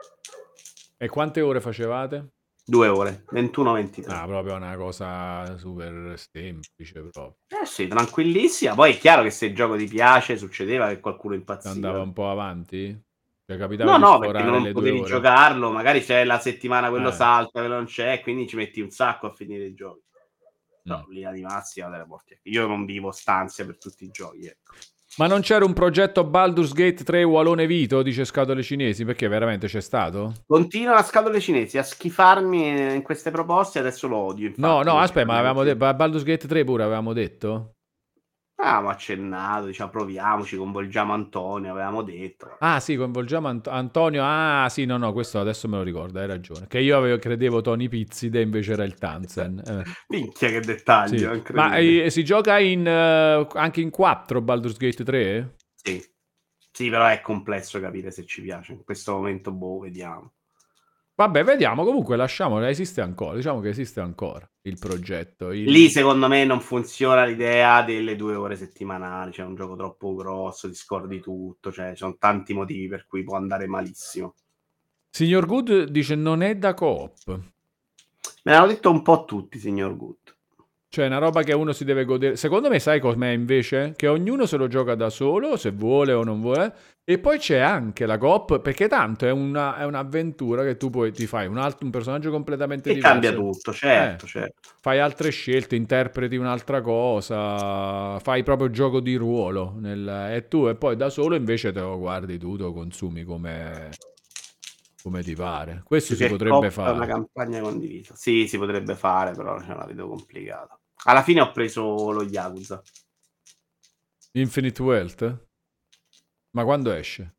E quante ore facevate? Due ore, ventuno ventitré. Ah, proprio una cosa super semplice proprio. Eh sì, tranquillissima. Poi è chiaro che se il gioco ti piace, succedeva che qualcuno Andava impazziva. un po' avanti? Cioè, capitava No, di no, perché sforare non le due potevi ore? giocarlo, magari c'è la settimana quello Eh, salta, quello non c'è, quindi ci metti un sacco a finire i giochi. mm. Però linea di massima te la porti. Io non vivo stanze per tutti i giochi, ecco. Ma non c'era un progetto Baldur's Gate tre Walone Vito, dice Scatole Cinesi? Perché veramente c'è stato? Continuano a scatole cinesi a schifarmi in queste proposte, adesso lo odio, No, infatti, no, perché aspetta, non ma è avevamo così. detto Baldur's Gate tre pure avevamo detto? Ah, ma accennato, diciamo, proviamoci, coinvolgiamo Antonio, avevamo detto. Ah, sì, coinvolgiamo Ant- Antonio. Ah, sì, no, no, questo adesso me lo ricordo, hai ragione. Che io avevo, credevo Tony Pizzide, invece era il Tanzen. Eh, Minchia, che dettaglio, sì. Ma eh, incredibile. si gioca in, eh, anche in quattro Baldur's Gate tre? Sì. Sì, però è complesso capire se ci piace. In questo momento, boh, vediamo. Vabbè, vediamo. Comunque lasciamolo, esiste ancora. Diciamo che esiste ancora il progetto. Lì, Il... secondo me, non funziona l'idea delle due ore settimanali. Cioè, è un gioco troppo grosso, ti scordi tutto. Cioè, ci sono tanti motivi per cui può andare malissimo. Signor Good dice non è da coop. Me l'hanno detto un po' tutti, signor Good. Cioè, è una roba che uno si deve godere. Secondo me, sai com'è invece? Che ognuno se lo gioca da solo, se vuole o non vuole. E poi c'è anche la coop, perché tanto è, una, è un'avventura che tu poi ti fai un, altro, un personaggio completamente E cambia diverso. tutto, Eh, certo, certo. fai altre scelte, interpreti un'altra cosa, fai proprio gioco di ruolo. Nel, e tu, e poi da solo invece te lo guardi tu, te lo consumi come, come ti pare. Questo Più si che potrebbe coop è una fare. campagna condivisa. Sì, si potrebbe fare, però ce la vedo complicata. Alla fine ho preso lo Yakuza. Infinite Wealth? Ma quando esce?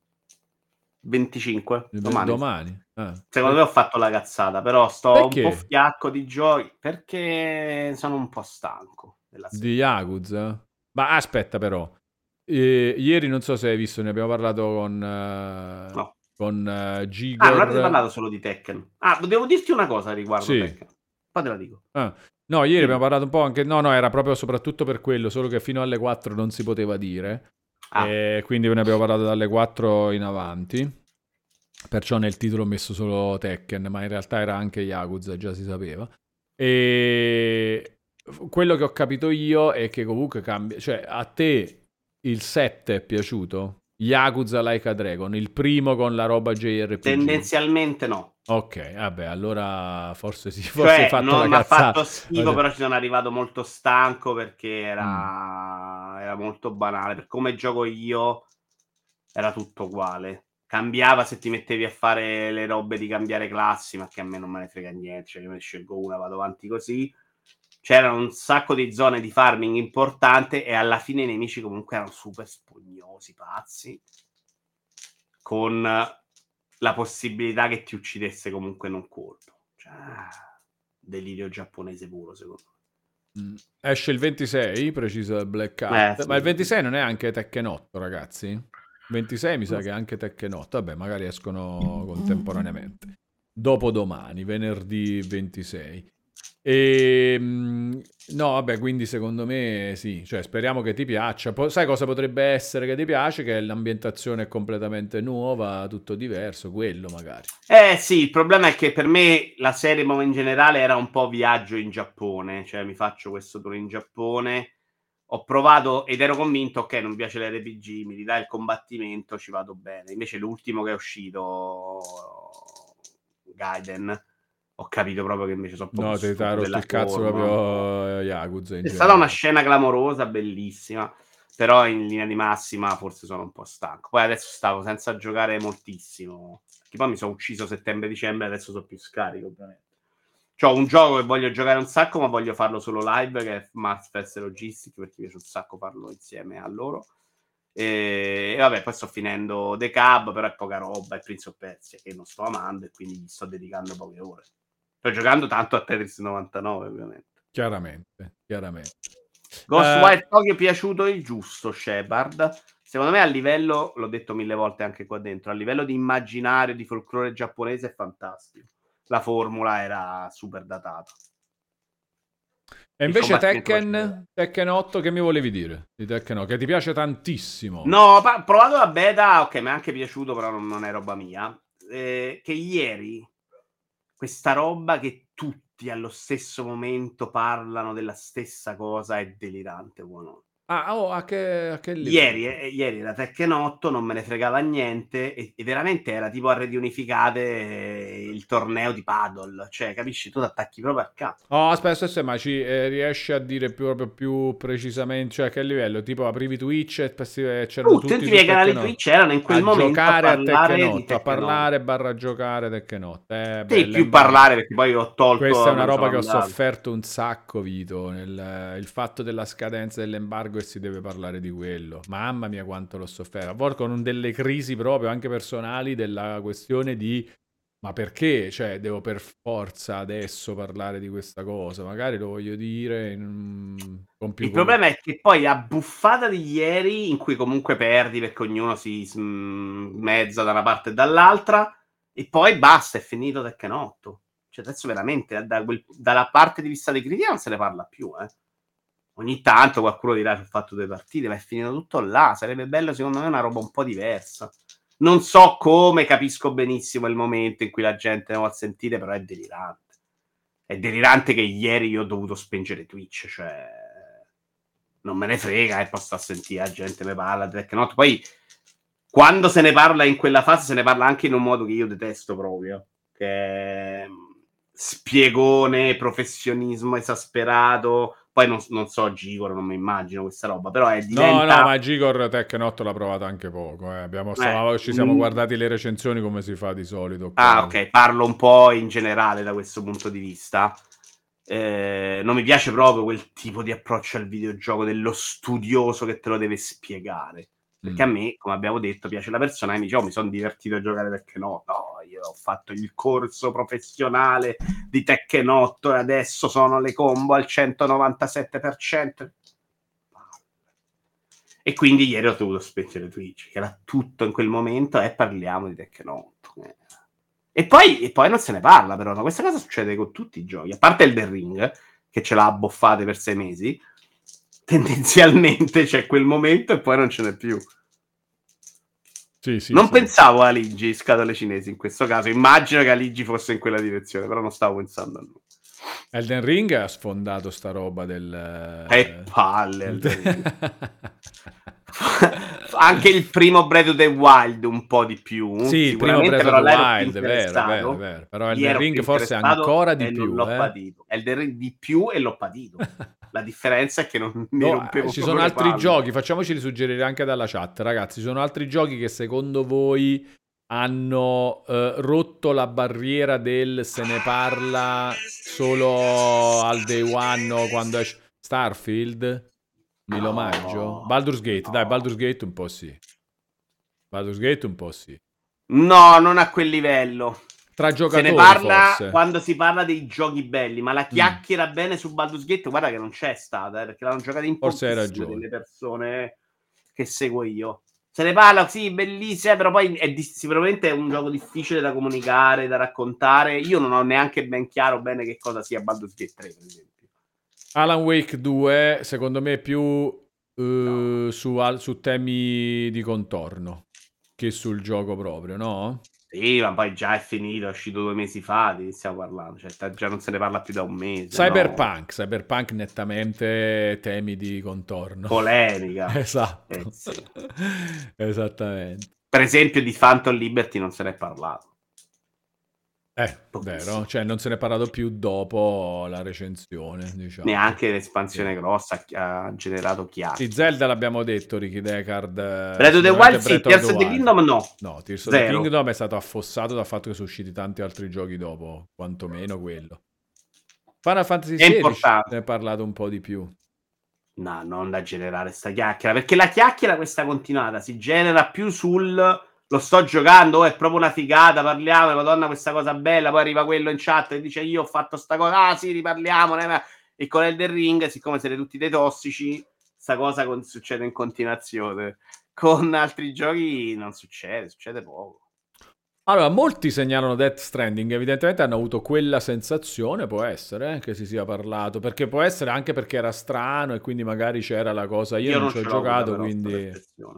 venticinque, domani. Domani? Ah. Secondo me ho fatto la cazzata, però sto un po' Perché? fiacco di giochi perché sono un po' stanco della Di serie. Yakuza? Ma aspetta però, eh, ieri non so se hai visto, ne abbiamo parlato con, eh, No. con eh, Ah, non avete Gigor. parlato solo di Tekken. Ah, devo dirti una cosa riguardo Sì. Tekken. Poi te la dico. Ah. No, ieri Dimmi. abbiamo parlato un po' anche... No, no, era proprio soprattutto per quello, solo che fino alle quattro non si poteva dire. Ah, E quindi ne abbiamo parlato dalle quattro in avanti. Perciò nel titolo ho messo solo Tekken, ma in realtà era anche Yakuza, già si sapeva. E quello che ho capito io è che comunque cambia, cioè a te il sette è piaciuto? Yakuza Like a Dragon, il primo con la roba J R P G. tendenzialmente no. Ok, vabbè, allora forse sì, forse hai Cioè, fatto non la mi ha cazzata. fatto schifo, però ci sono arrivato molto stanco perché Mm. era, era molto banale. Per come gioco io, era tutto uguale. Cambiava se ti mettevi a fare le robe di cambiare classi, ma che a me non me ne frega niente. Cioè, io ne scelgo una, vado avanti così. C'erano un sacco di zone di farming importante e alla fine i nemici comunque erano super spugnosi, pazzi. Con la possibilità che ti uccidesse comunque in un colpo. Cioè, delirio giapponese puro, secondo me. Mm. Esce il ventisei, preciso il Black Cat. Eh, sì, Ma il sì. ventisei non è anche Tekken otto, ragazzi? ventisei mi sa che è anche Tekken otto. Vabbè, magari escono contemporaneamente. Dopodomani, venerdì ventisei. E, mm, no, vabbè, quindi secondo me sì, cioè speriamo che ti piaccia. Poi, sai cosa potrebbe essere che ti piace? Che l'ambientazione è completamente nuova, tutto diverso, quello magari. Eh sì, il problema è che per me la serie proprio in generale era un po' viaggio in Giappone, cioè mi faccio questo tour in Giappone, ho provato ed ero convinto, ok, non mi piace l'R P G, mi ridà il combattimento, ci vado bene. Invece l'ultimo che è uscito, Gaiden, ho capito proprio che invece sono proprio No, ti ti ha stufo rotto della il cazzo forma. proprio eh, Yakuza in È stata una generale. scena clamorosa, bellissima, però in linea di massima forse sono un po' stanco. Poi adesso stavo senza giocare moltissimo, che poi mi sono ucciso settembre-dicembre, adesso sono più scarico, ovviamente. C'ho un gioco che voglio giocare un sacco, ma voglio farlo solo live, che è Manifest Logistic, perché mi piace un sacco farlo insieme a loro. E, e vabbè, poi sto finendo The Cab, però è poca roba, e Prince of Persia, che non sto amando, e quindi gli sto dedicando poche ore. Sto giocando tanto a Tetris novantanove, ovviamente. Chiaramente, chiaramente. Ghostwire Eh, Tokyo è piaciuto il giusto, Shepard. Secondo me a livello, l'ho detto mille volte anche qua dentro, a livello di immaginario, di folklore giapponese è fantastico. La formula era super datata. e Il invece combattimento faceva vedere. Tekken, Tekken otto, che mi volevi dire? Di Tekken otto, che ti piace tantissimo. No, ho pa- provato la beta, ok, mi è anche piaciuto, però non, non è roba mia. Eh, che ieri, questa roba che tutti allo stesso momento parlano della stessa cosa è delirante, buono. Ah, oh, a che, a che Ieri, livello? eh, ieri era Tekken otto, non me ne fregava niente e, e veramente era tipo a reti unificate eh, il torneo di paddle, cioè capisci, tu ti attacchi proprio al cazzo. Oh, aspetta, aspetta, ma ci eh, riesci a dire più, proprio più precisamente, cioè a che livello? Tipo aprivi Twitch e passi- e c'erano Tutti, tutti tutti i su miei canali Tekken otto. Twitch erano in quel A momento a giocare a Tekken parlare di otto, a Tekken otto. parlare barra giocare Tekken otto. Eh, Sì, bella, più immagino. parlare perché poi ho Questa è tolto, una me ne sono roba che ho andato. sofferto un sacco, Vito, nel, il fatto della scadenza dell'embargo e si deve parlare di quello. Mamma mia quanto l'ho sofferto. A volte con delle crisi proprio anche personali della questione di ma perché? Cioè, devo per forza adesso parlare di questa cosa? Magari lo voglio dire in- con più... Il co- problema è che poi a buffata di ieri, in cui comunque perdi perché ognuno si mezza da una parte e dall'altra, e poi basta, è finito Tekken otto. Cioè adesso veramente da quel- dalla parte di vista dei critici non se ne parla più, eh. Ogni tanto qualcuno dirà che ho fatto due partite, ma è finito tutto là. Sarebbe bello, secondo me, una roba un po' diversa. Non so come, capisco benissimo il momento in cui la gente ne vuole sentire, però è delirante. È delirante che ieri io ho dovuto spengere Twitch, cioè non me ne frega e posso sentire la gente ne parla di Tekken otto. Poi quando se ne parla in quella fase se ne parla anche in un modo che io detesto proprio, che è spiegone, professionismo esasperato. Poi non, non so Gigor, non mi immagino questa roba, però è, No, no, diventa ma Gigor Tekken otto l'ha provato anche poco. Eh. Abbiamo, eh, stavamo- ci siamo mm, guardati le recensioni come si fa di solito ah, qua. ok, parlo un po' in generale da questo punto di vista. Eh, non mi piace proprio quel tipo di approccio al videogioco dello studioso che te lo deve spiegare. Perché Mm. a me, come abbiamo detto, piace la persona che mi dice: oh, mi sono divertito a giocare perché no. No, io ho fatto il corso professionale di Tekken otto e adesso sono le combo al centonovantasette per cento. E quindi ieri ho dovuto spengere Twitch, che era tutto in quel momento, e parliamo di Tekken otto. Eh. E poi, e poi non se ne parla, però. Ma questa cosa succede con tutti i giochi. A parte il The Ring, che ce l'ha abboffate per sei mesi, tendenzialmente c'è quel momento e poi non ce n'è più. Sì, sì, Non sì. pensavo a Aligi, scatole cinesi in questo caso. Immagino che Aligi fosse in quella direzione, però non stavo pensando a lui. Elden Ring ha sfondato sta roba del... Che palle, Elden Ring. Anche il primo Breath of the Wild un po' di più Sì, il primo sicuramente, Breath of però the là ero più Wild, è vero, è vero, è interessato. vero. Però Lì Elden ero più Ring forse interessato ancora di e non più, l'ho eh. patito. Elden Ring di più e l'ho patito. La differenza è che non mi No, eh, rompevo ci proprio sono le altri palle. giochi, facciamoceli suggerire anche dalla chat, ragazzi. Ci sono altri giochi che secondo voi hanno eh, rotto la barriera del se ne parla solo al day one o quando esce Starfield? Mi lo mangio? No, Baldur's Gate, dai, no. Baldur's Gate un po' sì. Baldur's Gate un po' sì. No, non a quel livello. tra giocatori se ne parla forse. quando si parla dei giochi belli, ma la chiacchiera mm. bene su Baldur's Gate, guarda che non c'è stata, eh, perché l'hanno giocato in pochissime delle persone che seguo io. Se ne parla, sì, bellissima, però poi è di- sicuramente è un gioco difficile da comunicare, da raccontare. Io non ho neanche ben chiaro bene che cosa sia Baldur's Gate tre, per esempio. Alan Wake due, secondo me, è più uh, no. su, al, su temi di contorno che sul gioco proprio, no? Sì, ma poi già è finito, è uscito due mesi fa, di stiamo parlando, cioè già non se ne parla più da un mese. Cyberpunk, no? Cyberpunk nettamente temi di contorno. Polemica. Esatto. Eh, sì. Esattamente. Per esempio di Phantom Liberty non se ne è parlato. Eh, vero, cioè non se ne è parlato più dopo la recensione, diciamo. Neanche l'espansione sì. grossa ha generato chiacchiere. Sì, Zelda l'abbiamo detto, Ricky Deckard. Breath of the Wild sì, Tears of the Kingdom no. No, Tears of the Kingdom è stato affossato dal fatto che sono usciti tanti altri giochi dopo, quantomeno quello. Final Fantasy sedici ne è parlato un po' di più. No, non da generare sta chiacchiera, perché la chiacchiera questa continuata si genera più sul... lo sto giocando, oh, è proprio una figata, parliamo, madonna questa cosa bella, poi arriva quello in chat e dice io ho fatto sta cosa, ah sì, riparliamone, e con Elden Ring, siccome siete tutti dei tossici, sta cosa con- succede in continuazione. Con altri giochi non succede, succede poco. Allora, molti segnalano Death Stranding, evidentemente hanno avuto quella sensazione, può essere, eh, che si sia parlato, perché può essere anche perché era strano e quindi magari c'era la cosa, io, io non, non ci ho giocato, avuta, quindi...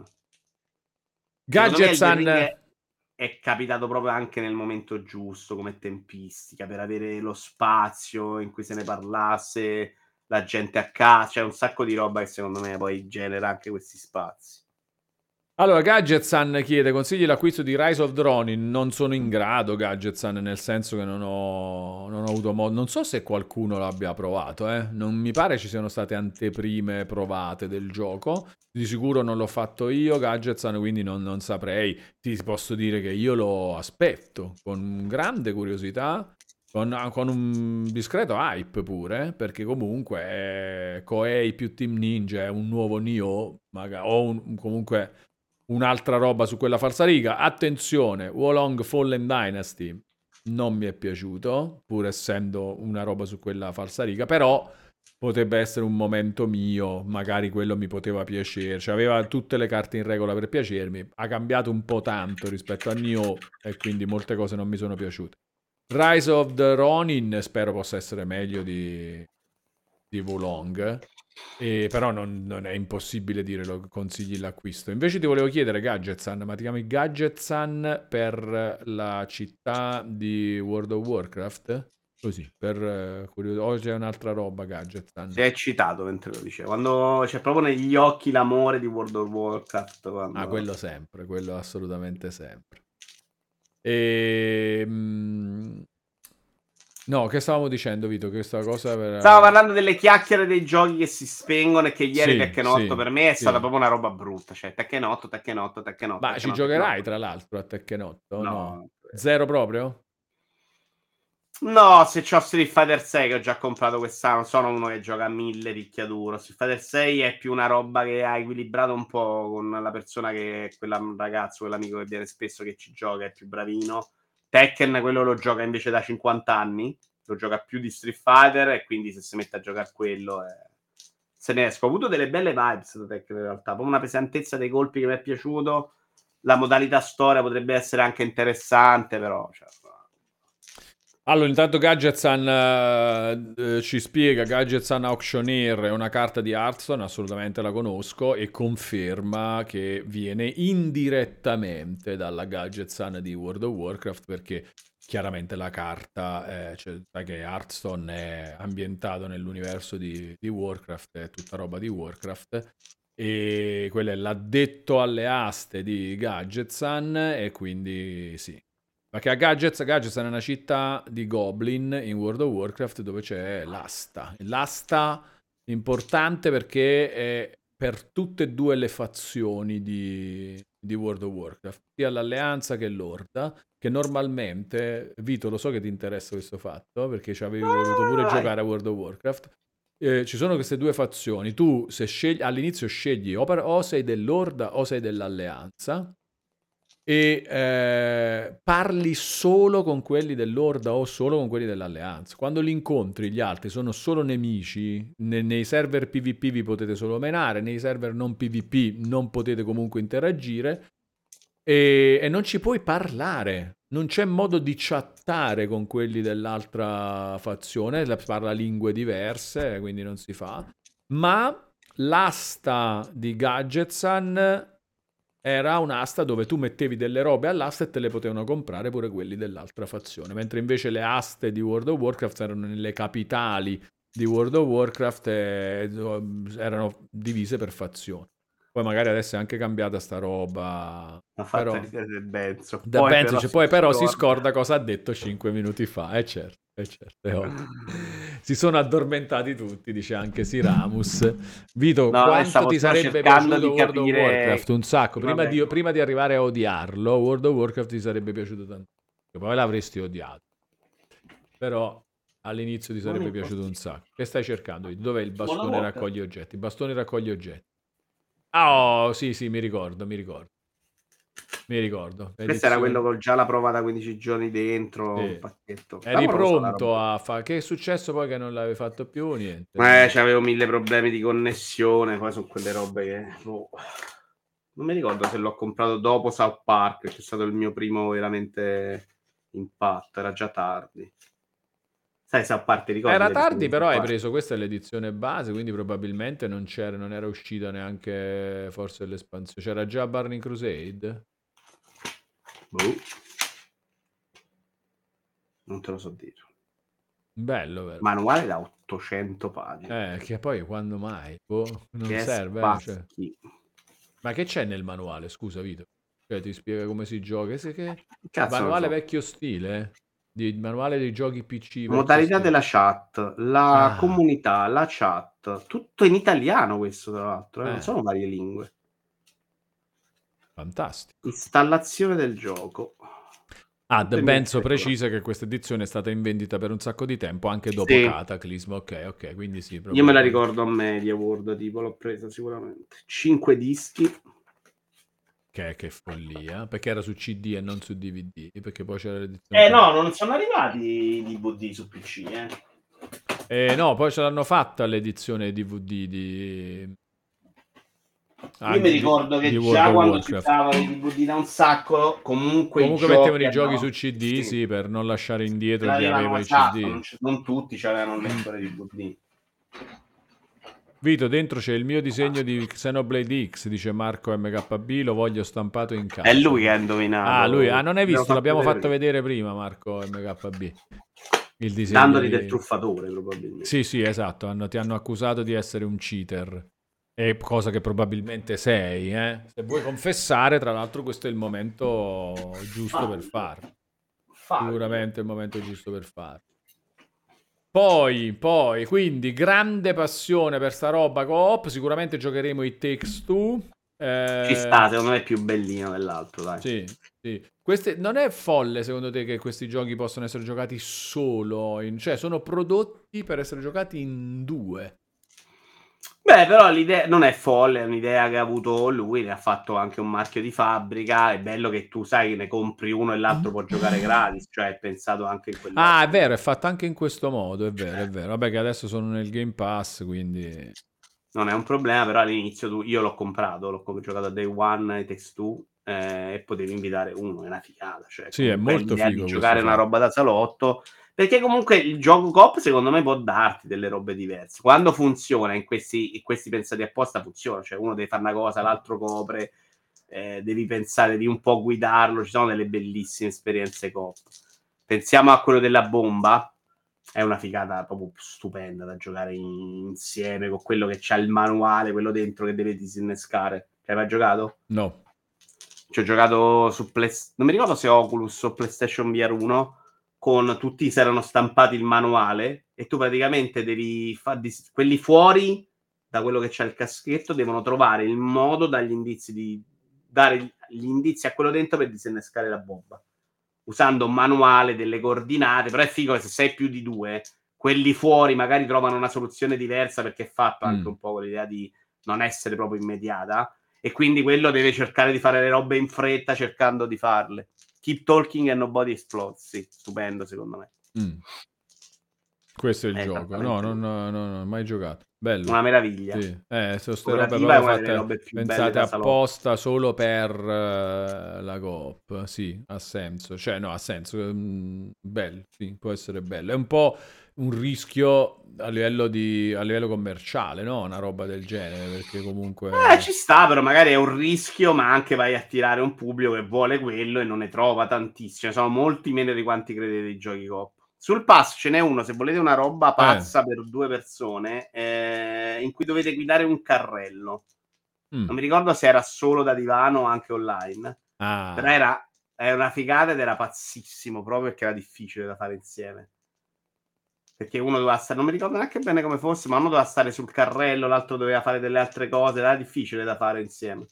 Gadgetsan è, è capitato proprio anche nel momento giusto come tempistica per avere lo spazio in cui se ne parlasse, la gente a casa, c'è cioè un sacco di roba che secondo me poi genera anche questi spazi. Allora, Gadgetsan chiede consigli l'acquisto di Rise of the Ronin. Non sono in grado, Gadgetsan, nel senso che non ho, non ho avuto modo. Non so se qualcuno l'abbia provato, eh. Non mi pare ci siano state anteprime provate del gioco. Di sicuro non l'ho fatto io, Gadgetsan, quindi non, non saprei. Ti posso dire che io lo aspetto con grande curiosità, con, con un discreto hype pure, perché comunque è Koei più Team Ninja è un nuovo Nioh, magari, o un, comunque... un'altra roba su quella falsariga. Attenzione, Wolong Fallen Dynasty non mi è piaciuto, pur essendo una roba su quella falsariga, però potrebbe essere un momento mio, magari quello mi poteva piacere, cioè aveva tutte le carte in regola per piacermi, ha cambiato un po' tanto rispetto a Nioh e quindi molte cose non mi sono piaciute. Rise of the Ronin spero possa essere meglio di, di Wolong. E però non, non è impossibile dire lo consigli l'acquisto. Invece ti volevo chiedere, Gadgetsan, ma ti chiami Gadgetsan per la città di World of Warcraft? Così, per uh, curioso. O c'è un'altra roba, Gadgetsan? Si è eccitato mentre lo dicevo. Quando c'è proprio negli occhi l'amore di World of Warcraft. Quando... Ah, quello sempre, quello assolutamente sempre. E... Mh... No, che stavamo dicendo, Vito? Che questa cosa per... Stavo parlando delle chiacchiere dei giochi che si spengono e che ieri sì, Tekken otto sì, per me è sì. stata proprio una roba brutta. Cioè, Tekken otto, Tekken otto, Tekken otto. Ma Tekken ci otto, giocherai Tekken otto. Tra l'altro a Tekken otto? No. no? Zero proprio? No, se c'ho Street Fighter sei che ho già comprato quest'anno, sono uno che gioca a mille picchiaduro. Street Fighter sei è più una roba che ha equilibrato un po' con la persona che è quella ragazzo, quell'amico che viene spesso che ci gioca, è più bravino. Tekken quello lo gioca invece da cinquanta anni, lo gioca più di Street Fighter e quindi se si mette a giocare quello è... se ne esco. Ho avuto delle belle vibes da Tekken in realtà, proprio una pesantezza dei colpi che mi è piaciuto. La modalità storia potrebbe essere anche interessante, però... Cioè... Allora, intanto Gadgetsan uh, ci spiega, Gadgetsan Auctioneer è una carta di Hearthstone, assolutamente la conosco, e conferma che viene indirettamente dalla Gadgetsan di World of Warcraft, perché chiaramente la carta, eh, cioè, sai che Hearthstone è ambientato nell'universo di, di Warcraft, è tutta roba di Warcraft, e quello è l'addetto alle aste di Gadgetsan, e quindi sì. Perché a Gadgets, Gadgets è una città di Goblin in World of Warcraft dove c'è l'asta. L'asta è importante perché è per tutte e due le fazioni di, di World of Warcraft, sia l'Alleanza che l'Orda, che normalmente, Vito, lo so che ti interessa questo fatto, perché ci avevi voluto pure giocare a World of Warcraft, eh, ci sono queste due fazioni. Tu se scegli, all'inizio scegli o, per, o sei dell'Orda o sei dell'Alleanza, e eh, parli solo con quelli dell'Orda o solo con quelli dell'Alleanza. Quando li incontri gli altri sono solo nemici, ne- nei server PvP vi potete solo menare, nei server non PvP non potete comunque interagire e, e non ci puoi parlare. Non c'è modo di chattare con quelli dell'altra fazione, la- parla lingue diverse, quindi non si fa. Ma l'asta di Gadgetsan era un'asta dove tu mettevi delle robe all'asta e te le potevano comprare pure quelli dell'altra fazione, mentre invece le aste di World of Warcraft erano nelle capitali di World of Warcraft e erano divise per fazioni. Poi magari adesso è anche cambiata sta roba, Ha fatto però ridere del Benzo. da Poi Benzo però dice, si poi però si scorda. scorda cosa ha detto cinque minuti fa, è certo, è certo, è ovvio. Si sono addormentati tutti, dice anche Siramus. Vito, No, quanto stavo ti solo sarebbe cercando piaciuto di World of capire. Warcraft? Un sacco. Prima Vabbè. di, prima di arrivare a odiarlo, World of Warcraft ti sarebbe piaciuto tanto. Poi l'avresti odiato. Però all'inizio ti Non sarebbe mi piaciuto un importa. sacco. Che stai cercando? Vito? Dov'è il World of bastone Warcraft? raccogli oggetti? Bastone raccogli oggetti. Ah, oh, sì, sì, mi ricordo, mi ricordo. Mi ricordo. Questo era quello Edizione. con già la prova da quindici giorni dentro, un Sì. pacchetto. Eri Clamorosa la pronto roba. a fare. Che è successo poi che non l'avevi fatto più? Niente. Eh, c'avevo mille problemi di connessione, poi sono quelle robe che... boh. Non mi ricordo se l'ho comprato dopo South Park, che è stato il mio primo veramente impatto, era già tardi. Sai, South Park, ti ricordi Era l'edizione tardi, di però South hai Park? preso questa è l'edizione base, quindi probabilmente non c'era, non era uscita neanche forse l'espansione. C'era già Burning Crusade? Boh. Non te lo so dire. Bello, vero? Manuale da ottocento pagine. Eh, che poi quando mai? Boh, non Che serve, eh, cioè. spacchi. Ma che c'è nel manuale? Scusa, Vito. Cioè, ti spiega come si gioca. Se che... Cazzo non Manuale so. vecchio stile, eh? Di manuale dei giochi P C vecchio Modalità stile. della chat, la Ah, comunità, la chat, tutto in italiano questo tra l'altro, eh, non eh, sono varie lingue. fantastico. Installazione del gioco. Ah, Tutto The in Benzo versione- precisa che questa edizione è stata in vendita per un sacco di tempo, anche dopo Sì. Cataclysm. Ok, ok, quindi sì. proprio Io me la quando- ricordo a Media World, tipo l'ho presa sicuramente. Cinque dischi. Che, che follia, perché era su C D e non su D V D, perché poi c'era l'edizione... Eh no, non sono arrivati i D V D su P C, eh. Eh, no, poi ce l'hanno fatta l'edizione D V D di... Ah, Io mi di- ricordo di che World già of quando si Warcraft. usavano i D V D da un sacco, comunque, Comunque i mettevano giochi i giochi su andavano... C D, Sì. sì, per non lasciare Ce indietro chi l'avevano, aveva i esatto, C D. non, c- non tutti avevano un lettore D V D. Vito, dentro c'è il mio disegno di Xenoblade X, dice Marco M K B, lo voglio stampato in casa. È lui che ha indovinato. Ah, lui, ah, non hai L'abbiamo visto, l'abbiamo vedere fatto prima. vedere prima, Marco M K B. Il disegno Dandogli di... del truffatore, probabilmente. Sì, sì, esatto, hanno- ti hanno accusato di essere un cheater. E cosa che probabilmente sei, eh? Se vuoi confessare, tra l'altro questo è il momento giusto per farlo. Fallo. Sicuramente è il momento giusto per farlo. Poi, poi, quindi grande passione per sta roba co-op, sicuramente giocheremo i Takes Two. Eh, Ci sta, secondo me è più bellino dell'altro, dai. Sì, sì. Queste, non è folle secondo te che questi giochi possono essere giocati solo in... cioè sono prodotti per essere giocati in due. Beh, però l'idea non è folle, è un'idea che ha avuto lui, ne ha fatto anche un marchio di fabbrica, è bello che tu sai che ne compri uno e l'altro può giocare gratis, cioè è pensato anche in quell'ottica. Ah, è vero, è fatto anche in questo modo, è vero, è vero. Vabbè che adesso sono nel Game Pass, quindi... Non è un problema, però all'inizio tu, io l'ho comprato, l'ho com- giocato a Day One, i Takes Two, eh, e potevi invitare uno, è una figata. Cioè, Sì, è comunque molto l'idea figo di questo giocare una fatto. roba da salotto, perché comunque il gioco coop secondo me può darti delle robe diverse. Quando funziona, in questi, in questi pensati apposta funziona, cioè uno deve fare una cosa, l'altro copre, eh, devi pensare di un po' guidarlo, ci sono delle bellissime esperienze coop. Pensiamo a quello della bomba, è una figata proprio stupenda da giocare in- insieme con quello che c'ha il manuale, quello dentro che deve disinnescare. Ci hai mai giocato? No. Ci ho giocato su Play... non mi ricordo se Oculus o PlayStation V R uno, con tutti si erano stampati il manuale e tu praticamente devi fare dis- quelli fuori da quello che c'è il caschetto devono trovare il modo dagli indizi di dare gli indizi a quello dentro per disinnescare la bomba usando un manuale, delle coordinate, però è figo che se sei più di due, quelli fuori magari trovano una soluzione diversa perché è fatto anche Mm. un po' con l'idea di non essere proprio immediata e quindi quello deve cercare di fare le robe in fretta cercando di farle. Keep talking and nobody explodes. Sì, stupendo secondo me. Mm. Questo è il È gioco. No, non esattamente no, no, no, mai giocato. Bello. una meraviglia. Sì. Eh, sono ste robe Operativa è proprio una delle fatte, robe più belle pensate da salotto. apposta solo per eh, la coop. Sì, ha senso. Cioè, no, ha senso. Mm, bello, sì, può essere bello. È un po' un rischio a livello di a livello commerciale, no? Una roba del genere, perché Eh, comunque ci sta, però magari è un rischio, ma anche vai a attirare un pubblico che vuole quello e non ne trova tantissimi. Sono molti meno di quanti credete i giochi coop. Sul pass ce n'è uno, se volete una roba eh, pazza per due persone, eh, in cui dovete guidare un carrello. Non mm. mi ricordo se era solo da divano o anche online, però Ah, era, era una figata ed era pazzissimo, proprio perché era difficile da fare insieme. Perché uno doveva stare, non mi ricordo neanche bene come fosse, ma uno doveva stare sul carrello, l'altro doveva fare delle altre cose, era difficile da fare insieme.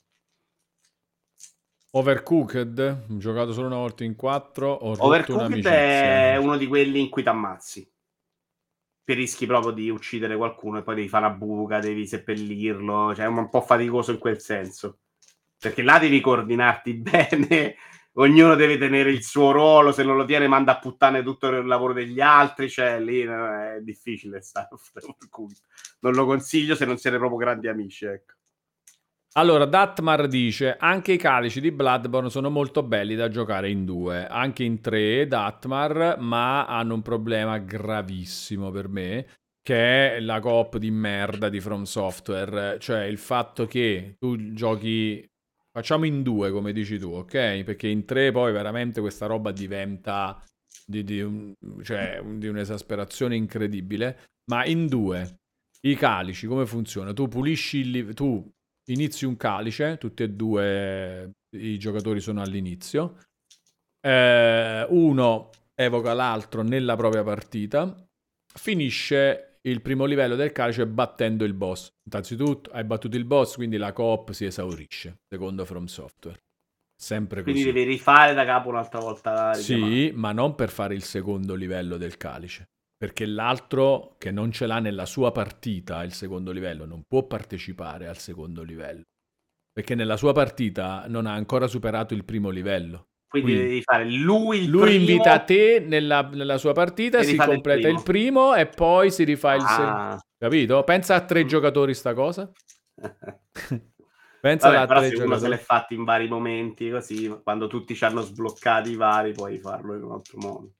Overcooked, ho giocato solo una volta in quattro, ho rotto Overcooked è un'amicizia. uno di quelli in cui t'ammazzi. Che rischi proprio di uccidere qualcuno e poi devi fare una buca, devi seppellirlo, cioè è un po' faticoso in quel senso. Perché là devi coordinarti bene, ognuno deve tenere il suo ruolo, se non lo tiene manda a puttane tutto il lavoro degli altri, cioè lì no, è difficile stare. Non lo consiglio se non siete proprio grandi amici, ecco. Allora, Datmar dice, anche i calici di Bloodborne sono molto belli da giocare in due, anche in tre, Datmar, ma hanno un problema gravissimo per me, che è la coop di merda di From Software, cioè il fatto che tu giochi, facciamo in due come dici tu, ok? Perché in tre poi veramente questa roba diventa di, di un- cioè, di un'esasperazione incredibile, ma in due, i calici come funziona? Tu pulisci il livello, tu inizi un calice, tutti e due i giocatori sono all'inizio. Eh, uno evoca l'altro nella propria partita. Finisce il primo livello del calice battendo il boss. Innanzitutto hai battuto il boss, quindi la coop si esaurisce, secondo From Software. Sempre Quindi così. devi rifare da capo un'altra volta la richiamata. Sì, ma non per fare il secondo livello del calice. Perché l'altro che non ce l'ha nella sua partita il secondo livello non può partecipare al secondo livello. Perché nella sua partita non ha ancora superato il primo livello. Quindi Quindi devi fare lui il lui invita primo te nella, nella sua partita, e si rifate il completa il primo. primo e poi si rifà il secondo. Ah. Capito? Pensa a tre Mm. giocatori sta cosa. Pensa Vabbè, a però tre se uno se l'è giocatori. fatti in vari momenti così, quando tutti ci hanno sbloccati i vari, puoi farlo in un altro modo.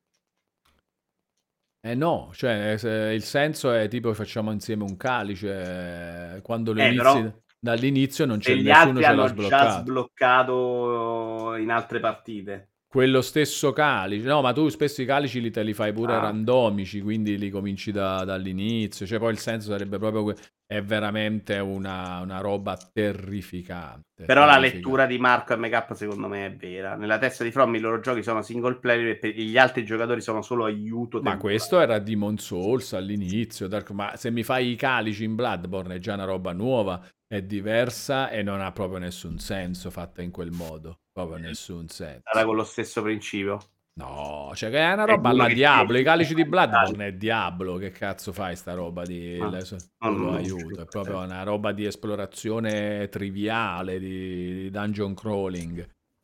Eh no, cioè se- il senso è tipo facciamo insieme un calice, eh, quando lo Eh, però inizi dall'inizio non c'è se gli nessuno altri ce l'ha hanno già sbloccato. sbloccato in altre partite. Quello stesso calice, no, ma tu spesso i calici li, te li fai pure Ah. randomici, quindi li cominci da- dall'inizio, cioè poi il senso sarebbe proprio, que- è veramente una, una roba terrificante, Però la terrificante. lettura di Marco M K secondo me è vera. Nella testa di From i loro giochi sono single player e per gli altri giocatori sono solo aiuto Ma temporaneo. questo era Demon Souls all'inizio, Dark- ma se mi fai i calici in Bloodborne è già una roba nuova, è diversa e non ha proprio nessun senso fatta in quel modo, proprio nessun senso. Sarà con lo stesso principio. No, cioè che è una È roba uno alla che ti Diablo, i aiuta a calici di fare i cali. Bloodborne è Diablo, che cazzo fai sta roba di Ah, le- no, solo no, no, aiuto, è proprio una roba di esplorazione triviale, di, di dungeon crawling.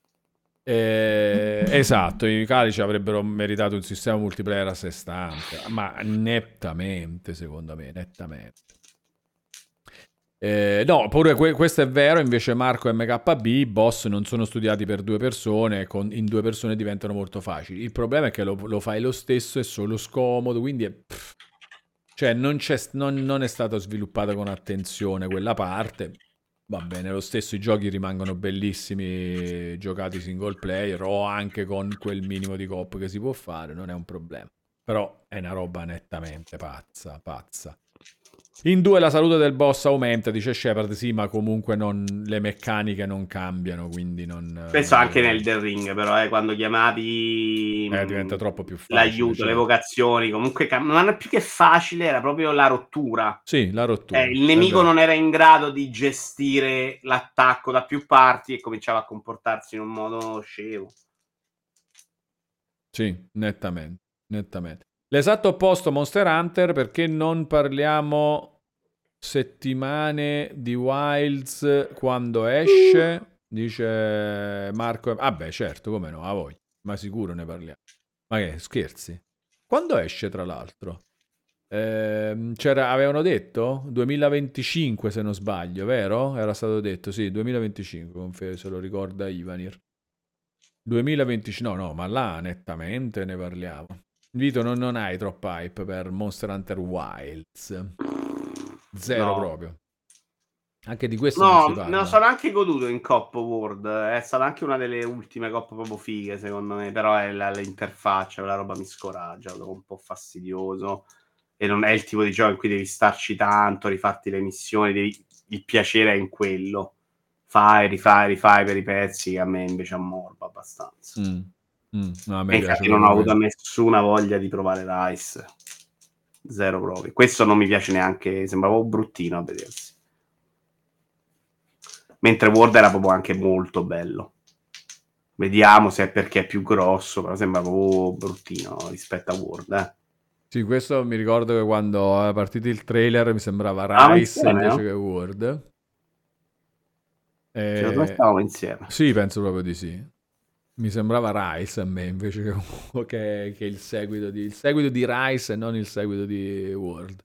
Eh, esatto, i calici avrebbero meritato un sistema multiplayer a sé stante, ma nettamente, secondo me, nettamente. Eh, no, pure que- questo è vero, invece Marco M K B, i boss non sono studiati per due persone, con- in due persone diventano molto facili. Il problema è che lo, lo fai lo stesso, è solo scomodo, quindi è, pff, cioè non, c'è, non, non è stata sviluppata con attenzione quella parte. Va bene, lo stesso i giochi rimangono bellissimi giocati single player o anche con quel minimo di coop che si può fare, non è un problema. Però è una roba nettamente pazza, pazza. In due la salute del boss aumenta, dice Shepard, sì, ma comunque non, le meccaniche non cambiano, quindi non, Penso non anche devo... nel The Ring, però, eh, quando chiamavi Eh, diventa mh, troppo più facile, l'aiuto, le certo. vocazioni, comunque cam- non è più che facile, era proprio la rottura. Sì, la Eh, rottura, il è nemico vero. non era in grado di gestire l'attacco da più parti e cominciava a comportarsi in un modo scemo. Sì, nettamente, nettamente. L'esatto opposto Monster Hunter, perché non parliamo... settimane di Wilds quando esce, dice Marco. Ah beh, certo, come no, a voi. Ma sicuro ne parliamo. Ma che scherzi? Quando esce, tra l'altro? Ehm, c'era, avevano detto duemilaventicinque se non sbaglio, vero? Era stato detto, sì, duemilaventicinque, confe- se lo ricorda Ivanir. duemilaventicinque, no, no, ma là nettamente ne parliamo. Vito, non, non hai troppa hype per Monster Hunter Wilds. Zero No. proprio. Anche di questo non si No, me lo parla. sono anche goduto in Cop World. È stata anche una delle ultime Cop proprio fighe, secondo me. Però è la- l'interfaccia, quella roba mi scoraggia, lo trovo un po' fastidioso. E non è il tipo di gioco in cui devi starci tanto, rifarti le missioni, devi- il piacere è in quello. Fai, rifai, rifai per i pezzi, che a me invece ammorba abbastanza. Mm, mm, no, a E me piace infatti non ho proprio avuto quello. nessuna voglia di provare Rise. Zero proprio. Questo non mi piace neanche, sembrava un bruttino a vedersi. Mentre World era proprio anche molto bello. Vediamo se è perché è più grosso, però sembra proprio bruttino rispetto a World. Eh. Sì, questo mi ricordo che quando è partito il trailer mi sembrava Stavamo Rise insieme, invece no? che World. Secondo me E... stavamo insieme. Sì, penso proprio di sì. Mi sembrava Rise a me invece che, che, che il seguito di, il seguito di Rise e non il seguito di World.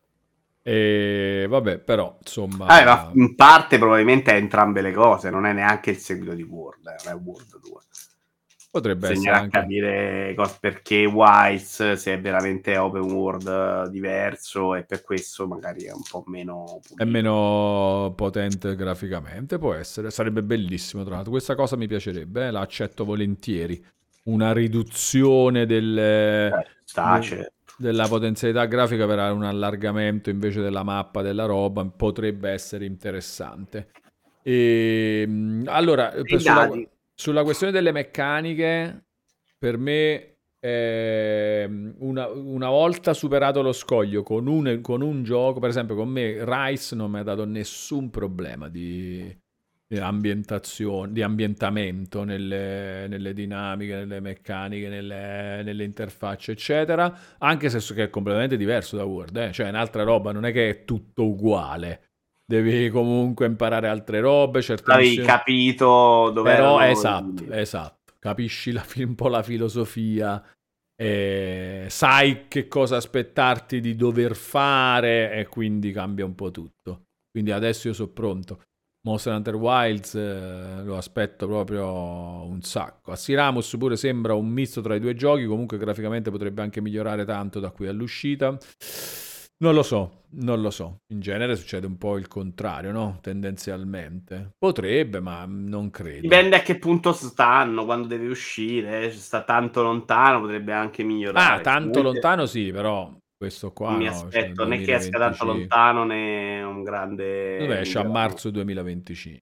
E vabbè, però, Ah, ma insomma, in parte probabilmente è entrambe le cose, non è neanche il seguito di World, eh, non è World due. potrebbe essere Bisognerà anche... capire cos- perché Wilds, se è veramente open world eh, diverso e per questo magari è un po' meno È pulito. meno potente graficamente, può essere. Sarebbe bellissimo, tra l'altro. Questa cosa mi piacerebbe, eh, la accetto volentieri. Una riduzione del- Eh, sta, de- certo. della potenzialità grafica per un allargamento invece della mappa della roba potrebbe essere interessante. E, mh, allora, per- I sulla, dati. sulla questione delle meccaniche, per me, ehm, una, una volta superato lo scoglio con un, con un gioco, per esempio con me, Rise non mi ha dato nessun problema di, di ambientazione, di ambientamento nelle, nelle dinamiche, nelle meccaniche, nelle, nelle interfacce, eccetera, anche se so che è completamente diverso da World, eh? Cioè è un'altra roba, non è che è tutto uguale. Devi comunque imparare altre robe, certe Avevi missioni. capito dove Però erano i esatto, limiti. esatto. Capisci la fi- un po' la filosofia, eh, sai che cosa aspettarti di dover fare e quindi cambia un po' tutto. Quindi adesso io sono pronto. Monster Hunter Wilds eh, lo aspetto proprio un sacco. A Siramus pure sembra un misto tra i due giochi, comunque graficamente potrebbe anche migliorare tanto da qui all'uscita. Non lo so, non lo so. In genere succede un po' il contrario, no? Tendenzialmente. Potrebbe, ma non credo. Dipende a che punto stanno, quando deve uscire, eh, se sta tanto lontano potrebbe anche Ah, migliorare. tanto Sicuramente lontano sì, però questo non qua mi no, cioè aspetto né che esca tanto duemilaventicinque. lontano né un grande Dove esce a miglioramento. marzo duemilaventicinque.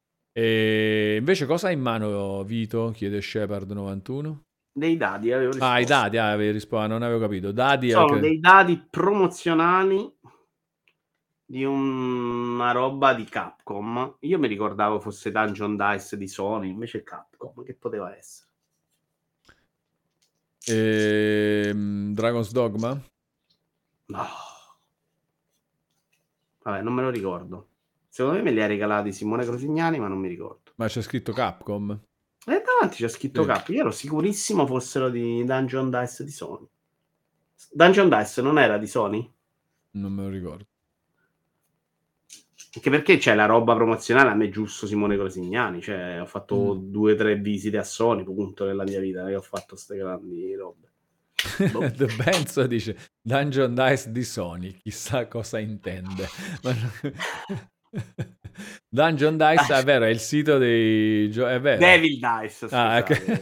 E invece cosa hai in mano, Vito? Chiede Shepard novantuno. Dei dati, avevo Ah, i risposto. dati, ah, avevi risposto, non avevo capito. Dati è Sono che... dei dati promozionali di un- una roba di Capcom. Io mi ricordavo fosse Dungeon Dice di Sony, invece è Capcom, che poteva essere? Ehm, Dragon's Dogma? No, vabbè, non me lo ricordo. Secondo me me li ha regalati Simone Crosignani, ma non mi ricordo. Ma c'è scritto Capcom? E davanti c'è scritto Sì, Capcom. Io ero sicurissimo fossero di Dungeon Dice di Sony. Dungeon Dice non era di Sony? non me lo ricordo. Anche perché c'è la roba promozionale, a me è giusto Simone Crosignani, cioè ho fatto Mm. due o tre visite a Sony, punto, nella mia vita, non è che ho fatto queste grandi robe. Boh. The Benzo dice Dungeon Dice di Sony, chissà cosa intende. Ma no- Dungeon Dice, è vero, è il sito dei giochi, è vero. Devil Dice, Ah, ok. scusate.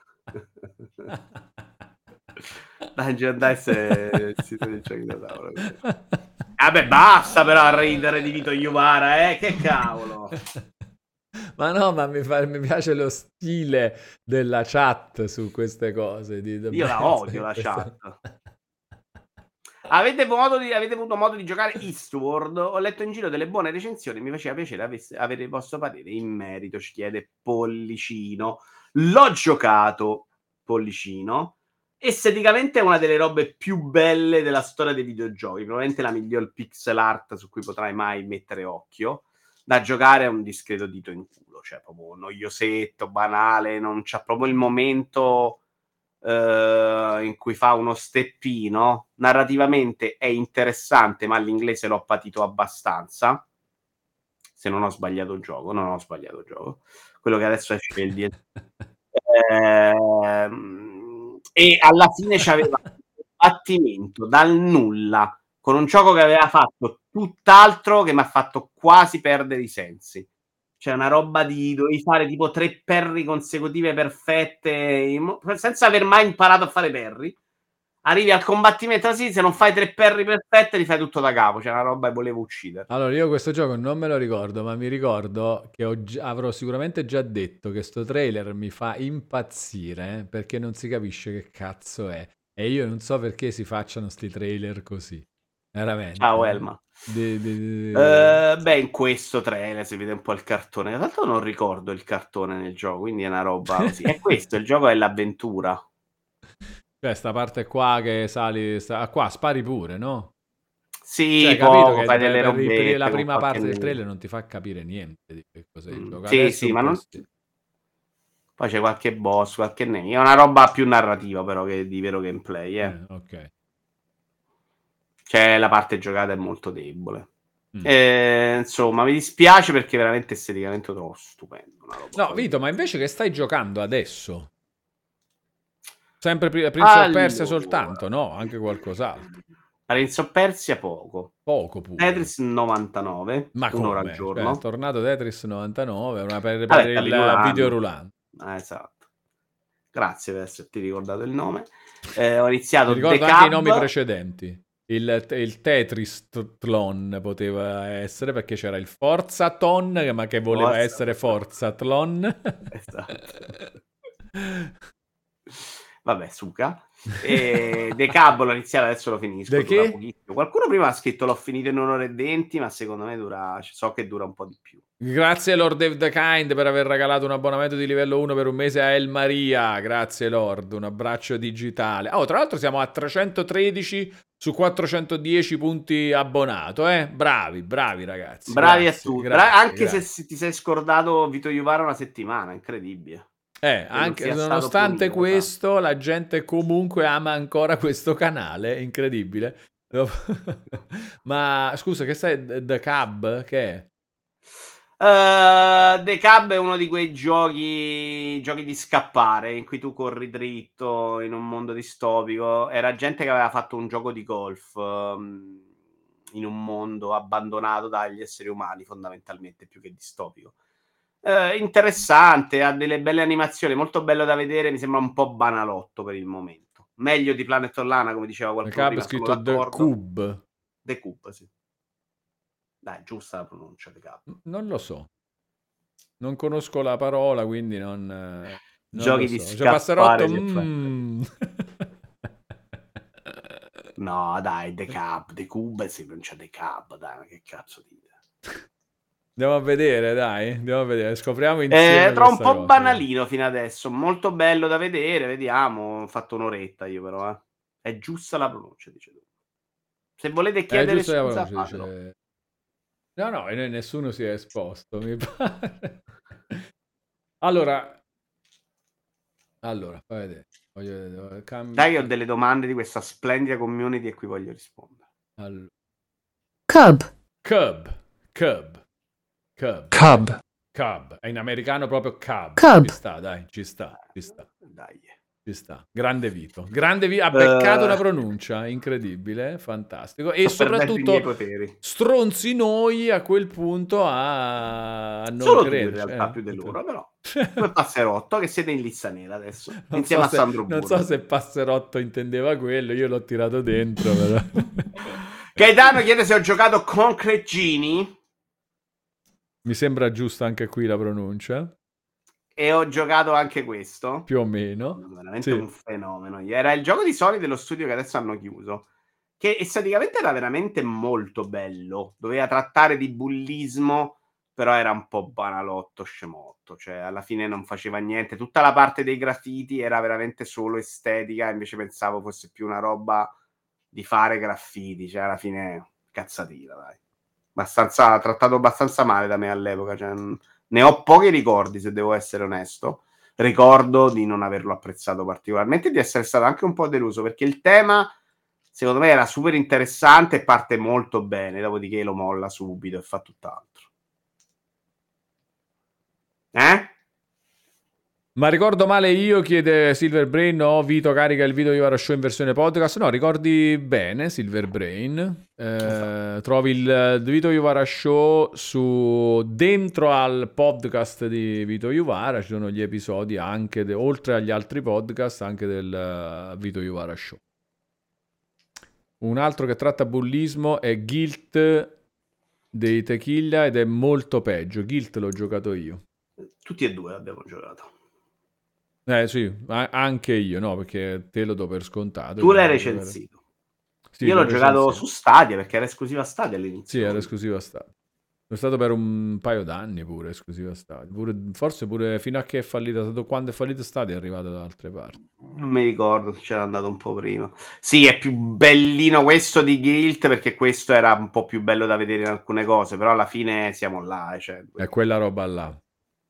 Dungeon Dice è il sito dei giochi da tavolo. Vabbè, basta però a ridere di Vito Iuvara, eh, che cavolo. Ma no, ma mi, fa- mi piace lo stile della chat su queste cose. Di The Io la Benzo odio in la questo- chat. Avete, modo di, avete avuto modo di giocare Eastward? Ho letto in giro delle buone recensioni. Mi faceva piacere avesse, avere il vostro parere in merito. Ci chiede Pollicino. L'ho giocato, Pollicino. esteticamente è una delle robe più belle della storia dei videogiochi, probabilmente la miglior pixel art su cui potrai mai mettere occhio. Da giocare a un discreto dito in culo, cioè proprio noiosetto, banale, non c'ha proprio il momento eh, in cui fa uno steppino. Narrativamente è interessante, ma l'inglese l'ho patito abbastanza. Se non ho sbagliato il gioco, non ho sbagliato il gioco. Quello che adesso esce il D L C. Ehm, e alla fine c'aveva un battimento dal nulla con un gioco che aveva fatto tutt'altro, che mi ha fatto quasi perdere i sensi. Cioè una roba di dovevi fare tipo tre parry consecutive perfette senza aver mai imparato a fare parry. Arrivi al combattimento, sì, se non fai tre parry perfette li fai tutto da capo. C'è una roba che volevo uccidere. Allora, io questo gioco non me lo ricordo, ma mi ricordo che ho gi- avrò sicuramente già detto che sto trailer mi fa impazzire, eh, perché non si capisce che cazzo è. E io non so perché si facciano sti trailer così. Veramente. Ciao Elma. Di- di- di- Uh, beh, in questo trailer si vede un po' il cartone. In realtà non ricordo il cartone nel gioco, quindi è una roba così. E questo, il gioco è l'avventura. Cioè, sta parte qua che sali, sta... qua spari pure, no? Sì, cioè, poco, capito che fai per, delle per- per robette la con prima qualche parte del nemico. trailer non ti fa capire niente di che cos'è il Mm, gioco. sì, Adesso sì, un ma po' non... sì. Poi c'è qualche boss, qualche nemico. È una roba più narrativa, però, che di vero gameplay, eh. Eh, ok. Cioè, la parte giocata è molto debole. Mm. Eh, insomma, mi dispiace perché veramente esteticamente trovo stupendo. Una roba No, fuori. Vito, ma invece che stai giocando adesso? Sempre Pri- Prince of Persia Allora, soltanto, no? Anche qualcos'altro. Prince of Persia poco. Poco pure. Tetris novantanove, Ma un'ora al come? giorno. Cioè, è tornato Tetris novantanove, una per, per Vabbè, il stavi rulando. video rulante. Ah, esatto. Grazie per esserti ricordato il nome. Eh, ho iniziato Mi ricordo The anche Cab. i nomi precedenti. Il, il Tetris Tlon poteva essere perché c'era il Forzaton, ma che voleva Forza. essere Forzatlon. Esatto. Vabbè, suca. E The Cab l'ho iniziato, adesso lo finisco. De Dura che? pochissimo. Qualcuno prima ha scritto l'ho finito in un'ora e venti, ma secondo me dura, so che dura un po' di più. Grazie Lord Dave the Kind per aver regalato un abbonamento di livello uno per un mese a El Maria. Grazie Lord, un abbraccio digitale. Oh, tra l'altro siamo a trecentotredici su quattrocentodieci punti abbonato, eh? Bravi, bravi ragazzi. Bravi grazie, a tutti. grazie, Bra- anche grazie. se ti sei scordato Vito Iuvara una settimana, incredibile. Eh, anche nonostante punito, questo, esatto. La gente comunque ama ancora questo canale, incredibile. Ma scusa, che sai The Cab? Che è? Uh, The Cab è uno di quei giochi giochi di scappare in cui tu corri dritto in un mondo distopico. Era gente che aveva fatto un gioco di golf um, in un mondo abbandonato dagli esseri umani, fondamentalmente, più che distopico. Uh, interessante, ha delle belle animazioni, molto bello da vedere. Mi sembra un po' banalotto per il momento. Meglio di Planet of Lana, come diceva qualcuno The Cab prima. è scritto The Cube. The Cube, sì. Dai, giusta la pronuncia The Cab. Non lo so. Non conosco la parola, quindi non... non Giochi so. di Cioè, Passerotto... Mm. No, dai, The Cab, The Cube si pronuncia The Cab, dai, ma che cazzo dite? Andiamo a vedere, dai, andiamo a vedere, scopriamo insieme. Eh, trovo un po' cosa, banalino fino adesso, molto bello da vedere, vediamo, ho fatto un'oretta io però, eh. È giusta la pronuncia, dice tu. Se volete chiedere scusa, fatelo. Dice... No, no, e nessuno si è esposto, mi pare. Allora, allora, fai vedere. Voglio vedere. Cambi... Dai che ho delle domande di questa splendida community a cui voglio rispondere. Allora. Cub. Cub. Cub. Cub. Cub. Cub. È in americano proprio cub. Cub. Ci sta, dai, ci sta, ci sta. Dai. Ci sta. Grande Vito. Grande Vito. Ha beccato uh... la pronuncia, incredibile, fantastico. E Sto soprattutto stronzi noi a quel punto a, a non Solo credere. Tu in realtà eh. più di loro, però. Come Passerotto, che siete in lista nera adesso, non insieme so a se, Sandro Burro. Non so se Passerotto intendeva quello, io l'ho tirato dentro, però. Gaetano chiede se ho giocato Concrete Genie. Mi sembra giusta anche qui la pronuncia. E ho giocato anche questo. Più o meno. Veramente sì. un fenomeno. Era il gioco di Sony dello studio che adesso hanno chiuso. Che esteticamente era veramente molto bello. Doveva trattare di bullismo, però era un po' banalotto, scemotto, cioè alla fine non faceva niente. Tutta la parte dei graffiti era veramente solo estetica, invece pensavo fosse più una roba di fare graffiti, cioè alla fine cazzatina, dai. Abbastanza, trattato abbastanza male da me all'epoca, cioè, ne ho pochi ricordi, se devo essere onesto. Ricordo di non averlo apprezzato particolarmente e di essere stato anche un po' deluso, perché il tema secondo me era super interessante e parte molto bene, dopodiché lo molla subito e fa tutt'altro. Eh? Ma ricordo male io, chiede Silver Brain. No, Vito carica il video Yuvara Show in versione podcast. No, ricordi bene, Silver Brain. Eh, esatto. Trovi il Vito Yuvara Show su, dentro al podcast di Vito Yuvara. Ci sono gli episodi anche, de, oltre agli altri podcast, anche del uh, Vito Yuvara Show. Un altro che tratta bullismo è Guilt dei Tequila ed è molto peggio. Guilt l'ho giocato io. Tutti e due l'abbiamo giocato. Eh sì, anche io, no, perché te lo do per scontato. Tu l'hai recensito. Sì, io l'ho giocato recensito. Su Stadia, perché era esclusiva Stadia all'inizio. Sì, era esclusiva Stadia. È stato per un paio d'anni pure esclusiva Stadia. Pure, forse pure fino a che è fallita, quando è fallita Stadia è arrivata da altre parti. Non mi ricordo se c'era andato un po' prima. Sì, è più bellino questo di Guilt, perché questo era un po' più bello da vedere in alcune cose, però alla fine siamo là. Cioè, è quella roba là.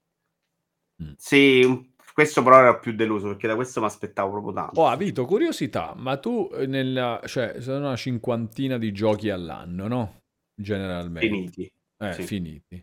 Mm. Sì, un questo però era più deluso, perché da questo mi aspettavo proprio tanto. Oh, Vito, curiosità, ma tu nella, cioè, sono una cinquantina di giochi all'anno, no? Generalmente. Finiti. Eh, sì. finiti.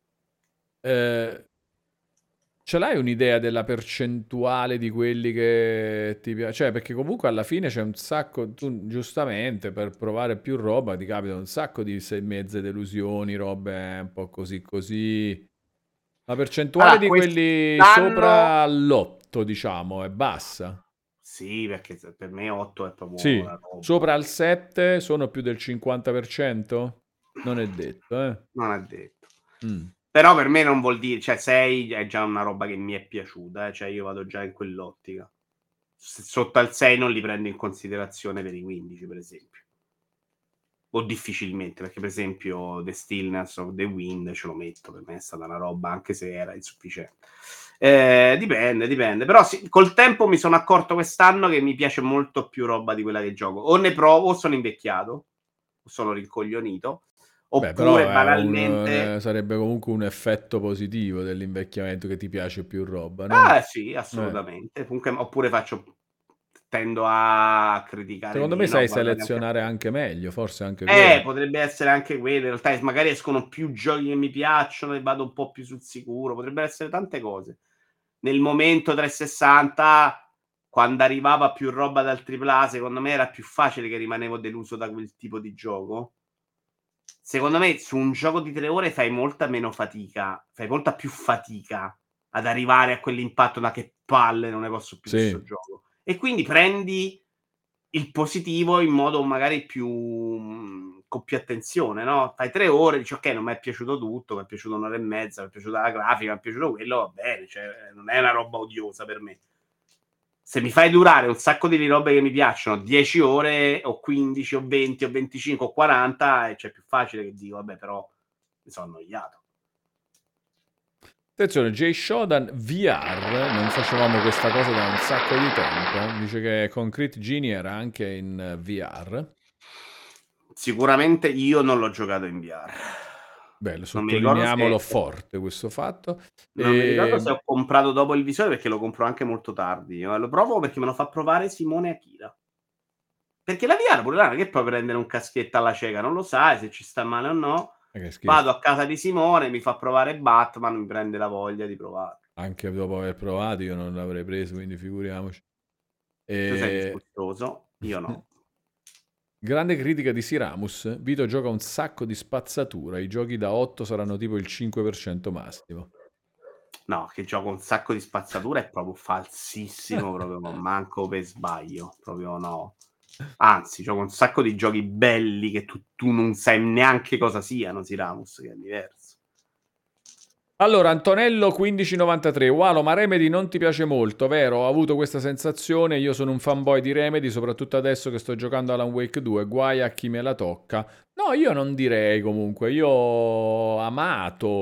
Eh, ce l'hai un'idea della percentuale di quelli che ti piace? Cioè, perché comunque alla fine c'è un sacco, tu giustamente per provare più roba ti capita un sacco di sei mezze delusioni, robe un po' così così. La percentuale allora, di quelli sopra l'otto, diciamo, è bassa. Sì, perché per me otto è proprio sì. una roba. Sopra al sette sono più del cinquanta per cento? Non è detto, eh? Non è detto. Mm. Però per me non vuol dire, cioè sei è già una roba che mi è piaciuta, eh? Cioè io vado già in quell'ottica. Sotto al sei non li prendo in considerazione per i quindici, per esempio. O difficilmente, perché per esempio The Stillness of the Wind ce lo metto, per me è stata una roba, anche se era insufficiente. Eh, dipende, dipende. Però sì, col tempo mi sono accorto quest'anno che mi piace molto più roba di quella che gioco. O ne provo, o sono invecchiato, o sono rincoglionito, oppure Beh, però banalmente... Un, eh, sarebbe comunque un effetto positivo dell'invecchiamento, che ti piace più roba, no? Ah sì, assolutamente. Eh. Comunque, oppure faccio... tendo a criticare. Secondo me meno, sai selezionare anche... anche meglio, forse anche eh, quello. potrebbe essere anche quello. In realtà magari escono più giochi che mi piacciono e vado un po' più sul sicuro. Potrebbero essere tante cose. Nel momento trecentosessanta, quando arrivava più roba dal tripla A, secondo me era più facile che rimanevo deluso da quel tipo di gioco. Secondo me su un gioco di tre ore fai molta meno fatica, fai molta più fatica ad arrivare a quell'impatto da che palle, non ne posso più sì. questo gioco. E quindi prendi il positivo in modo magari più con più attenzione, no? Fai tre ore, dici ok, non mi è piaciuto tutto, mi è piaciuto un'ora e mezza, mi è piaciuta la grafica, mi è piaciuto quello, va bene, cioè non è una roba odiosa per me. Se mi fai durare un sacco di robe che mi piacciono dieci ore o quindici o venti o venticinque o quaranta, c'è più facile che dico vabbè, però mi sono annoiato. Attenzione, Jay Shodan V R, non facevamo questa cosa da un sacco di tempo, dice che Concrete Genie era anche in V R. Sicuramente io non l'ho giocato in V R. Bello, sottolineiamolo se... forte questo fatto. Non e... mi ricordo se ho comprato dopo il visore, perché lo compro anche molto tardi. Io lo provo perché me lo fa provare Simone Akira. Perché la V R pure là, non è che puoi prendere un caschetto alla cieca, non lo sai se ci sta male o no. Vado a casa di Simone, mi fa provare Batman, mi prende la voglia di provare. Anche dopo aver provato io non l'avrei preso, quindi figuriamoci. E... Tu sei disgustoso, io no. Grande critica di Siramus. Vito gioca un sacco di spazzatura. I giochi da otto saranno tipo il cinque per cento massimo. No, che gioco un sacco di spazzatura è proprio falsissimo, proprio manco per sbaglio, proprio no. Anzi, gioco un sacco di giochi belli che tu, tu non sai neanche cosa siano, Siramus, che è diverso. Allora, Antonello quindici novantatré, Walo, ma Remedy non ti piace molto, vero? Ho avuto questa sensazione, io sono un fanboy di Remedy, soprattutto adesso che sto giocando Alan Wake due, guai a chi me la tocca. No, io non direi comunque, io ho amato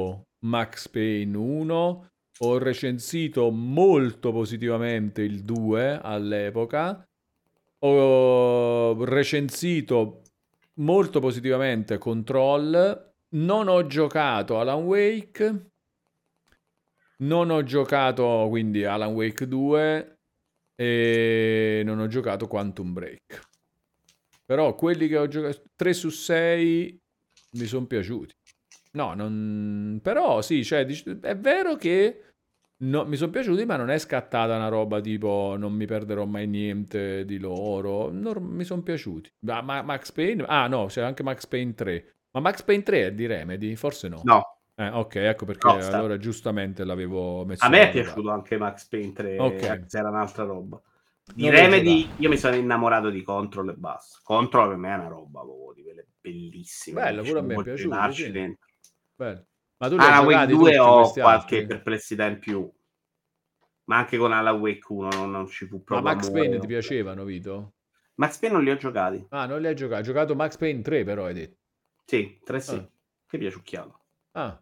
Max Payne uno, ho recensito molto positivamente il due all'epoca, ho recensito molto positivamente Control, non ho giocato Alan Wake, non ho giocato quindi Alan Wake due e non ho giocato Quantum Break. Però quelli che ho giocato, tre su sei mi sono piaciuti. No, non... però sì, cioè, dic- è vero che no- mi sono piaciuti, ma non è scattata una roba tipo non mi perderò mai niente di loro. Nor- mi sono piaciuti. Ma, ma- Max Payne? Ah no, c'è anche Max Payne tre. Ma Max Payne tre è di Remedy? Forse no. No, Eh, ok, ecco perché Rockstar. allora giustamente l'avevo A messo me è da parte. piaciuto anche Max Payne tre, Ok, anche se era un'altra roba. Di non l'ho Remedy giocato. io mi sono innamorato di Control e basta. Control per me è una roba proprio di quelle bellissime, che Bello, dici pure a non me è puoi piaciuto, girarci sì. dentro. Bello. Ma tu li hai Alan Wake giocati due tutti ho questi qualche altri? perplessità in più, ma anche con Alan Wake uno non, non ci fu Ma proprio Max amore. Payne ti Non... piacevano, Vito? Max Payne non li ho giocati. Ah, non li hai giocati. Hai giocato Max Payne tre però, hai detto. Sì, tre sì. Ah, Che piaciucchiato. ah.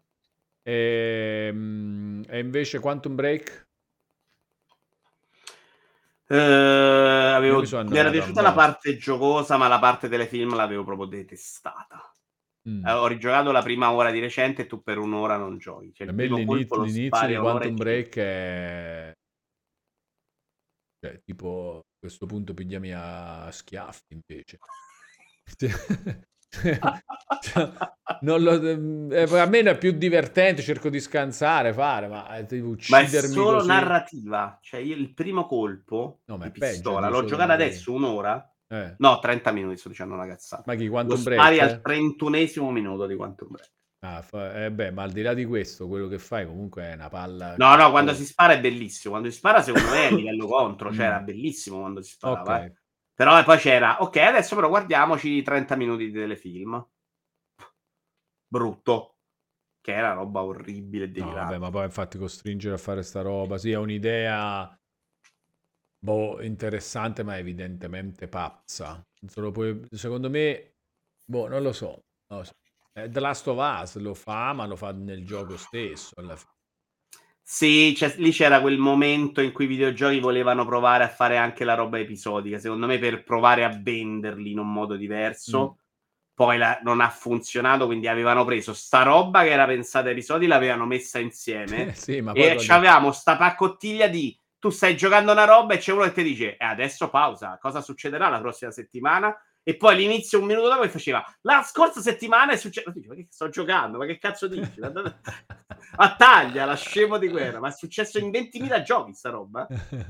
E, e invece Quantum Break? Eh, Io avevo... mi sono Mi era annoiato a piaciuta la morte. parte giocosa, ma la parte telefilm l'avevo proprio detestata. Eh, Mm. ho rigiocato la prima ora di recente e tu per un'ora non giochi. Cioè, Per il me primo l'ini- colpo lo l'inizio spari di a un'ora e Quantum dieci. Break è... Cioè, tipo, a questo punto pigliami a schiaffi invece. Non lo, eh, a me è più divertente, cerco di scansare, fare, ma eh, tipo, Ma è uccidermi solo così. narrativa. Cioè, io il primo colpo No, ma è di peggio pistola di l'ho solo giocato narrativa. adesso un'ora. Eh. No, trenta minuti, sto dicendo una cazzata. Ma chi, Lo Quantum spari Break? al Eh? trentunesimo minuto di Quantum Break. Ah, fa- eh, beh, ma al di là di questo, quello che fai comunque è una palla No, no, quando si clamorosa. spara è bellissimo. Quando si spara, secondo me, è a livello contro. Cioè, era Mm, bellissimo quando si ok. sparava. Eh. Però eh, poi c'era, ok, adesso però guardiamoci trenta minuti di telefilm. Brutto. Che era roba orribile e No, vabbè, ma delirante. poi infatti costringere a fare sta roba, sì, è un'idea boh, interessante, ma evidentemente pazza. Non se lo puoi- secondo me, boh, non lo so. Non lo so. Eh, The Last of Us lo fa, ma lo fa nel gioco stesso alla fine. Sì, c'è- lì c'era quel momento in cui i videogiochi volevano provare a fare anche la roba episodica. Secondo me, per provare a venderli in un modo Mm. diverso. Poi la- non ha funzionato, quindi avevano preso sta roba che era pensata ai episodi, l'avevano messa insieme Sì, ma poi e quando... avevamo sta paccottiglia di tu stai giocando una roba e c'è uno che ti dice e adesso pausa, cosa succederà la prossima settimana? E poi all'inizio un minuto dopo che faceva la scorsa settimana è successo, ma che sto giocando, ma che cazzo dici? A taglia, la scemo di guerra, ma è successo in ventimila giochi sta roba?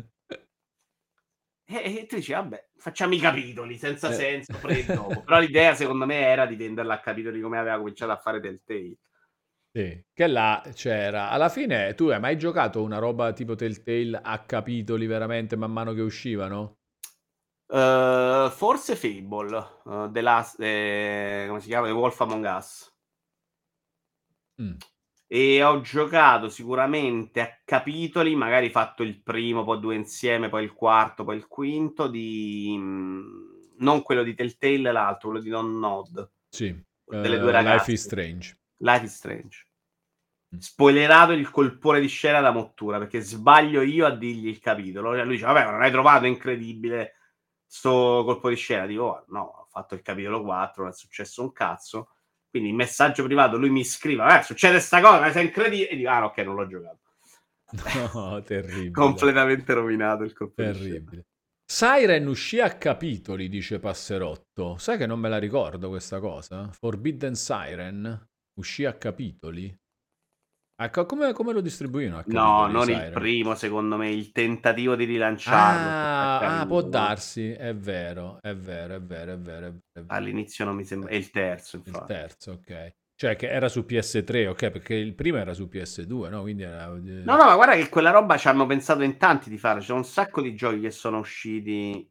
E, e tu dici, vabbè, facciamo i capitoli senza Eh. senso, pre e dopo. Però l'idea, secondo me, era di venderla a capitoli come aveva cominciato a fare Telltale. Sì, che là c'era. Alla fine, tu hai mai giocato una roba tipo Telltale a capitoli veramente man mano che uscivano? Uh, forse Fable, uh, The Last, eh, come si chiama? The Wolf Among Us. Mm. E ho giocato sicuramente a capitoli, magari fatto il primo, poi due insieme, poi il quarto, poi il quinto, di... mh, non quello di Telltale, l'altro, quello di Non Nod, Sì, delle due eh, Life is ragazze. Strange. Life is Strange. Mm. Spoilerato il colpone di scena da Mottura, perché sbaglio io a dirgli il capitolo. E lui dice, vabbè, ma non hai trovato incredibile sto colpo di scena? Dico, oh, no, ho fatto il capitolo quattro, non è successo un cazzo. Quindi in messaggio privato lui mi scrive, eh, succede sta cosa, sei incredibile. E dico, ah, ok, non l'ho giocato. No, terribile, Completamente rovinato il colpo di scena. terribile. Siren uscì a capitoli, dice Passerotto. Sai che non me la ricordo questa cosa? Forbidden Siren uscì a capitoli. Ecco, come, come lo distribuivano a No, capitoli non il Siren? primo, secondo me, il tentativo di rilanciarlo sotto a Ah, ah, può capitolo. darsi, è vero, è vero, è vero, è vero, è vero, è vero. All'inizio non mi sembra... È il terzo, Il infatti. terzo, ok. Cioè che era su P S tre, ok, perché il primo era su P S due, no? Quindi era... No, no, ma guarda che quella roba ci hanno pensato in tanti di fare. C'è un sacco di giochi che sono usciti.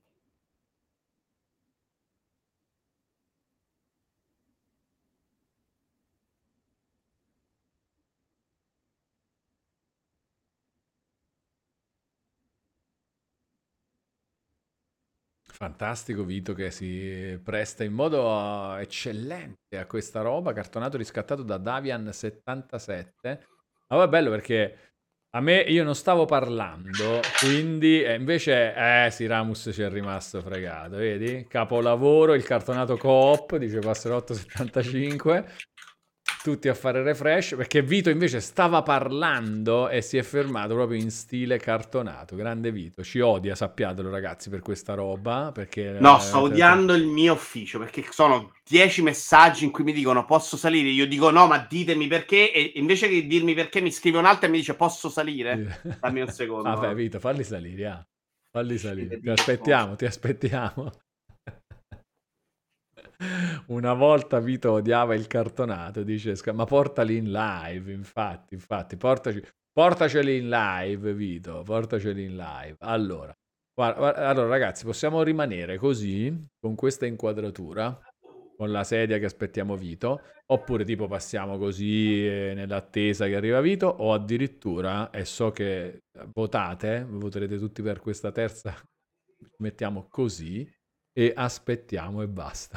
Fantastico Vito che si presta in modo eccellente a questa roba, cartonato riscattato da Davian settantasette. Ma poi è bello perché a me io non stavo parlando, quindi e invece eh sì, Ramus ci è rimasto fregato, vedi? Capolavoro, il cartonato coop, dice Passerotto settantacinque, tutti a fare refresh, perché Vito invece stava parlando e si è fermato proprio in stile cartonato. Grande Vito, ci odia, sappiatelo ragazzi, per questa roba, perché No, sto eh, odiando il mio ufficio perché sono dieci messaggi in cui mi dicono posso salire. Io dico no, ma ditemi perché. E invece che dirmi perché, mi scrive un altro e mi dice posso salire. Dammi un Vabbè, secondo. Vito, falli salire, ah. Falli Uscite salire. Ti di cosa? aspettiamo, ti aspettiamo. Una volta Vito odiava il cartonato, dice, "Sca- ma portali in live, infatti, infatti, portaci, portaceli in live, Vito, portaceli in live. Allora, guarda, guarda, allora, ragazzi, possiamo rimanere così, con questa inquadratura, con la sedia che aspettiamo Vito, oppure tipo passiamo così eh, nell'attesa che arriva Vito, o addirittura, e so che votate, voterete tutti per questa terza, mettiamo così e aspettiamo e basta.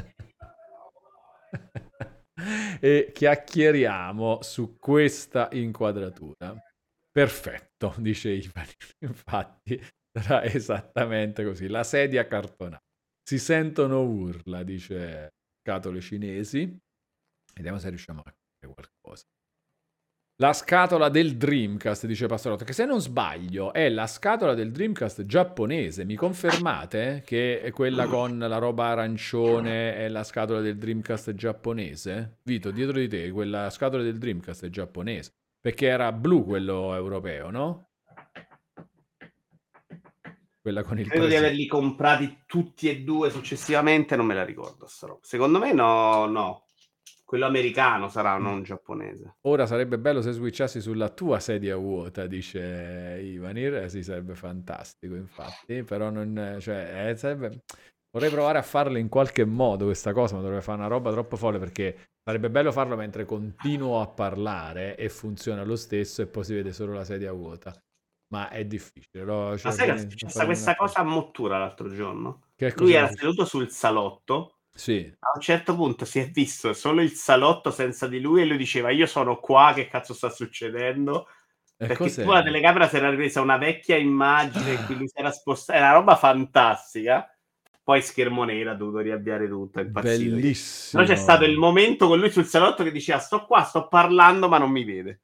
E chiacchieriamo su questa inquadratura. Perfetto, dice Ivan. Infatti, sarà esattamente così. La sedia cartonata. Si sentono urla, dice Scatole Cinesi. Vediamo se riusciamo a capire qualcosa. La scatola del Dreamcast, dice Pastorotto, che se non sbaglio è la scatola del Dreamcast giapponese. Mi confermate che è quella con la roba arancione è la scatola del Dreamcast giapponese? Vito, dietro di te, quella scatola del Dreamcast è giapponese. Perché era blu quello europeo, no? Quella con il Credo di presidente. averli comprati tutti e due successivamente, non me la ricordo sta roba. Secondo me no, no. Quello americano sarà, non giapponese. Ora sarebbe bello se switchassi sulla tua sedia vuota, dice Ivanir, eh, sì, sarebbe fantastico, infatti, però non, cioè, eh, sarebbe... vorrei provare a farlo in qualche modo questa cosa, ma dovrebbe fare una roba troppo folle perché sarebbe bello farlo mentre continuo a parlare e funziona lo stesso e poi si vede solo la sedia vuota, ma è difficile, lo, Ma cioè, sai che è fare- successa faremo un questa approccio. cosa a Mottura l'altro giorno? Che Lui cosa era dici? seduto sul salotto. Sì, A un certo punto si è visto solo il salotto senza di lui e lui diceva io sono qua, che cazzo sta succedendo? e Perché tipo la cos'era? telecamera si era ripresa una vecchia immagine in cui lui si era spostato, era una roba fantastica. Poi schermo nero, ha dovuto riavviare tutto, è impazzito. Però c'è stato il Bellissimo! momento con lui sul salotto che diceva sto qua, sto parlando ma non mi vede.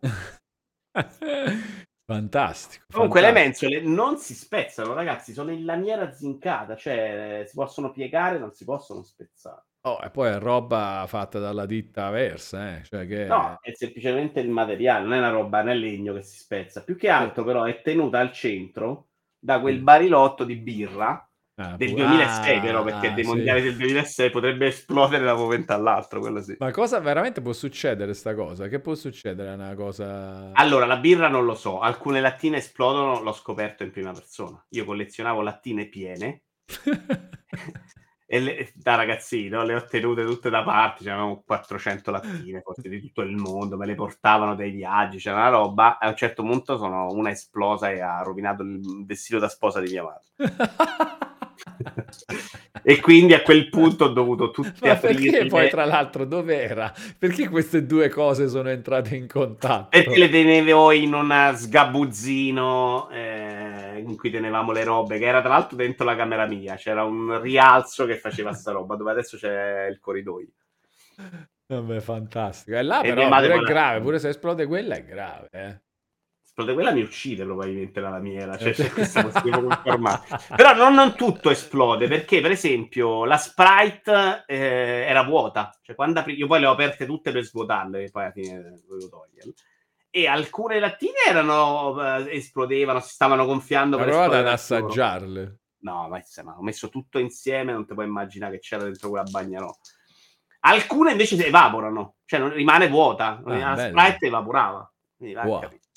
Fantastico, Comunque le fantastico. mensole non si spezzano, ragazzi, sono in lamiera zincata, cioè si possono piegare, non si possono spezzare. Oh, e poi è roba fatta dalla ditta Versa, eh? Cioè che... No, è semplicemente il materiale, non è una roba, non è legno che si spezza. Più che Sì, altro, però, è tenuta al centro da quel sì. barilotto di birra Ah, del pu- duemilasei, però, perché ah, dei sì. mondiali del duemilasei potrebbe esplodere da un momento all'altro, quello sì. Ma cosa veramente può succedere sta cosa? Che può succedere una cosa... Allora, la birra non lo so, alcune lattine esplodono, l'ho scoperto in prima persona. Io collezionavo lattine piene e le- da ragazzino le ho tenute tutte da parte, c'erano quattrocento lattine, forse di tutto il mondo, me le portavano dai viaggi, c'era una roba, a un certo punto sono una esplosa e ha rovinato il vestito da sposa di mia madre. E quindi a quel punto ho dovuto tutte Ma perché poi, aprirle. tra l'altro, dov'era? Perché queste due cose sono entrate in Perché contatto? le tenevo in un sgabuzzino eh, in cui tenevamo le robe, che era tra l'altro dentro la camera mia. C'era un rialzo che faceva sta roba, dove adesso c'è il corridoio. Vabbè, fantastico. E là E mia però madre pure è poi l'ha grave, pure se esplode quella è grave, eh. esplode quella, mi uccide probabilmente la lamiera, cioè Eh, c'è questa cosa devo confermare. Però non, non tutto esplode, perché per esempio la Sprite eh, era vuota, cioè quando apri- io poi le ho aperte tutte per svuotarle, e poi alla fine dovevo toglierle. E alcune lattine erano, eh, esplodevano, si stavano gonfiando Hai per provato ad esplodere anche loro. assaggiarle? No, ma insomma, ho messo tutto insieme, non ti puoi immaginare che c'era dentro quella bagna, no. Alcune invece si evaporano, cioè non rimane vuota, Ah, la bello. Sprite evaporava. Quindi vai a Wow. capire.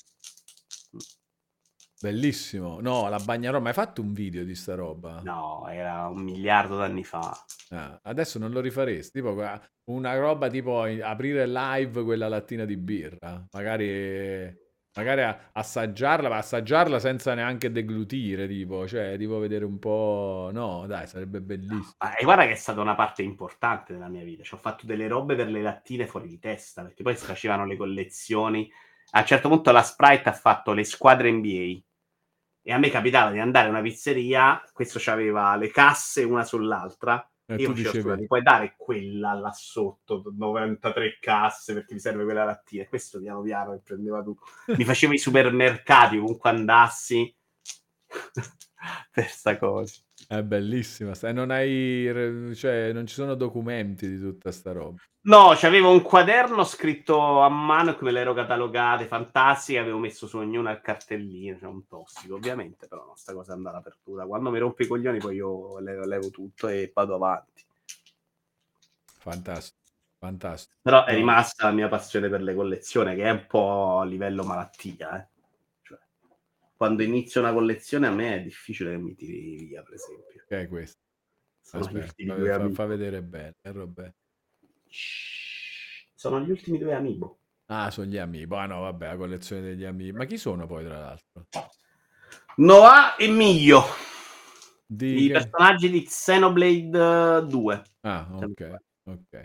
Bellissimo. No, la bagnaroba, ma hai fatto un video di sta roba? No, era un miliardo d'anni fa. Ah, adesso non lo rifaresti? Tipo qua- una roba tipo i- aprire live quella lattina di birra. Magari, magari a- assaggiarla, ma assaggiarla senza neanche deglutire, tipo, cioè, tipo vedere un po'... No, dai, sarebbe bellissimo. Ma- E guarda che è stata una parte importante della mia vita. Ci ho fatto delle robe per le lattine fuori di testa, perché poi si facevano le collezioni A un certo punto la Sprite ha fatto le squadre N B A e a me capitava di andare a una pizzeria, questo c'aveva le casse una sull'altra E e io tu facevo, scusa, dicevi, mi puoi dare quella là sotto, novantatré casse perché mi serve quella lattina, e questo piano piano che prendeva tutto. Mi facevo i supermercati ovunque andassi per sta cosa. è bellissima, sta- e non hai, re- cioè, non ci sono documenti di tutta sta roba. No, c'avevo un quaderno scritto a mano e come le ero catalogate, fantastiche, avevo messo su ognuna il cartellino, cioè un tossico, ovviamente, però no, sta cosa andava all'apertura. Quando mi rompo i coglioni poi io levo, levo tutto e vado avanti. Fantastico, fantastico. Però è No, rimasta la mia passione per le collezioni, che è un po' a livello malattia, eh. Cioè, quando inizio una collezione a me è difficile che mi tiri via, per esempio. che è questo? Sono gli Aspetta, ultimi fa, due fa- amiibo. fa vedere bene, è roba- Shhh. Sono gli ultimi due amiibo. Ah, sono gli amiibo. Ah no, vabbè, la collezione degli amiibo. Ma chi sono poi, tra l'altro? Noah e Miglio, Di i che? personaggi di Xenoblade due. Ah, ok, ok.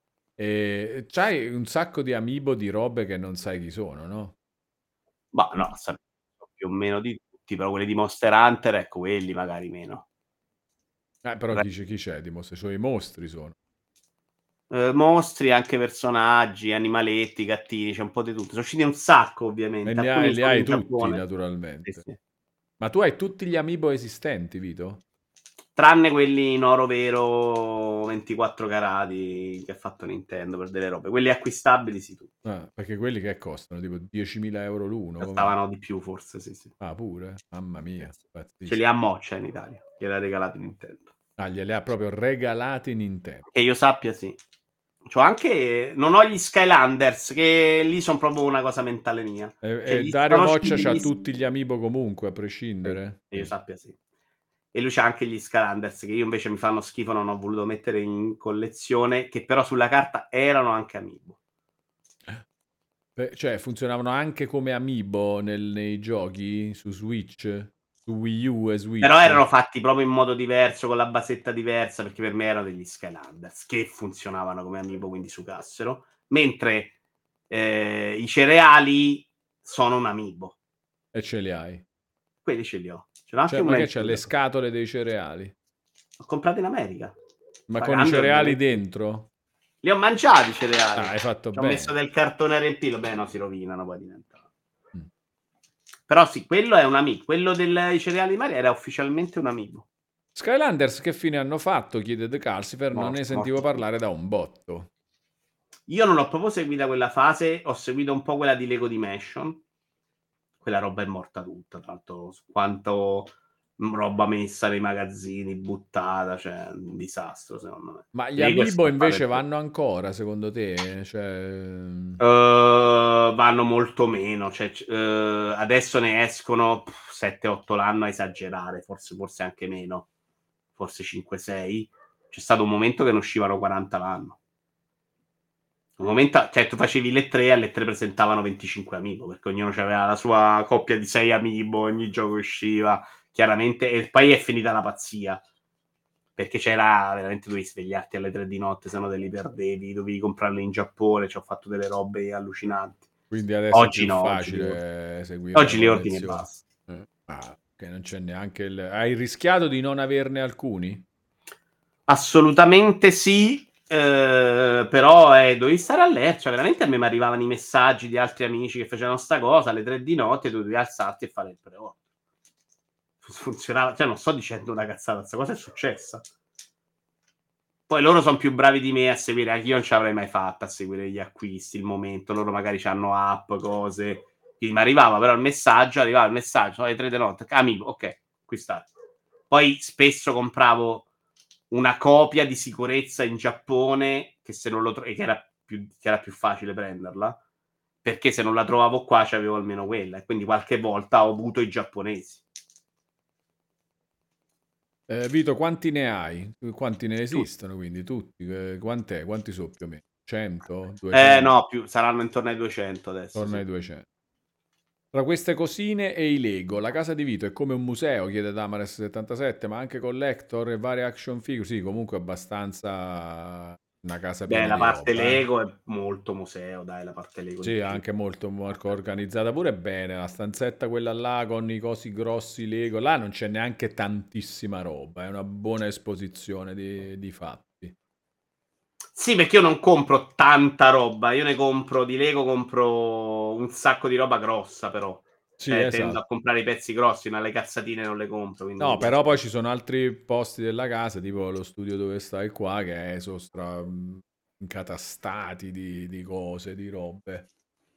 E c'hai un sacco di amiibo di robe che non sai chi sono, no? Ma no, sapevo più o meno di tutti, però quelli di Monster Hunter, ecco, quelli magari meno. Eh, però Re- dice chi c'è di mostri? Sono i mostri, sono. eh, mostri, anche personaggi, animaletti, gattini, c'è un po' di tutto. Sono usciti un sacco, E ovviamente. ne hai, Alcuni li sono hai in tutti, Giappone. Sì, naturalmente. sì. Ma tu hai tutti gli amiibo esistenti, Vito? Tranne quelli in oro vero ventiquattro carati che ha fatto Nintendo per delle robe. Quelli acquistabili, sì, tutti. Ah, perché quelli che costano? Tipo diecimila euro l'uno? Com'è? Costavano di più, forse, sì, sì. Ah, pure? Mamma mia, Ce pazzesco. li ha Moccia in Italia, gliel'ha regalato Nintendo. Ah, glieli ha proprio regalati Nintendo. Che io sappia, sì. C'ho anche. Non ho gli Skylanders, che lì sono proprio una cosa mentale mia. E, Cioè, e gli Dario sono Moccia usciti c'ha gli- tutti gli amiibo comunque, a Sì, prescindere? che io Mm. sappia, sì. E lui c'ha anche gli Skylanders, che io invece mi fanno schifo, non ho voluto mettere in collezione, che però sulla carta erano anche amiibo. Beh, cioè, funzionavano anche come amiibo nel- nei giochi su Switch? Su Wii U e Switch? Però erano fatti proprio in modo diverso, con la basetta diversa, perché per me erano degli Skylanders, che funzionavano come amiibo, quindi sucassero. Mentre eh, i cereali sono un amiibo. E ce li hai. Quelli ce li ho. Ce l'ho anche Cioè, ma una che in c'è? Le fuga. scatole dei cereali? L'ho comprato in America. Ma con i Pagando, cereali ovviamente. dentro? Li ho mangiati i cereali. Ah, hai fatto Ci ho bene. messo del cartone a riempirlo. Beh, no, si rovinano, poi diventano. Mm. Però sì, quello è un amiibo. Quello dei cereali di Maria era ufficialmente un amiibo. Skylanders che fine hanno fatto? Chiede The Calcifer, non Morto, ne sentivo morto. parlare da un botto. Io non ho proprio seguito quella fase, ho seguito un po' quella di Lego Dimension. Quella roba è morta tutta, tra l'altro, su quanto roba messa nei magazzini, buttata, cioè un disastro secondo me. Ma gli Lego è amiibo invece scappato vanno ancora, secondo te? Cioè... Uh, vanno molto meno, cioè, uh, adesso ne escono sette otto l'anno a esagerare, forse, forse anche meno, forse cinque sei. C'è stato un momento che ne uscivano quaranta l'anno. Un momento, cioè tu facevi le tre, alle tre presentavano venticinque amiibo, perché ognuno aveva la sua coppia di sei amiibo, ogni gioco usciva, chiaramente, e poi è finita la pazzia. Perché c'era veramente, dovevi svegliarti alle tre di notte, se no te li perdevi, dovevi comprarli in Giappone, ci ho fatto delle robe allucinanti. Quindi adesso Oggi è più no, oggi li ordini. facile seguire Oggi la li ordini e collezione. basta. Eh, ah, che non c'è neanche il... Hai rischiato di non averne alcuni? Assolutamente sì, eh, però eh, dovevi stare allerta, cioè veramente a me mi arrivavano i messaggi di altri amici che facevano sta cosa alle tre di notte, dovevi alzarti e fare il pre-order. Funzionava, cioè non sto dicendo una cazzata, questa cosa è successa. Poi loro sono più bravi di me a seguire, anche io non ce l'avrei mai fatta a seguire gli acquisti, il momento, loro magari hanno app, cose, quindi mi arrivava però il messaggio, arrivava il messaggio alle tre di notte, amico, ok, acquistato. Poi spesso compravo una copia di sicurezza in Giappone, che se non lo tro- e che era più, che era più facile prenderla, perché se non la trovavo qua c'avevo almeno quella, e quindi qualche volta ho avuto i giapponesi. Eh, Vito, quanti ne hai? Quanti ne Tutti. esistono quindi? Tutti? Eh, quant'è? Quanti sono più o meno? cento? Eh duecento? no, più, saranno intorno ai duecento adesso. Torna Sì. ai duecento. Tra queste cosine e i Lego, la casa di Vito è come un museo, chiede Damares settantasette, ma anche collector e varie action figure. Sì, comunque abbastanza una casa Beh, piena la di parte roba, eh. Lego è molto museo, dai, la parte Lego di Sì, Plinko. anche molto, molto organizzata pure bene. La stanzetta quella là con i cosi grossi Lego, là non c'è neanche tantissima roba, è una buona esposizione di, di fatti. Sì, perché io non compro tanta roba, io ne compro di Lego, compro un sacco di roba grossa però. Sì, Cioè, tendo esatto. a comprare i pezzi grossi, ma le cazzatine non le compro, quindi No, mi però piace. poi ci sono altri posti della casa, tipo lo studio dove stai qua, che sono stra... incatastati di, di cose, di robe.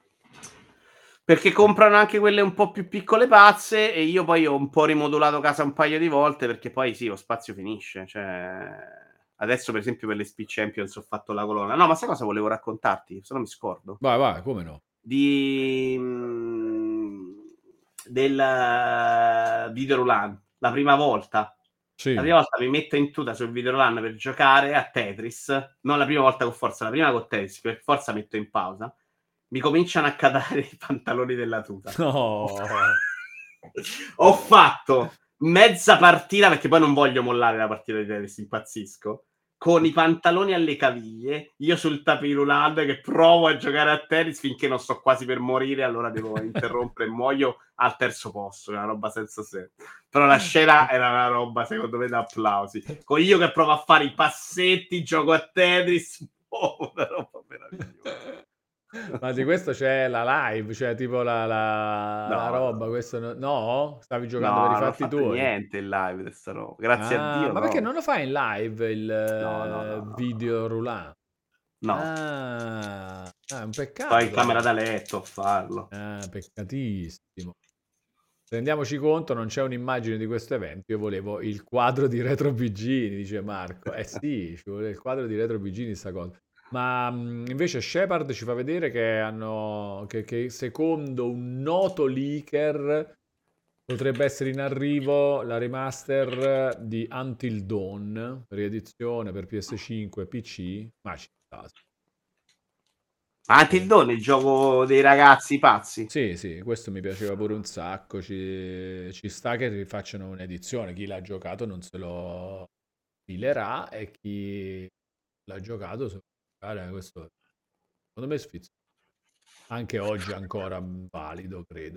Perché comprano anche quelle un po' più piccole pazze e io poi ho un po' rimodulato casa un paio di volte perché poi sì, lo spazio finisce. Cioè, adesso per esempio per le Speed Champions ho fatto la colonna. No, ma sai cosa volevo raccontarti? Se no mi scordo. Vai, vai, come no? Di... mm, del eh, Videorulan. La prima volta. La Sì. prima volta mi metto in tuta sul Videorulan per giocare a Tetris. Non la prima volta con Forza, la prima con Tetris, per forza metto in pausa. Mi cominciano a cadere i pantaloni della tuta. Ho, No. ho fatto mezza partita, perché poi non voglio mollare la partita di Tetris, impazzisco. Con i pantaloni alle caviglie, io sul tapirulan che provo a giocare a tennis finché non sto quasi per morire, allora devo interrompere e muoio al terzo posto, è una roba senza senso. Però la scena era una roba, secondo me, da applausi. Con io che provo a fare i passetti, gioco a Tetris, oh, una roba meravigliosa. Ma di questo c'è la live, cioè tipo la, la- la No, no, roba, no. questo no? No? Stavi giocando per i No, non ho fatti fatto tuoi? niente in live di sta roba. Grazie a Ah, Dio, ma perché no. non lo fai in live il No, no, no, eh, no, no. video roulant? No. Ah, ah, è un Sto in camera peccato. da letto a farlo. Ah, peccatissimo. Rendiamoci conto, non c'è un'immagine di questo evento. Io volevo il quadro di Retro Bigini, dice Marco. Eh sì, ci vuole il quadro di Retro Bigini, sta cosa. Ma mh, invece Shepard ci fa vedere che hanno che, che secondo un noto leaker potrebbe essere in arrivo la remaster di Until Dawn, riedizione per P S cinque e P C. Ma ci sta. Until Sì. Dawn, il gioco dei ragazzi pazzi. Sì, sì, questo mi piaceva pure un sacco. Ci, ci sta che rifacciano un'edizione. Chi l'ha giocato non se lo filerà e chi l'ha giocato se lo giocare. Questo secondo me è sfizio. Anche oggi è ancora valido, credo.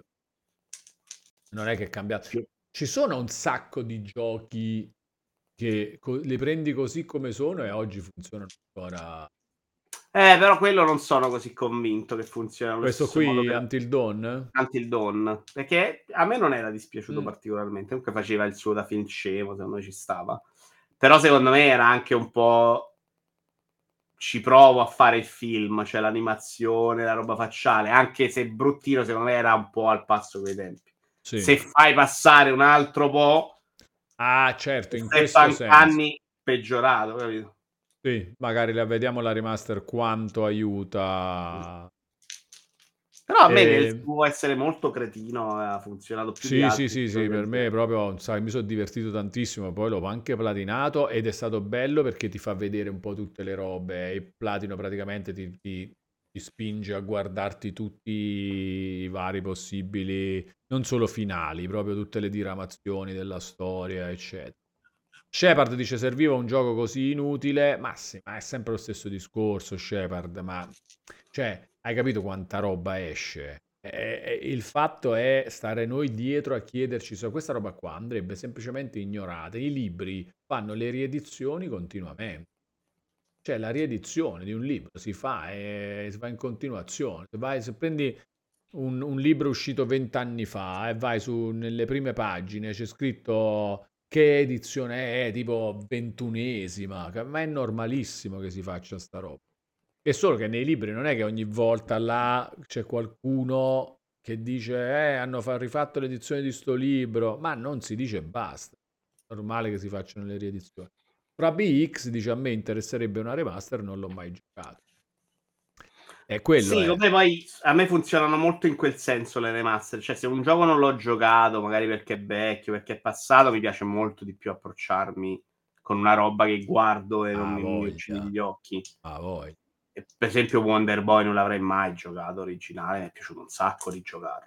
Non è che è cambiato. Ci sono un sacco di giochi che co- li prendi così come sono e oggi funzionano ancora. Eh, però quello non sono così convinto che funzioni allo Questo stesso modo qui, per Until Dawn? Until Dawn. Perché a me non era dispiaciuto Mm, particolarmente. Comunque faceva il suo da film scemo, secondo me ci stava. Però secondo me era anche un po'... Ci provo a fare il film, cioè l'animazione, la roba facciale. Anche se bruttino, secondo me era un po' al passo coi tempi. sì. Se fai passare un altro po'... Ah, certo, in Effetto questo anche senso. anni peggiorato, capito? Sì, magari la vediamo la remaster quanto aiuta. Però a me nel E... suo essere molto cretino ha funzionato più di Sì, sì, altri sì, sì, giochi per del me genere. proprio, sai, mi sono divertito tantissimo, poi l'ho anche platinato ed è stato bello perché ti fa vedere un po' tutte le robe, il platino praticamente ti, ti- ti spinge a guardarti tutti i vari possibili, non solo finali, proprio tutte le diramazioni della storia, eccetera. Shepard dice serviva un gioco così inutile, ma sì, ma è sempre lo stesso discorso, Shepard, ma cioè, hai capito quanta roba esce? E- e- il fatto è stare noi dietro a chiederci se questa roba qua andrebbe semplicemente ignorata. I libri fanno le riedizioni continuamente. Cioè, la riedizione di un libro si fa e si fa in continuazione. Se, vai, se prendi un, un libro uscito vent'anni fa e vai su, nelle prime pagine, c'è scritto che edizione è, tipo ventunesima, che- ma è normalissimo che si faccia sta roba. È solo che nei libri non è che ogni volta là c'è qualcuno che dice eh, hanno fa- rifatto l'edizione di sto libro, ma non si dice basta. È normale che si facciano le riedizioni. Fra B X dice a me interesserebbe una remaster, non l'ho mai giocato. E quello Sì, è. come poi a me funzionano molto in quel senso le remaster. Cioè, se un gioco non l'ho giocato, magari perché è vecchio, perché è passato, mi piace molto di più approcciarmi con una roba che guardo e non Ah, mi, mi uccidi voglia, gli occhi. ah, voglia. E, per esempio, Wonder Boy non l'avrei mai giocato originale, mi è piaciuto un sacco di giocarlo.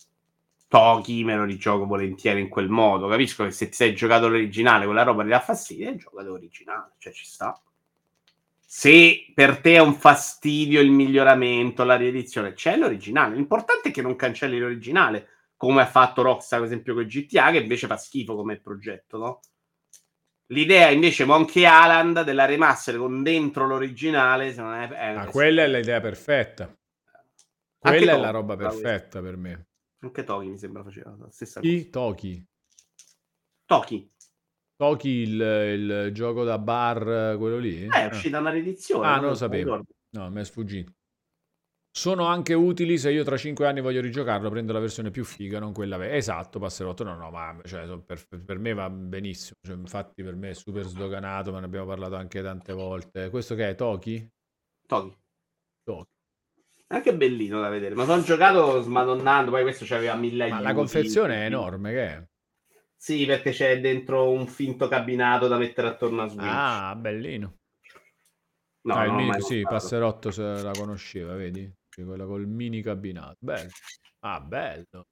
Toki me lo rigioco volentieri in quel modo. Capisco che se ti sei giocato l'originale, quella roba ti dà fastidio, e gioca l'originale, cioè ci sta. Se per te è un fastidio il miglioramento, la riedizione, c'è l'originale. L'importante è che non cancelli l'originale, come ha fatto Rockstar, per esempio, con G T A, che invece fa schifo come progetto, no? L'idea invece Monkey Island della remaster con dentro l'originale, se non è, è Ah, è quella è schifo. l'idea perfetta. Anche Quella è Toki la roba faceva questo. perfetta per me. Anche Toki mi sembra faceva la stessa cosa. Chi? Toki. Toki. Toki il, il gioco da bar, quello lì? Eh, è Ah, uscita una riedizione, Ah, no? non lo Non me lo sapevo. ricordo. No, mi è sfuggito. Sono anche utili se io tra cinque anni voglio rigiocarlo, prendo la versione più figa, non quella vecchia. Esatto, passerotto. No, no, ma cioè, so- per, per me va benissimo. Cioè, infatti per me è super sdoganato, ma ne abbiamo parlato anche tante volte. Questo che è? Toki? Toki. Toki. È anche bellino da vedere, ma sono giocato smadonnando, poi questo c'aveva mille Ma la aiuti. confezione è enorme, che è? Sì, perché c'è dentro un finto cabinato da mettere attorno a Switch. Ah, bellino. No, Ah, il non l'ho mini, mai sì, comprato. Passerotto se la conosceva, vedi? Sì, quella col mini cabinato. Bello. Ah, bello.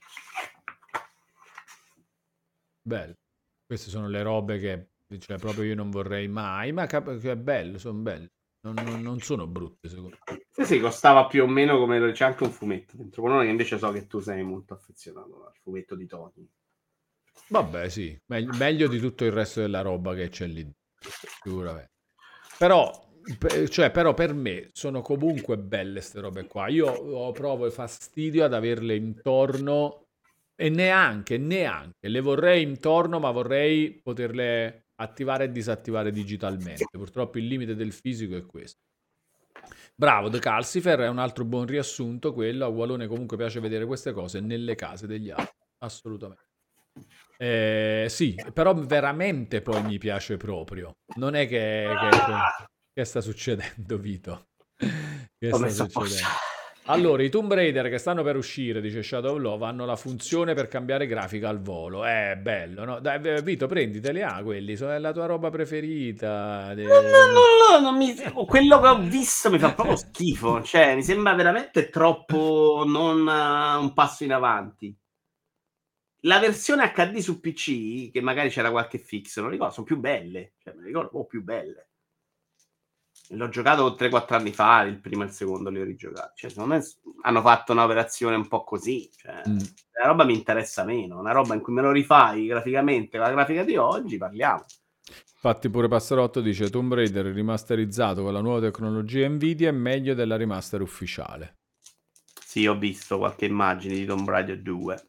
Bello. Queste sono le robe che cioè, proprio io non vorrei mai, ma cap- che è bello, sono belle. Non, non- non sono brutte, secondo me. Sì, sì, costava più o meno come... C'è anche un fumetto dentro, quello che invece so che tu sei molto affezionato al fumetto di Tony. Vabbè, sì, Meg- meglio di tutto il resto della roba che c'è lì, sicuramente. Però, pe- cioè, però per me sono comunque belle queste robe qua. Io ho- provo fastidio ad averle intorno e neanche, neanche le vorrei intorno, ma vorrei poterle attivare e disattivare digitalmente. Purtroppo il limite del fisico è questo. Bravo, The Calcifer è un altro buon riassunto, quello. A Walone comunque piace vedere queste cose nelle case degli altri. Assolutamente. Eh, sì, però veramente poi mi piace proprio. Non è che, che- che- che sta succedendo, Vito? Che Ho sta messo a posto. succedendo? Allora, i Tomb Raider che stanno per uscire, dice Shadow of Love, hanno la funzione per cambiare grafica al volo. È bello, no? Dai, v- Vito, prenditeli, ah, quelli, sono la tua roba preferita. No, de- no, no, no, non mi... quello che ho visto mi fa proprio schifo. Cioè, mi sembra veramente troppo non eh, un passo in avanti. La versione acca di su P C, che magari c'era qualche fix, non ricordo, sono più belle. Cioè, mi ricordo un po' più belle. L'ho giocato tre quattro anni fa, il primo e il secondo li ho rigiocati. Cioè, secondo me s- hanno fatto un'operazione un po' così. Cioè, Mm. la roba mi interessa meno. Una roba in cui me lo rifai graficamente con la grafica di oggi, parliamo. Infatti pure Passerotto dice Tomb Raider rimasterizzato con la nuova tecnologia Nvidia è meglio della remaster ufficiale. Sì, ho visto qualche immagine di Tomb Raider due.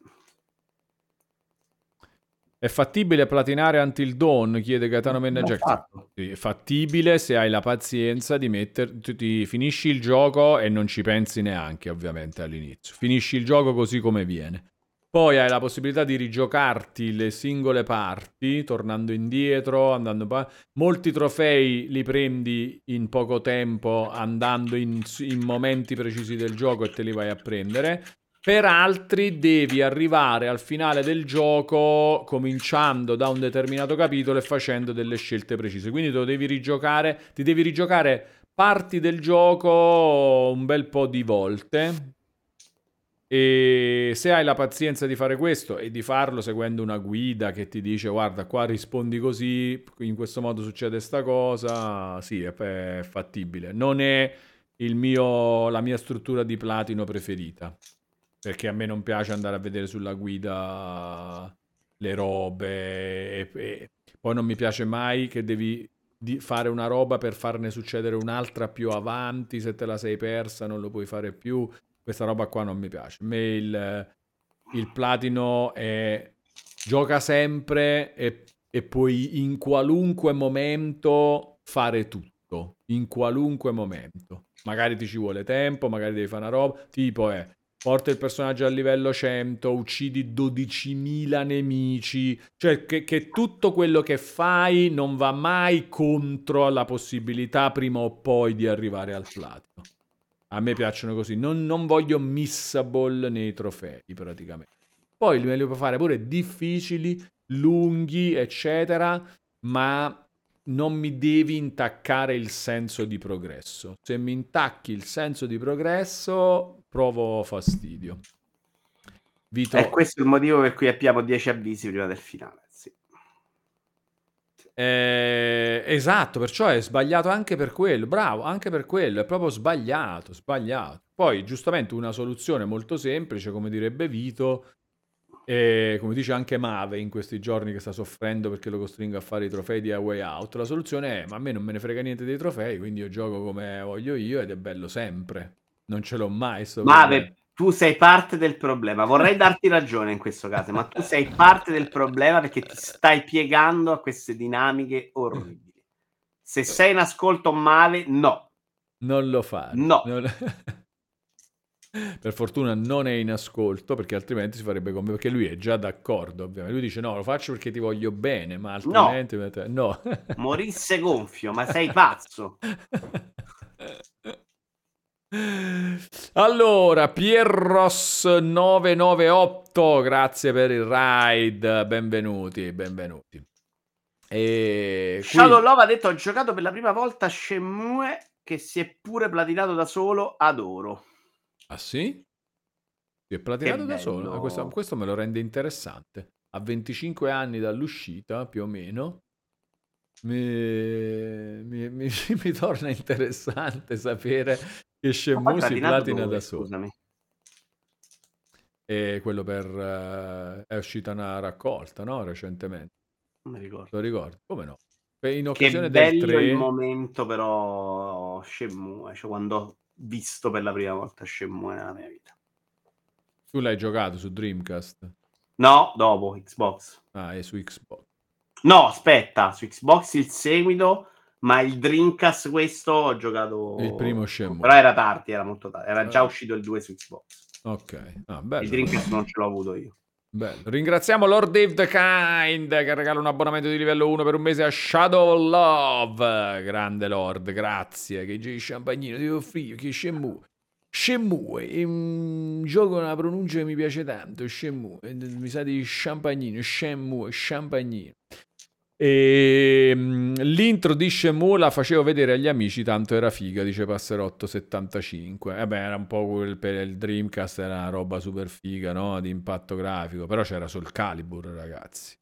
È fattibile platinare Until Dawn? Chiede Gaetano Menna L'ho Jack. fatto. Sì, è fattibile se hai la pazienza di mettere... Tu ti finisci il gioco e non ci pensi neanche, ovviamente, all'inizio. Finisci il gioco così come viene. Poi hai la possibilità di rigiocarti le singole parti, tornando indietro, andando... pa- Molti trofei li prendi in poco tempo, andando in, in momenti precisi del gioco e te li vai a prendere. Per altri devi arrivare al finale del gioco cominciando da un determinato capitolo e facendo delle scelte precise. Quindi te lo devi rigiocare, ti devi rigiocare parti del gioco un bel po' di volte. E se hai la pazienza di fare questo e di farlo seguendo una guida che ti dice guarda qua rispondi così, in questo modo succede sta cosa, sì, è, è fattibile. Non è il mio, la mia struttura di platino preferita, perché a me non piace andare a vedere sulla guida le robe e, e poi non mi piace mai che devi di fare una roba per farne succedere un'altra più avanti, se te la sei persa non lo puoi fare più. Questa roba qua non mi piace. A me il, il platino è gioca sempre e, e puoi in qualunque momento fare tutto. In qualunque momento. Magari ti ci vuole tempo, magari devi fare una roba. Tipo è porta il personaggio al livello cento, uccidi dodicimila nemici. Cioè che, che tutto quello che fai non va mai contro la possibilità prima o poi di arrivare al platino. A me piacciono così, non, non voglio missable nei trofei praticamente. Poi me li puoi fare pure difficili, lunghi, eccetera, ma non mi devi intaccare il senso di progresso. Se mi intacchi il senso di progresso, provo fastidio. Vito, E questo è il motivo per cui abbiamo dieci avvisi prima del finale. Sì. Eh, esatto, perciò è sbagliato anche per quello, bravo, anche per quello, è proprio sbagliato, sbagliato. Poi, giustamente, una soluzione molto semplice, come direbbe Vito, e come dice anche Mave in questi giorni che sta soffrendo perché lo costringo a fare i trofei di A Way Out, la soluzione è, ma a me non me ne frega niente dei trofei, quindi io gioco come voglio io ed è bello sempre. Non ce l'ho mai sto problema. Mave, tu sei parte del problema. Vorrei darti ragione in questo caso, ma tu sei parte del problema perché ti stai piegando a queste dinamiche orribili. Se sei in ascolto Mave, no. Non lo fare. No. Non... Per fortuna non è in ascolto, perché altrimenti si farebbe come... Perché lui è già d'accordo, ovviamente. Lui dice no, lo faccio perché ti voglio bene, ma altrimenti... No. no. Morisse gonfio, ma sei pazzo. Allora, Pierros nove nove otto, grazie per il ride, benvenuti, benvenuti. E Shadow qui... Love ha detto ho giocato per la prima volta Shenmue che si è pure platinato da solo, adoro. Ah sì? Si è platinato da solo? Ah, questo, questo me lo rende interessante. A venticinque anni dall'uscita, più o meno, mi, mi, mi, mi torna interessante sapere che Shenmue si platina dove, da solo. Scusami. E quello per... Uh, è uscita una raccolta, no? Recentemente. Non mi ricordo. Lo ricordo, come no? In occasione che bello del tre... il momento però Shenmue, cioè quando ho visto per la prima volta Shenmue nella mia vita. Tu l'hai giocato su Dreamcast? No, dopo Xbox. Ah, è su Xbox. No, aspetta, su Xbox il seguito, ma il Dreamcast questo ho giocato... Il primo Shenmue. Però era tardi, era molto tardi. Era già uscito il due su Xbox. Ok, ah, bello. Il Dreamcast non ce l'ho avuto io. Bello. Ringraziamo Lord Dave the Kind che regala un abbonamento di livello uno per un mese a Shadow Love. Grande Lord, grazie. Che giochi champagnino, ti offro che Shenmue. Shenmue è un gioco con una pronuncia che mi piace tanto. Shenmue, mi sa di champagnino. Shenmue, champagnino. E l'intro di Shenmue la facevo vedere agli amici, tanto era figa, dice Passerotto settantacinque. E beh, era un po' quel per il Dreamcast, era una roba super figa, no? Di impatto grafico, però c'era Soul Calibur, ragazzi.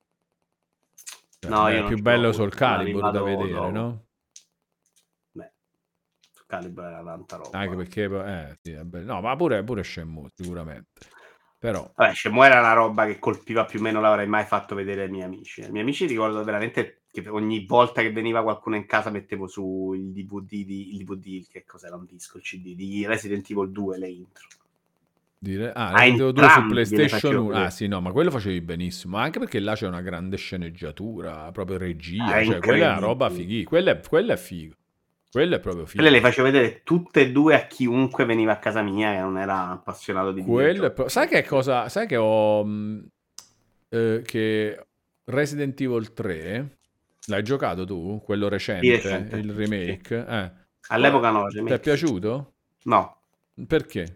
Cioè, no, beh, io è più bello Soul Calibur da vedere, dopo. no? Beh, Soul Calibur era tanta roba. Anche perché, eh, sì, vabbè. No, ma pure, pure Shenmue, sicuramente. Però... Vabbè, Shenmue era una roba che colpiva più o meno, l'avrei mai fatto vedere ai miei amici. Ai miei amici ricordo veramente che ogni volta che veniva qualcuno in casa mettevo su il D V D, di, il D V D, che cos'era un disco, il C D di Resident Evil due, le intro. Dire, ah, Resident Evil due su PlayStation uno. Ah sì, no, ma quello facevi benissimo, anche perché là c'è una grande sceneggiatura, proprio regia, ah, cioè quella è una roba fighi, quella è, quella è figo. Quello è proprio figo. Quelle le facevo vedere tutte e due a chiunque veniva a casa mia e non era appassionato di quello pro... Sai che cosa? Sai che ho... Mh, eh, che Resident Evil tre... L'hai giocato tu? Quello recente? recente il remake? Sì. Eh. All'epoca no. Ti è piaciuto? No. Perché?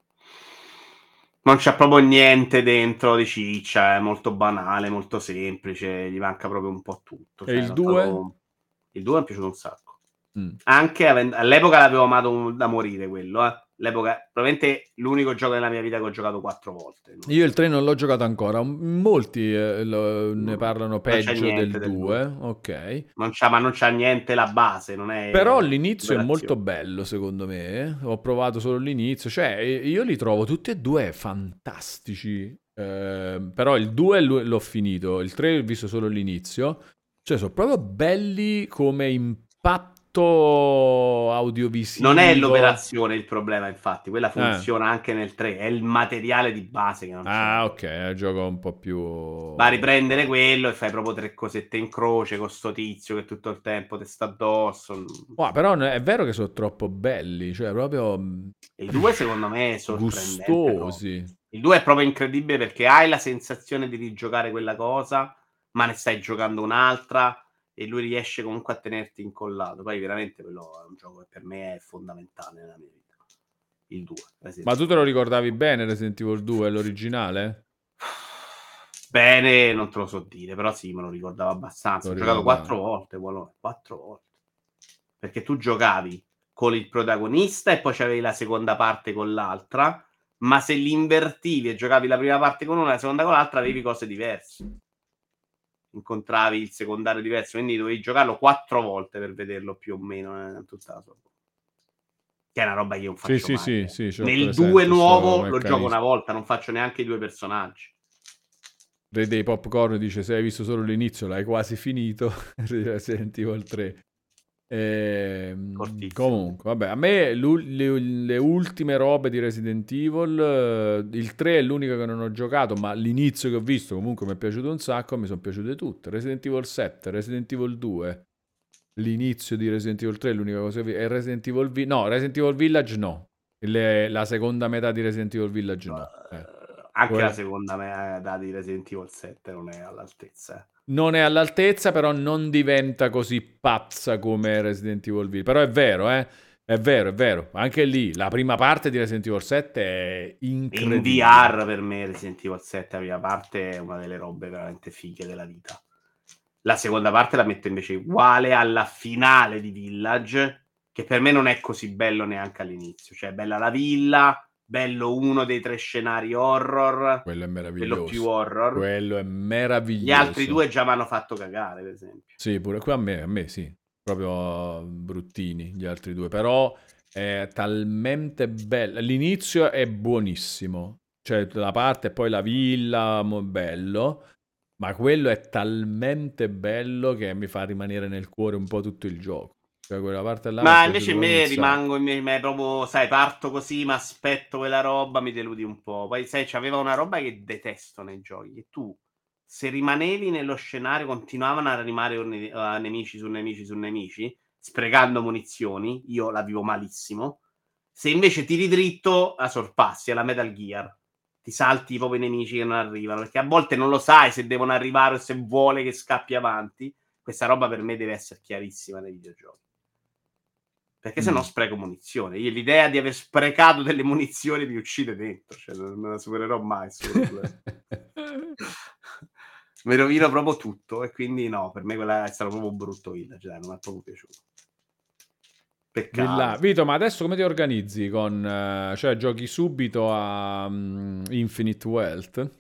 Non c'è proprio niente dentro di ciccia, è molto banale, molto semplice, gli manca proprio un po' tutto. E cioè, il due? Proprio... Il due mi è piaciuto un sacco. Mm. Anche avendo... all'epoca l'avevo amato da morire quello, eh. All'epoca probabilmente l'unico gioco della mia vita che ho giocato quattro volte. No? Io il tre non l'ho giocato ancora, molti eh, lo, ne no, parlano peggio del, del due, due. Ok. Non c'ha, ma non c'ha niente la base, non è... Però l'inizio è molto bello secondo me, ho provato solo l'inizio, cioè io li trovo tutti e due fantastici, eh, però il due l'ho finito, il tre ho visto solo l'inizio, cioè sono proprio belli come impatto audiovisivo. Non è l'operazione il problema, infatti, quella funziona eh. anche nel tre, è il materiale di base che non c'è. Ah, ok, è un gioco un po' più... Va a riprendere quello e fai proprio tre cosette in croce con sto tizio che tutto il tempo ti sta addosso. Oh, però è vero che sono troppo belli, cioè proprio... Il due secondo me è sorprendente. Gustosi. No? Il due è proprio incredibile perché hai la sensazione di rigiocare quella cosa, ma ne stai giocando un'altra e lui riesce comunque a tenerti incollato. Poi veramente quello è un gioco che per me è fondamentale nella mia vita. Il due. Ma tu te lo ricordavi bene Resident Evil due, l'originale? Bene, non te lo so dire, però sì, me lo ricordavo abbastanza. Ho giocato quattro volte, quattro volte. Perché tu giocavi con il protagonista e poi c'avevi la seconda parte con l'altra, ma se li invertivi e giocavi la prima parte con una e la seconda con l'altra avevi cose diverse. incontravi il secondario diverso, quindi dovevi giocarlo quattro volte per vederlo più o meno eh, tutta la sua. Che è una roba che io non faccio Sì, sì, mai. sì, eh. sì, c'ho Nel presente due sto nuovo lo meccanismo. gioco una volta, non faccio neanche i due personaggi. Re dei Popcorn dice: se hai visto solo l'inizio, l'hai quasi finito. Resident Evil tre. Ehm, Cortissimo. comunque, vabbè, a me l'u- le, le ultime robe di Resident Evil, eh, il tre è l'unica che non ho giocato, ma l'inizio che ho visto comunque mi è piaciuto un sacco, mi sono piaciute tutte. Resident Evil sette, Resident Evil due, l'inizio di Resident Evil tre è l'unica cosa che ho visto. E Resident Evil Vi- no, Resident Evil Village no. Le- la seconda metà di Resident Evil Village no. Eh. Anche Que- la seconda metà di Resident Evil sette non è all'altezza. eh. Non è all'altezza, però non diventa così pazza come Resident Evil Village. Però è vero, eh. È vero, è vero. Anche lì, la prima parte di Resident Evil sette è incredibile. In V R per me Resident Evil sette, la prima parte, è una delle robe veramente fighe della vita. La seconda parte la metto invece uguale alla finale di Village, che per me non è così bello neanche all'inizio. Cioè, bella la villa, bello uno dei tre scenari horror, Quello è quello meraviglioso. più horror. Quello è meraviglioso. Gli altri due già mi hanno fatto cagare, per esempio. Sì, pure qui a me, a me sì. Proprio bruttini gli altri due. Però è talmente bello. L'inizio è buonissimo. Cioè, la parte e poi la villa, mo- bello. Ma quello è talmente bello che mi fa rimanere nel cuore un po' tutto il gioco. Cioè, quella parte là mi è Ma piaciuta invece proprio me un sacco. rimango, me, me proprio, sai, parto così, mi aspetto quella roba, mi deludi un po'. Poi, sai, c'aveva una roba che detesto nei giochi, che tu, se rimanevi nello scenario, continuavano a rimane uh, nemici su nemici su nemici, sprecando munizioni, io la vivo malissimo. Se invece tiri dritto, la sorpassi, è la Metal Gear. Ti salti proprio i nemici che non arrivano, perché a volte non lo sai se devono arrivare o se vuole che scappi avanti. Questa roba per me deve essere chiarissima nei videogiochi. Perché se no Mm. spreco munizioni. Io l'idea di aver sprecato delle munizioni mi uccide dentro. Cioè, non me la supererò mai. Mi rovino proprio tutto. E quindi no, per me quella è stato proprio un brutto Village. Dai, non mi è proprio piaciuto. Peccato. Villa- Vito, ma adesso come ti organizzi con... eh, cioè, giochi subito a mm, Infinite Wealth?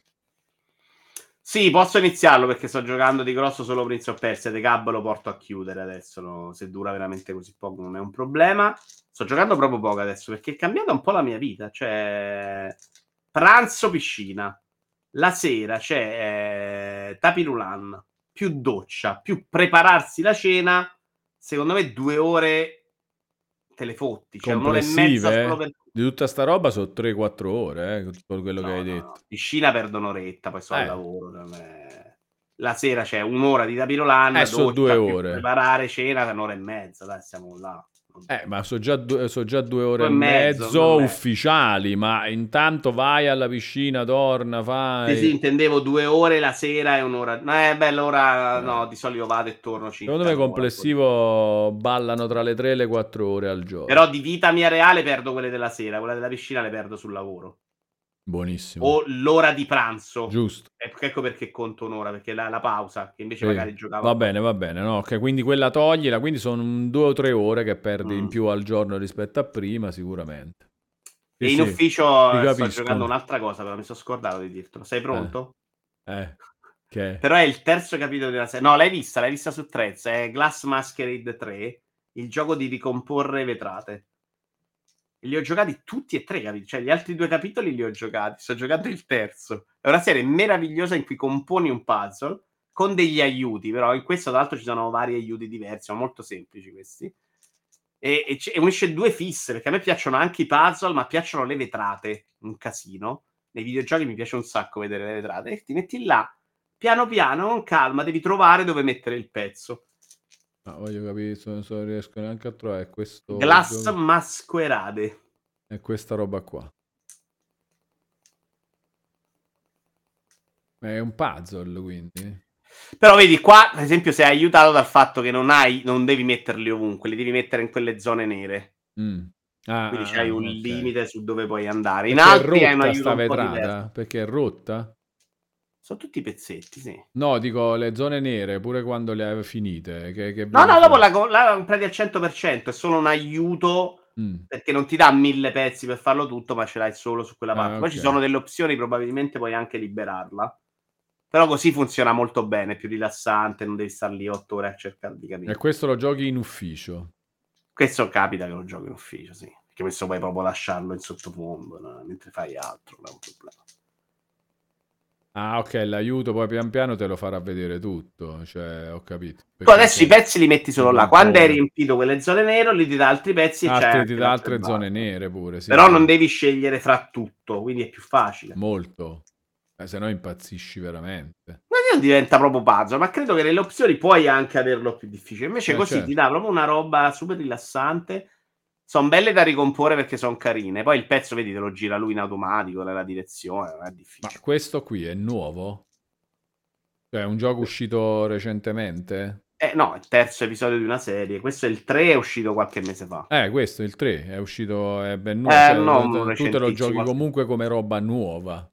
Sì, posso iniziarlo perché sto giocando di grosso solo Prince of Persia. The Cab lo porto a chiudere adesso. No? Se dura veramente così poco non è un problema. Sto giocando proprio poco adesso perché è cambiata un po' la mia vita. Cioè, pranzo, piscina. La sera c'è eh, tapirulan, più doccia, più prepararsi la cena. Secondo me due ore te le fotti. Cioè un'ora e mezza Complessive, solo eh? per... Di tutta sta roba sono tre quattro ore, eh, tutto quello No, che hai no, detto. no. Piscina perdo un'oretta, poi sto al Eh, lavoro. non è- La sera c'è un'ora di tapirulan, eh sono due doccia, più ore. preparare cena, un'ora e mezza. Dai, siamo là. Eh, ma sono già, due, so già due ore Due e e mezzo, mezzo non è- ufficiali, ma intanto vai alla piscina, torna, Sì, fai... sì, intendevo due ore la sera e un'ora. No, eh, beh, l'ora no, Eh. di solito vado e torno circa Secondo me un'ora, complessivo ballano tra le tre e le quattro ore al giorno. Però di vita mia reale perdo quelle della sera, quella della piscina le perdo sul lavoro. Buonissimo. O l'ora di pranzo. Giusto. Ecco, ecco perché conto un'ora, perché la, la pausa, che invece Sì. magari giocavo. Va bene, va bene. No, ok, quindi quella toglila, quindi sono due o tre ore che perdi Mm. in più al giorno rispetto a prima, sicuramente. Sì, E in sì, ufficio ti eh, sto capisco. giocando un'altra cosa, però mi sono scordato di dirtelo. Sei pronto? Eh, che... Però è il terzo capitolo della serie. No, l'hai vista, l'hai vista su Threads. È Glass Masquerade tre, il gioco di ricomporre vetrate. E li ho giocati tutti e tre, capito? Cioè, gli altri due capitoli li ho giocati. Sto giocando il terzo. È una serie meravigliosa in cui componi un puzzle con degli aiuti, però in questo, tra l'altro, ci sono vari aiuti diversi, sono molto semplici questi. E, e, e unisce due fisse, perché a me piacciono anche i puzzle, ma piacciono le vetrate. Un casino. Nei videogiochi mi piace un sacco vedere le vetrate. E ti metti là, piano piano, con calma, devi trovare dove mettere il pezzo. No, voglio capire, se non so, riesco neanche a trovare questo Glass gioco. Masquerade. È questa roba qua. È un puzzle, quindi. Però vedi qua, per esempio, sei aiutato dal fatto che non hai, non devi metterli ovunque, li devi mettere in quelle zone nere. Mm. Ah, Quindi ah, c'hai ah, un ok. limite su dove puoi andare. In Perché è altri hai un rotta aiuto sta un po' vetrata? diverso. Perché è rotta? Sono tutti pezzetti, sì. No, dico le zone nere, pure quando le hai finite. Che, che No, viene no, dopo fuori. la, la comprati al cento per cento, è solo un aiuto, Mm. perché non ti dà mille pezzi per farlo tutto, ma ce l'hai solo su quella parte. Ah, Poi ok. ci sono delle opzioni, probabilmente puoi anche liberarla. Però così funziona molto bene, è più rilassante, non devi stare lì otto ore a cercare di capire. E questo lo giochi in ufficio? Questo capita che lo giochi in ufficio, sì. Perché questo puoi proprio lasciarlo in sottofondo, no? Mentre fai altro, non è un problema. Ah, ok, l'aiuto poi pian piano te lo farà vedere tutto, cioè, ho capito. Tu adesso i pezzi li metti solo là. Quando hai controlla. riempito quelle zone nere, li ti dà altri pezzi e c'è Altri, anche ti dà l'altra altre zone barra. nere pure, sì. Però sì. non devi scegliere fra tutto, quindi è più facile. Molto. Eh, se no impazzisci veramente. Ma non diventa proprio puzzle, ma credo che nelle opzioni puoi anche averlo più difficile. Invece Eh, così certo. ti dà proprio una roba super rilassante. Sono belle da ricomporre perché sono carine. Poi il pezzo, vedi, te lo gira lui in automatico nella direzione, non è Ma difficile. questo qui è nuovo? Cioè, è un gioco uscito recentemente? Eh no, il terzo episodio di una serie. Questo è il tre, è uscito qualche mese fa. Eh, questo è il tre, è uscito, è ben nuovo. Eh, Cioè, non tu te lo recentissimo. giochi qualche- comunque come roba nuova.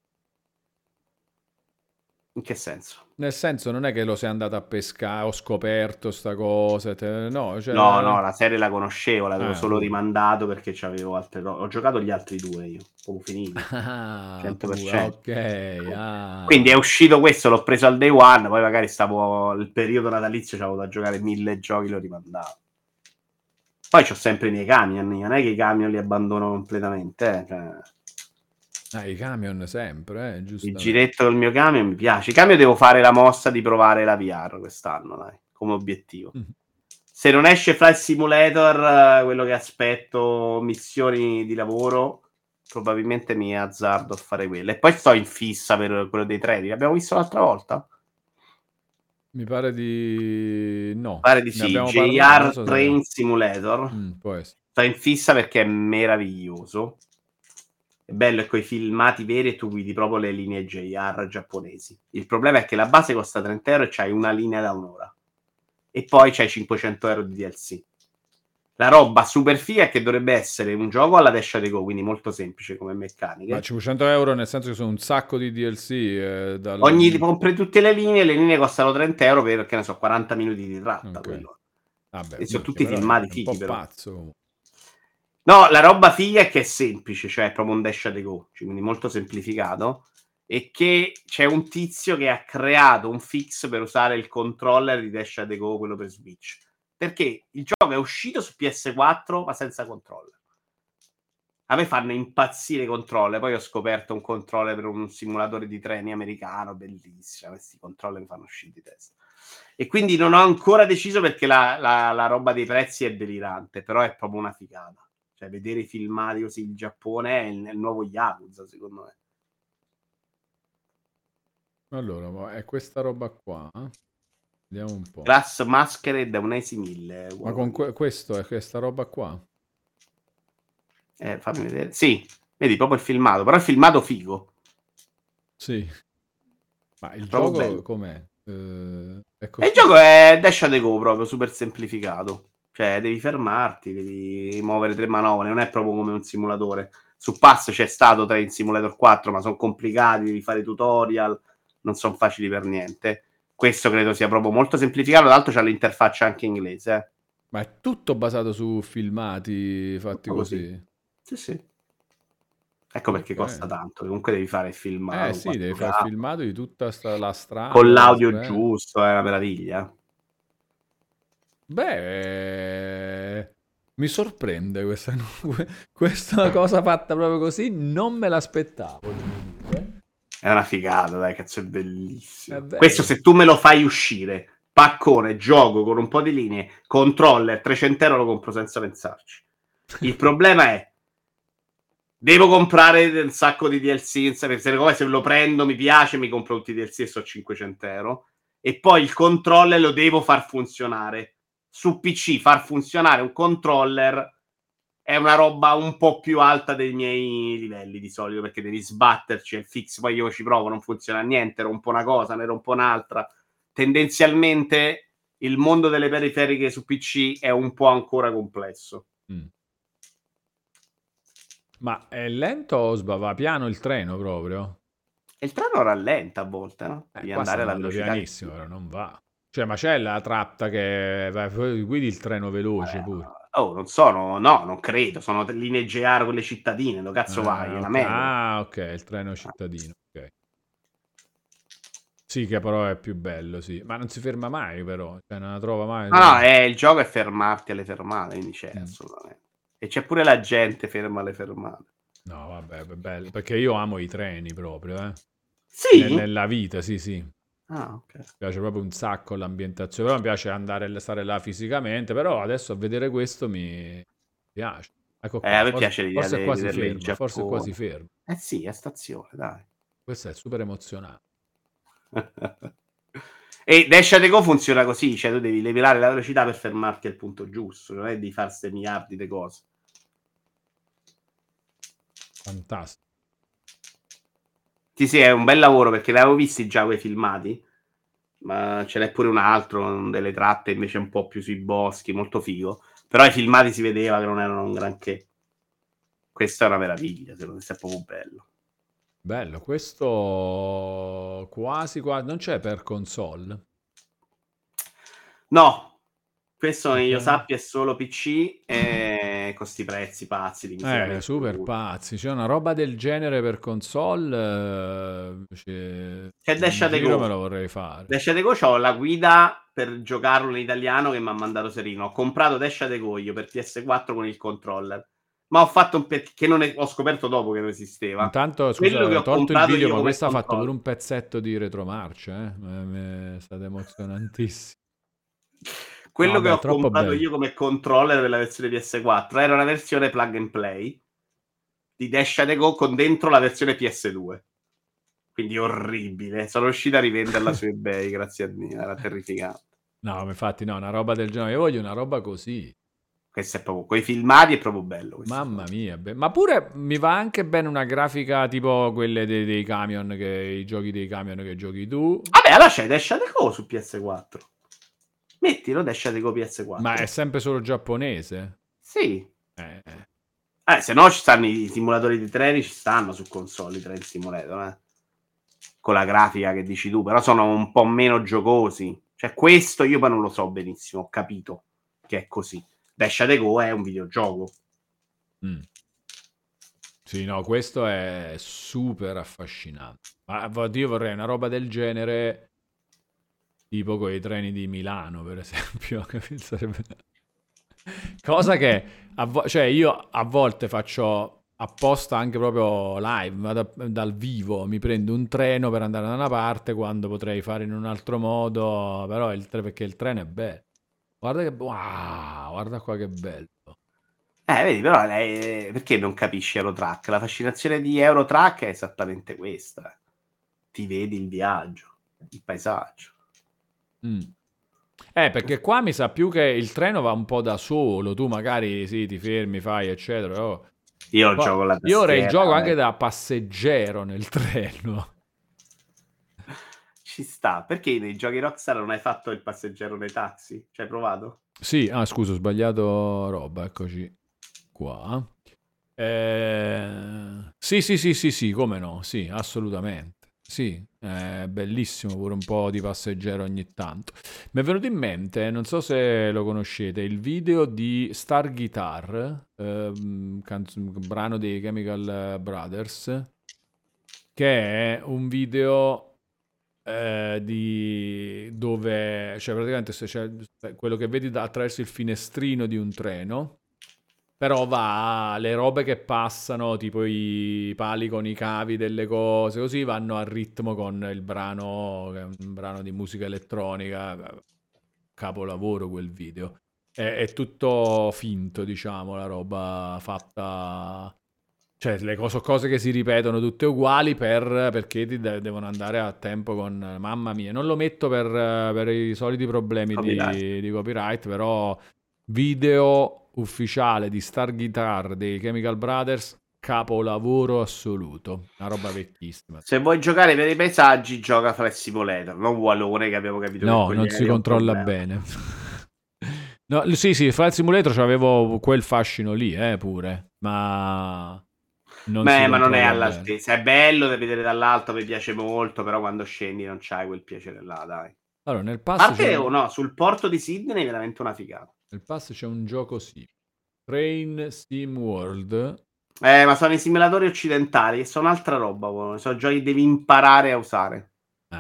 In che senso? Nel senso, non è che lo sei andato a pescare, ho scoperto sta cosa, te- no, cioè... No, no, la serie la conoscevo, l'avevo Ah, solo pure. rimandato perché c'avevo altre robe. Ho giocato gli altri due io, proprio finiti. Ah, cento per pure, cento. ok, ah. Quindi è uscito questo, l'ho preso al day one, poi magari stavo il periodo natalizio, c'avevo da giocare mille giochi, lo rimandavo. Poi c'ho sempre i miei camion, non è che i camion li abbandono completamente, eh. Cioè, Ah, i camion sempre, eh, il giustamente. giretto del mio camion mi piace. I camion devo fare la mossa di provare la V R quest'anno, dai, come obiettivo. Mm. Se non esce Flight Simulator, quello che aspetto, missioni di lavoro, probabilmente mi azzardo a fare quello. E poi sto in fissa per quello dei treni. L'abbiamo visto l'altra volta? Mi pare di... no. Pare di Ne sì. abbiamo J parlato, non R so se... Train Simulator. Mm, può essere. Sto in fissa perché è meraviglioso. È bello, è coi filmati veri e tu guidi proprio le linee J R giapponesi. Il problema è che la base costa trenta euro e c'hai una linea da un'ora. E poi c'hai cinquecento euro di D L C. La roba super figa è che dovrebbe essere un gioco alla Dash Go, quindi molto semplice come meccanica. Ma cinquecento euro nel senso che sono un sacco di D L C. Eh, dal... Ogni compri tutte le linee, le linee costano trenta euro per, che ne so, quaranta minuti di tratta. Okay. Quello. Vabbè, E sono minchia, tutti però filmati è un fighi, po' però. pazzo. No, la roba figa è che è semplice, cioè è proprio un Dash Go, cioè, quindi molto semplificato. E che c'è un tizio che ha creato un fix per usare il controller di Dash Go, quello per Switch. Perché il gioco è uscito su P S quattro ma senza controller. A me fanno impazzire i controller. Poi ho scoperto un controller per un simulatore di treni americano, bellissimo. Questi controller mi fanno uscire di testa. E quindi non ho ancora deciso perché la, la, la roba dei prezzi è delirante, però è proprio una figata. Cioè, vedere i filmati così in Giappone è il, è il nuovo Yakuza, secondo me. Allora, ma è questa roba qua. Vediamo un po'. Glass Masquerade è un Easy mille. Ma con que- questo è questa roba qua? Eh, fammi vedere. Sì, vedi proprio il filmato, però il filmato figo. Sì. Ma il È proprio gioco bello. com'è? Eh, è E così? il gioco è Dash and Go proprio, super semplificato. Cioè, devi fermarti, devi muovere tre manovre, non è proprio come un simulatore. Su Pass c'è stato Train Simulator quattro, ma sono complicati, devi fare tutorial, non sono facili per niente. Questo credo sia proprio molto semplificato, tra l'altro c'ha l'interfaccia anche inglese. Eh. Ma è tutto basato su filmati fatti Tutto così. così? Sì, sì. Ecco perché Ok. costa tanto. Comunque devi fare il filmato. Eh sì, devi fare il filmato di tutta sta, la strada. Con l'audio la- giusto, è una meraviglia. Beh, mi sorprende questa, questa cosa fatta proprio così, non me l'aspettavo. È una figata, dai, cazzo, è bellissimo. È bello. Questo se tu me lo fai uscire, paccone, gioco con un po' di linee, controller, trecento euro lo compro senza pensarci. Il problema è, devo comprare un sacco di D L C, perché se lo prendo, mi piace, mi compro tutti i D L C e so cinquecento euro. E poi il controller lo devo far funzionare. Su P C far funzionare un controller è una roba un po' più alta dei miei livelli di solito, perché devi sbatterci, è fix, poi io ci provo, non funziona niente, rompo una cosa, ne rompo un'altra. Tendenzialmente il mondo delle periferiche su P C è un po' ancora complesso. Mm. Ma è lento o sba- va piano il treno proprio? E il treno rallenta a volte, no? Eh, Devi qua sta andare alla andando velocità. pianissimo, però non va. Cioè, ma c'è la tratta che vai, poi guidi il treno veloce Vabbè, pure. oh, non sono, no, non credo, sono linee J R quelle cittadine, dove cazzo Ah, vai? È una ok. metro. Ah, ok, il treno cittadino. Ok. Sì, che però è più bello, sì. Ma non si ferma mai, però. Cioè, non la trova mai. No, no, è, il gioco è fermarti alle fermate, quindi c'è Mm. assolutamente. E c'è pure la gente ferma alle fermate. No, vabbè, è bello. Perché io amo i treni proprio, eh. Ne- Sì? nella vita, sì, sì. Mi Ah, ok. piace proprio un sacco l'ambientazione. Però mi piace andare stare là fisicamente. Però adesso a vedere questo mi piace. Ecco Eh, qua, a me forse, piace l'idea forse è di quasi vederle in ferma, forse è quasi Giappone. ferma. Eh sì, è stazione, dai. Questo è super emozionante. E Dash at Go funziona così, cioè tu devi levelare la velocità per fermarti al punto giusto, non è di fare ste miliardi di cose. Fantastico. Sì, sì, è un bel lavoro perché l'avevo visti già quei filmati, ma ce n'è pure un altro, con delle tratte invece un po' più sui boschi, molto figo. Però ai filmati si vedeva che non erano un granché. Questa è una meraviglia, secondo me è proprio bello. Bello, questo quasi quasi non c'è per console. No, questo che io Ok. sappia è solo P C e con sti prezzi pazzi di Eh, miseramento. super pazzi. C'è una roba del genere per console. eh, c'è- C'è Dash in at giro me Go. lo vorrei fare. Dash at Go c'ho la guida per giocarlo in italiano che mi ha mandato Serino. Ho comprato Dash at Go io per P S quattro con il controller. Ma ho fatto un pezzo che non è- ho scoperto dopo che non esisteva. Intanto, Quello che scusa, ho tolto il comprato video, io ma come questo ha fatto pure controller. un pezzetto di retromarcia, eh? Eh, mi- È stato emozionantissimo. No, Quello che vabbè, ho troppo comprato bello. io come controller per la versione P S quattro era una versione plug and play di Dash at Go con dentro la versione P S due. Quindi orribile. Sono riuscito a rivenderla su eBay, grazie a Dio. Era terrificante. No, ma infatti no, una roba del genere. Io voglio una roba così. Questo è proprio, quei filmati è proprio bello. Questo Mamma film. mia, be- ma pure mi va anche bene una grafica tipo quelle dei, dei camion, che, i giochi dei camion che giochi tu. Vabbè, allora c'è Dash at Go su P S quattro. Mettilo Dash at Go Ma è P S quattro. sempre solo giapponese? Sì. Eh, eh. Eh, se no ci stanno i simulatori di treni, ci stanno su console i train simulator, eh. Con la grafica che dici tu, però sono un po' meno giocosi. Cioè questo io poi non lo so benissimo, ho capito che è così. Dash at Go è un videogioco. Mm. Sì, no, questo è super affascinante. Ma vo- io vorrei una roba del genere, tipo con i treni di Milano, per esempio. Capito? Sarebbe- Cosa che a vo- cioè io a volte faccio apposta anche proprio live, vado a- dal vivo, mi prendo un treno per andare da una parte quando potrei fare in un altro modo, però il tre- perché il treno è bello. Guarda che wow, guarda qua che bello. Eh, vedi, però lei, perché non capisci Eurotrack? La fascinazione di Eurotrack è esattamente questa. Ti vedi il viaggio, il paesaggio. Mm. Eh, perché qua mi sa più che il treno va un po' da solo, tu magari sì, ti fermi, fai, eccetera. oh. Io Poi- gioco la Io ora il gioco tastiera, anche eh. da passeggero nel treno. Ci sta. Perché nei giochi Rockstar non hai fatto il passeggero nei taxi? Ci hai provato? Sì, ah scusa, ho sbagliato roba, eccoci qua. Eh, Sì, sì, sì, sì, sì, come no, sì, assolutamente. Sì, è bellissimo pure un po' di passeggero ogni tanto. Mi è venuto in mente, non so se lo conoscete, il video di Star Guitar, ehm, canz- brano dei Chemical Brothers, che è un video eh, di dove, cioè praticamente se c'è quello che vedi da- attraverso il finestrino di un treno, però va le robe che passano, tipo i pali con i cavi delle cose, così vanno a ritmo con il brano, che è un brano di musica elettronica, capolavoro quel video. È, è tutto finto, diciamo, la roba fatta. Cioè, le cose, cose che si ripetono tutte uguali per- perché ti de- devono andare a tempo con. Mamma mia, non lo metto per, per i soliti problemi Copyright. di, di copyright, però video ufficiale di Star Guitar dei Chemical Brothers, capolavoro assoluto. Una roba vecchissima. Se vuoi giocare per i paesaggi, gioca Flight Simulator, non Wallone, che abbiamo capito che No, con gli non si aerei è un controlla problema. bene. No, sì, sì, Flight Simulator c'avevo quel fascino lì, eh, pure, ma non si Beh, ma non è controlla bene. all'altezza. È bello da vedere dall'alto, mi piace molto, però quando scendi non c'hai quel piacere là, dai. A Allora, nel pass c'è parte un, o no, sul porto di Sydney è veramente una figata. nel pass c'è un gioco sì. Train Sim World. Eh, ma sono i simulatori occidentali, che sono altra roba, buono. Sono giochi che devi imparare a usare. Ah, no,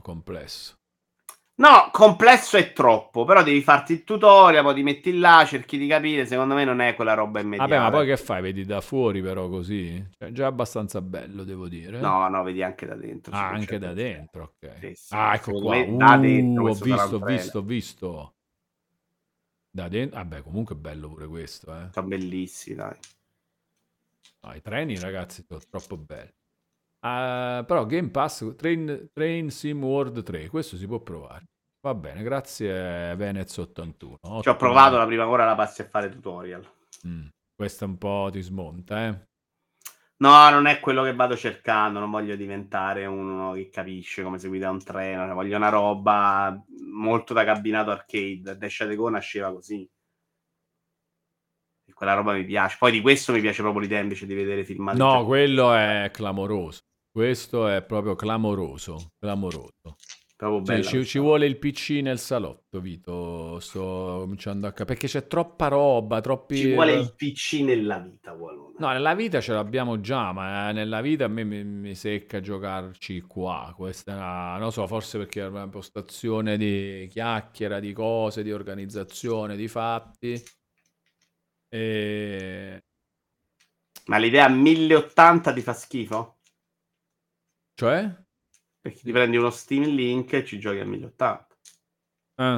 complesso. No, complesso è troppo, però devi farti il tutorial, poi ti metti là, cerchi di capire, secondo me non è quella roba immediata. Vabbè, ma poi che fai? Vedi da fuori però così? Cioè, già abbastanza bello, devo dire. No, no, vedi anche da dentro. Ah, sì, anche da certo. dentro, ok. Sì, sì. Ah, ecco Secondo qua. me da dentro Uh, ho questo sarà visto, un ho trailer. visto, ho visto. Da dentro. Vabbè, comunque è bello pure questo, eh. Sono bellissimi, dai. No, i treni, ragazzi, sono troppo belli. Ah, però Game Pass, Train, Train Sim World tre, questo si può provare. Va bene, grazie Venez ottantuno. Ci ho provato la prima ora, la passi a fare tutorial. Mm, questa un po' ti smonta, eh. No, non è quello che vado cercando, non voglio diventare uno che capisce come si guida un treno, cioè, voglio una roba molto da cabinato arcade. Dash to Go nasceva così. E quella roba mi piace. Poi di questo mi piace proprio l'idea invece di vedere filmati. No, giapponesi. quello è clamoroso. Questo è proprio clamoroso, clamoroso. Proprio Cioè, bella ci, ci questa vuole il P C nel salotto, Vito. Sto cominciando a capire. Perché c'è troppa roba, troppi... Ci vuole il P C nella vita, Walone. No, nella vita ce l'abbiamo già, ma nella vita a me mi, mi secca giocarci qua. Questa è una, non lo so, forse perché è una postazione di chiacchiera, di cose, di organizzazione, di fatti. E... Ma l'idea mille ottanta ti fa schifo? Cioè? Perché ti prendi uno Steam Link e ci giochi a mille ottanta. Eh.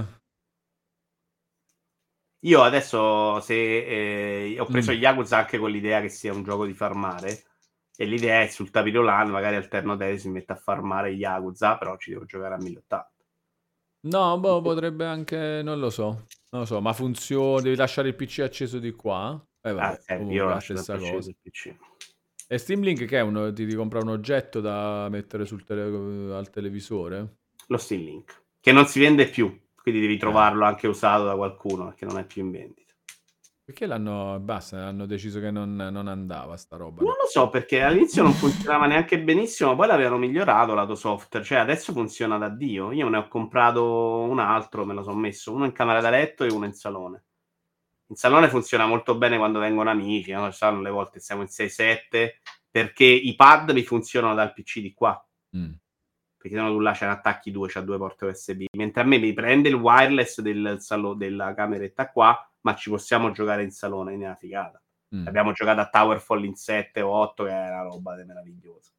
Io adesso se eh, ho preso Mm. Yakuza anche con l'idea che sia un gioco di farmare. E l'idea è sul tapirolan, magari alterno te si mette a farmare Yakuza, però ci devo giocare a mille ottanta. No, boh, potrebbe anche, non lo so, non lo so, ma funziona, devi lasciare il P C acceso di qua? Eh vabbè, Ah, senti, io comunque lo è la lascio stessa sempre acceso cosa. il P C. E Steam Link che è? Uno, ti, ti compra un oggetto da mettere sul tele- al televisore? Lo Steam Link, che non si vende più, quindi devi Eh. trovarlo anche usato da qualcuno, perché non è più in vendita. Perché l'hanno, basta, hanno deciso che non, non andava sta roba? Non lo so, perché all'inizio non funzionava neanche benissimo, poi l'avevano migliorato lato software, cioè adesso funziona da Dio. Io ne ho comprato un altro, me lo sono messo, uno in camera da letto e uno in salone. In salone funziona molto bene quando vengono amici, no? Sanno le volte siamo in sei sette, perché i pad mi funzionano dal P C di qua. Mm. Perché se no tu là ce ne attacchi due, c'ha due porte U S B. Mentre a me mi prende il wireless del salo- della cameretta qua, ma ci possiamo giocare in salone, è una figata. Mm. Abbiamo giocato a Towerfall in sette o otto, che è una roba meravigliosa.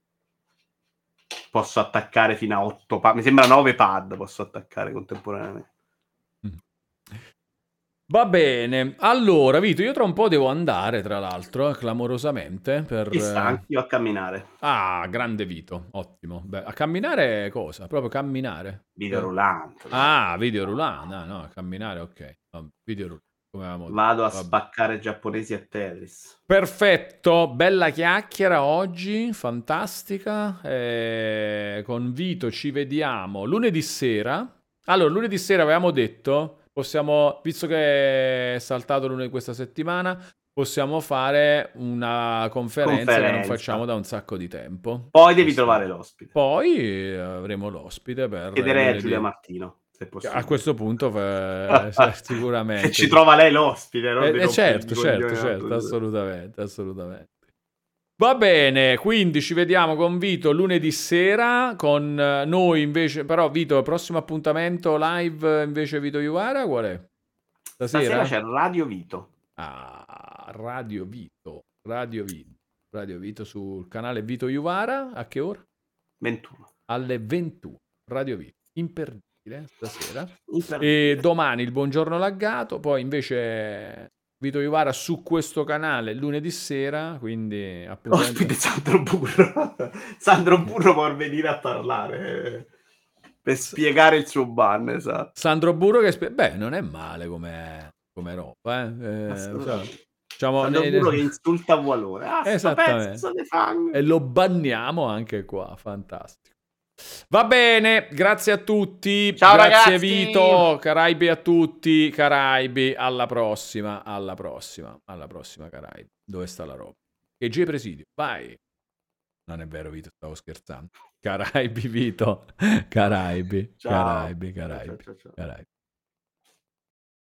Posso attaccare fino a otto pad, mi sembra nove pad posso attaccare contemporaneamente. Mm. Va bene, allora Vito, io tra un po' devo andare, tra l'altro, eh, clamorosamente, per... Ci sta, anch'io a camminare. Ah, grande Vito, ottimo. Beh, a camminare cosa? Proprio camminare? Video Eh. rullante. Ah, video rullante, no, no, a camminare, ok. No, video rullante, come avevamo detto. Vado a Vabbè. spaccare giapponesi a Tetris. Perfetto, bella chiacchiera oggi, fantastica. Eh, con Vito ci vediamo lunedì sera. Allora, lunedì sera avevamo detto, possiamo, visto che è saltato lunedì questa settimana, possiamo fare una conferenza, che non Conferenza. facciamo da un sacco di tempo. Poi devi Questo- trovare l'ospite. Poi eh, avremo l'ospite per Chiederei a lunedì. Giulia Martino, se possibile. A questo punto eh, se- sicuramente. Se ci trova lei l'ospite, no? Eh, Di eh, rompere certo, i certo, coglioni, certo, no? assolutamente, assolutamente. Va bene, quindi ci vediamo con Vito lunedì sera, con eh, noi invece, però Vito, il prossimo appuntamento live invece Vito Iuvara qual è? Stasera? Stasera c'è Radio Vito. Ah, Radio Vito, Radio Vito, Radio Vito sul canale Vito Iuvara, a che ora? ventuno. Alle ventuno, Radio Vito, imperdibile stasera. Imperdibile. E domani il buongiorno laggato, poi invece Vito Iuvara su questo canale lunedì sera, quindi appuntamento... Ospite Sandro Burro. Sandro Burro può venire a parlare eh, per spiegare il suo ban, esatto. Sandro Burro che... spe- Beh, non è male come, come roba, eh. Eh, Assolutamente. diciamo, Sandro ne- Burro ne- che insulta a Valore. Ah, sto Esattamente. pezzo di fango. E lo banniamo anche qua, fantastico. Va bene, grazie a tutti. Ciao, grazie ragazzi. Vito, Caraibi a tutti, Caraibi, alla prossima, alla prossima, alla prossima Caraibi. Dove sta la roba? E G Presidio, vai. Non è vero Vito, stavo scherzando. Caraibi Vito, Caraibi, Ciao. Caraibi, Ciao, Caraibi, ciao, ciao. Caraibi.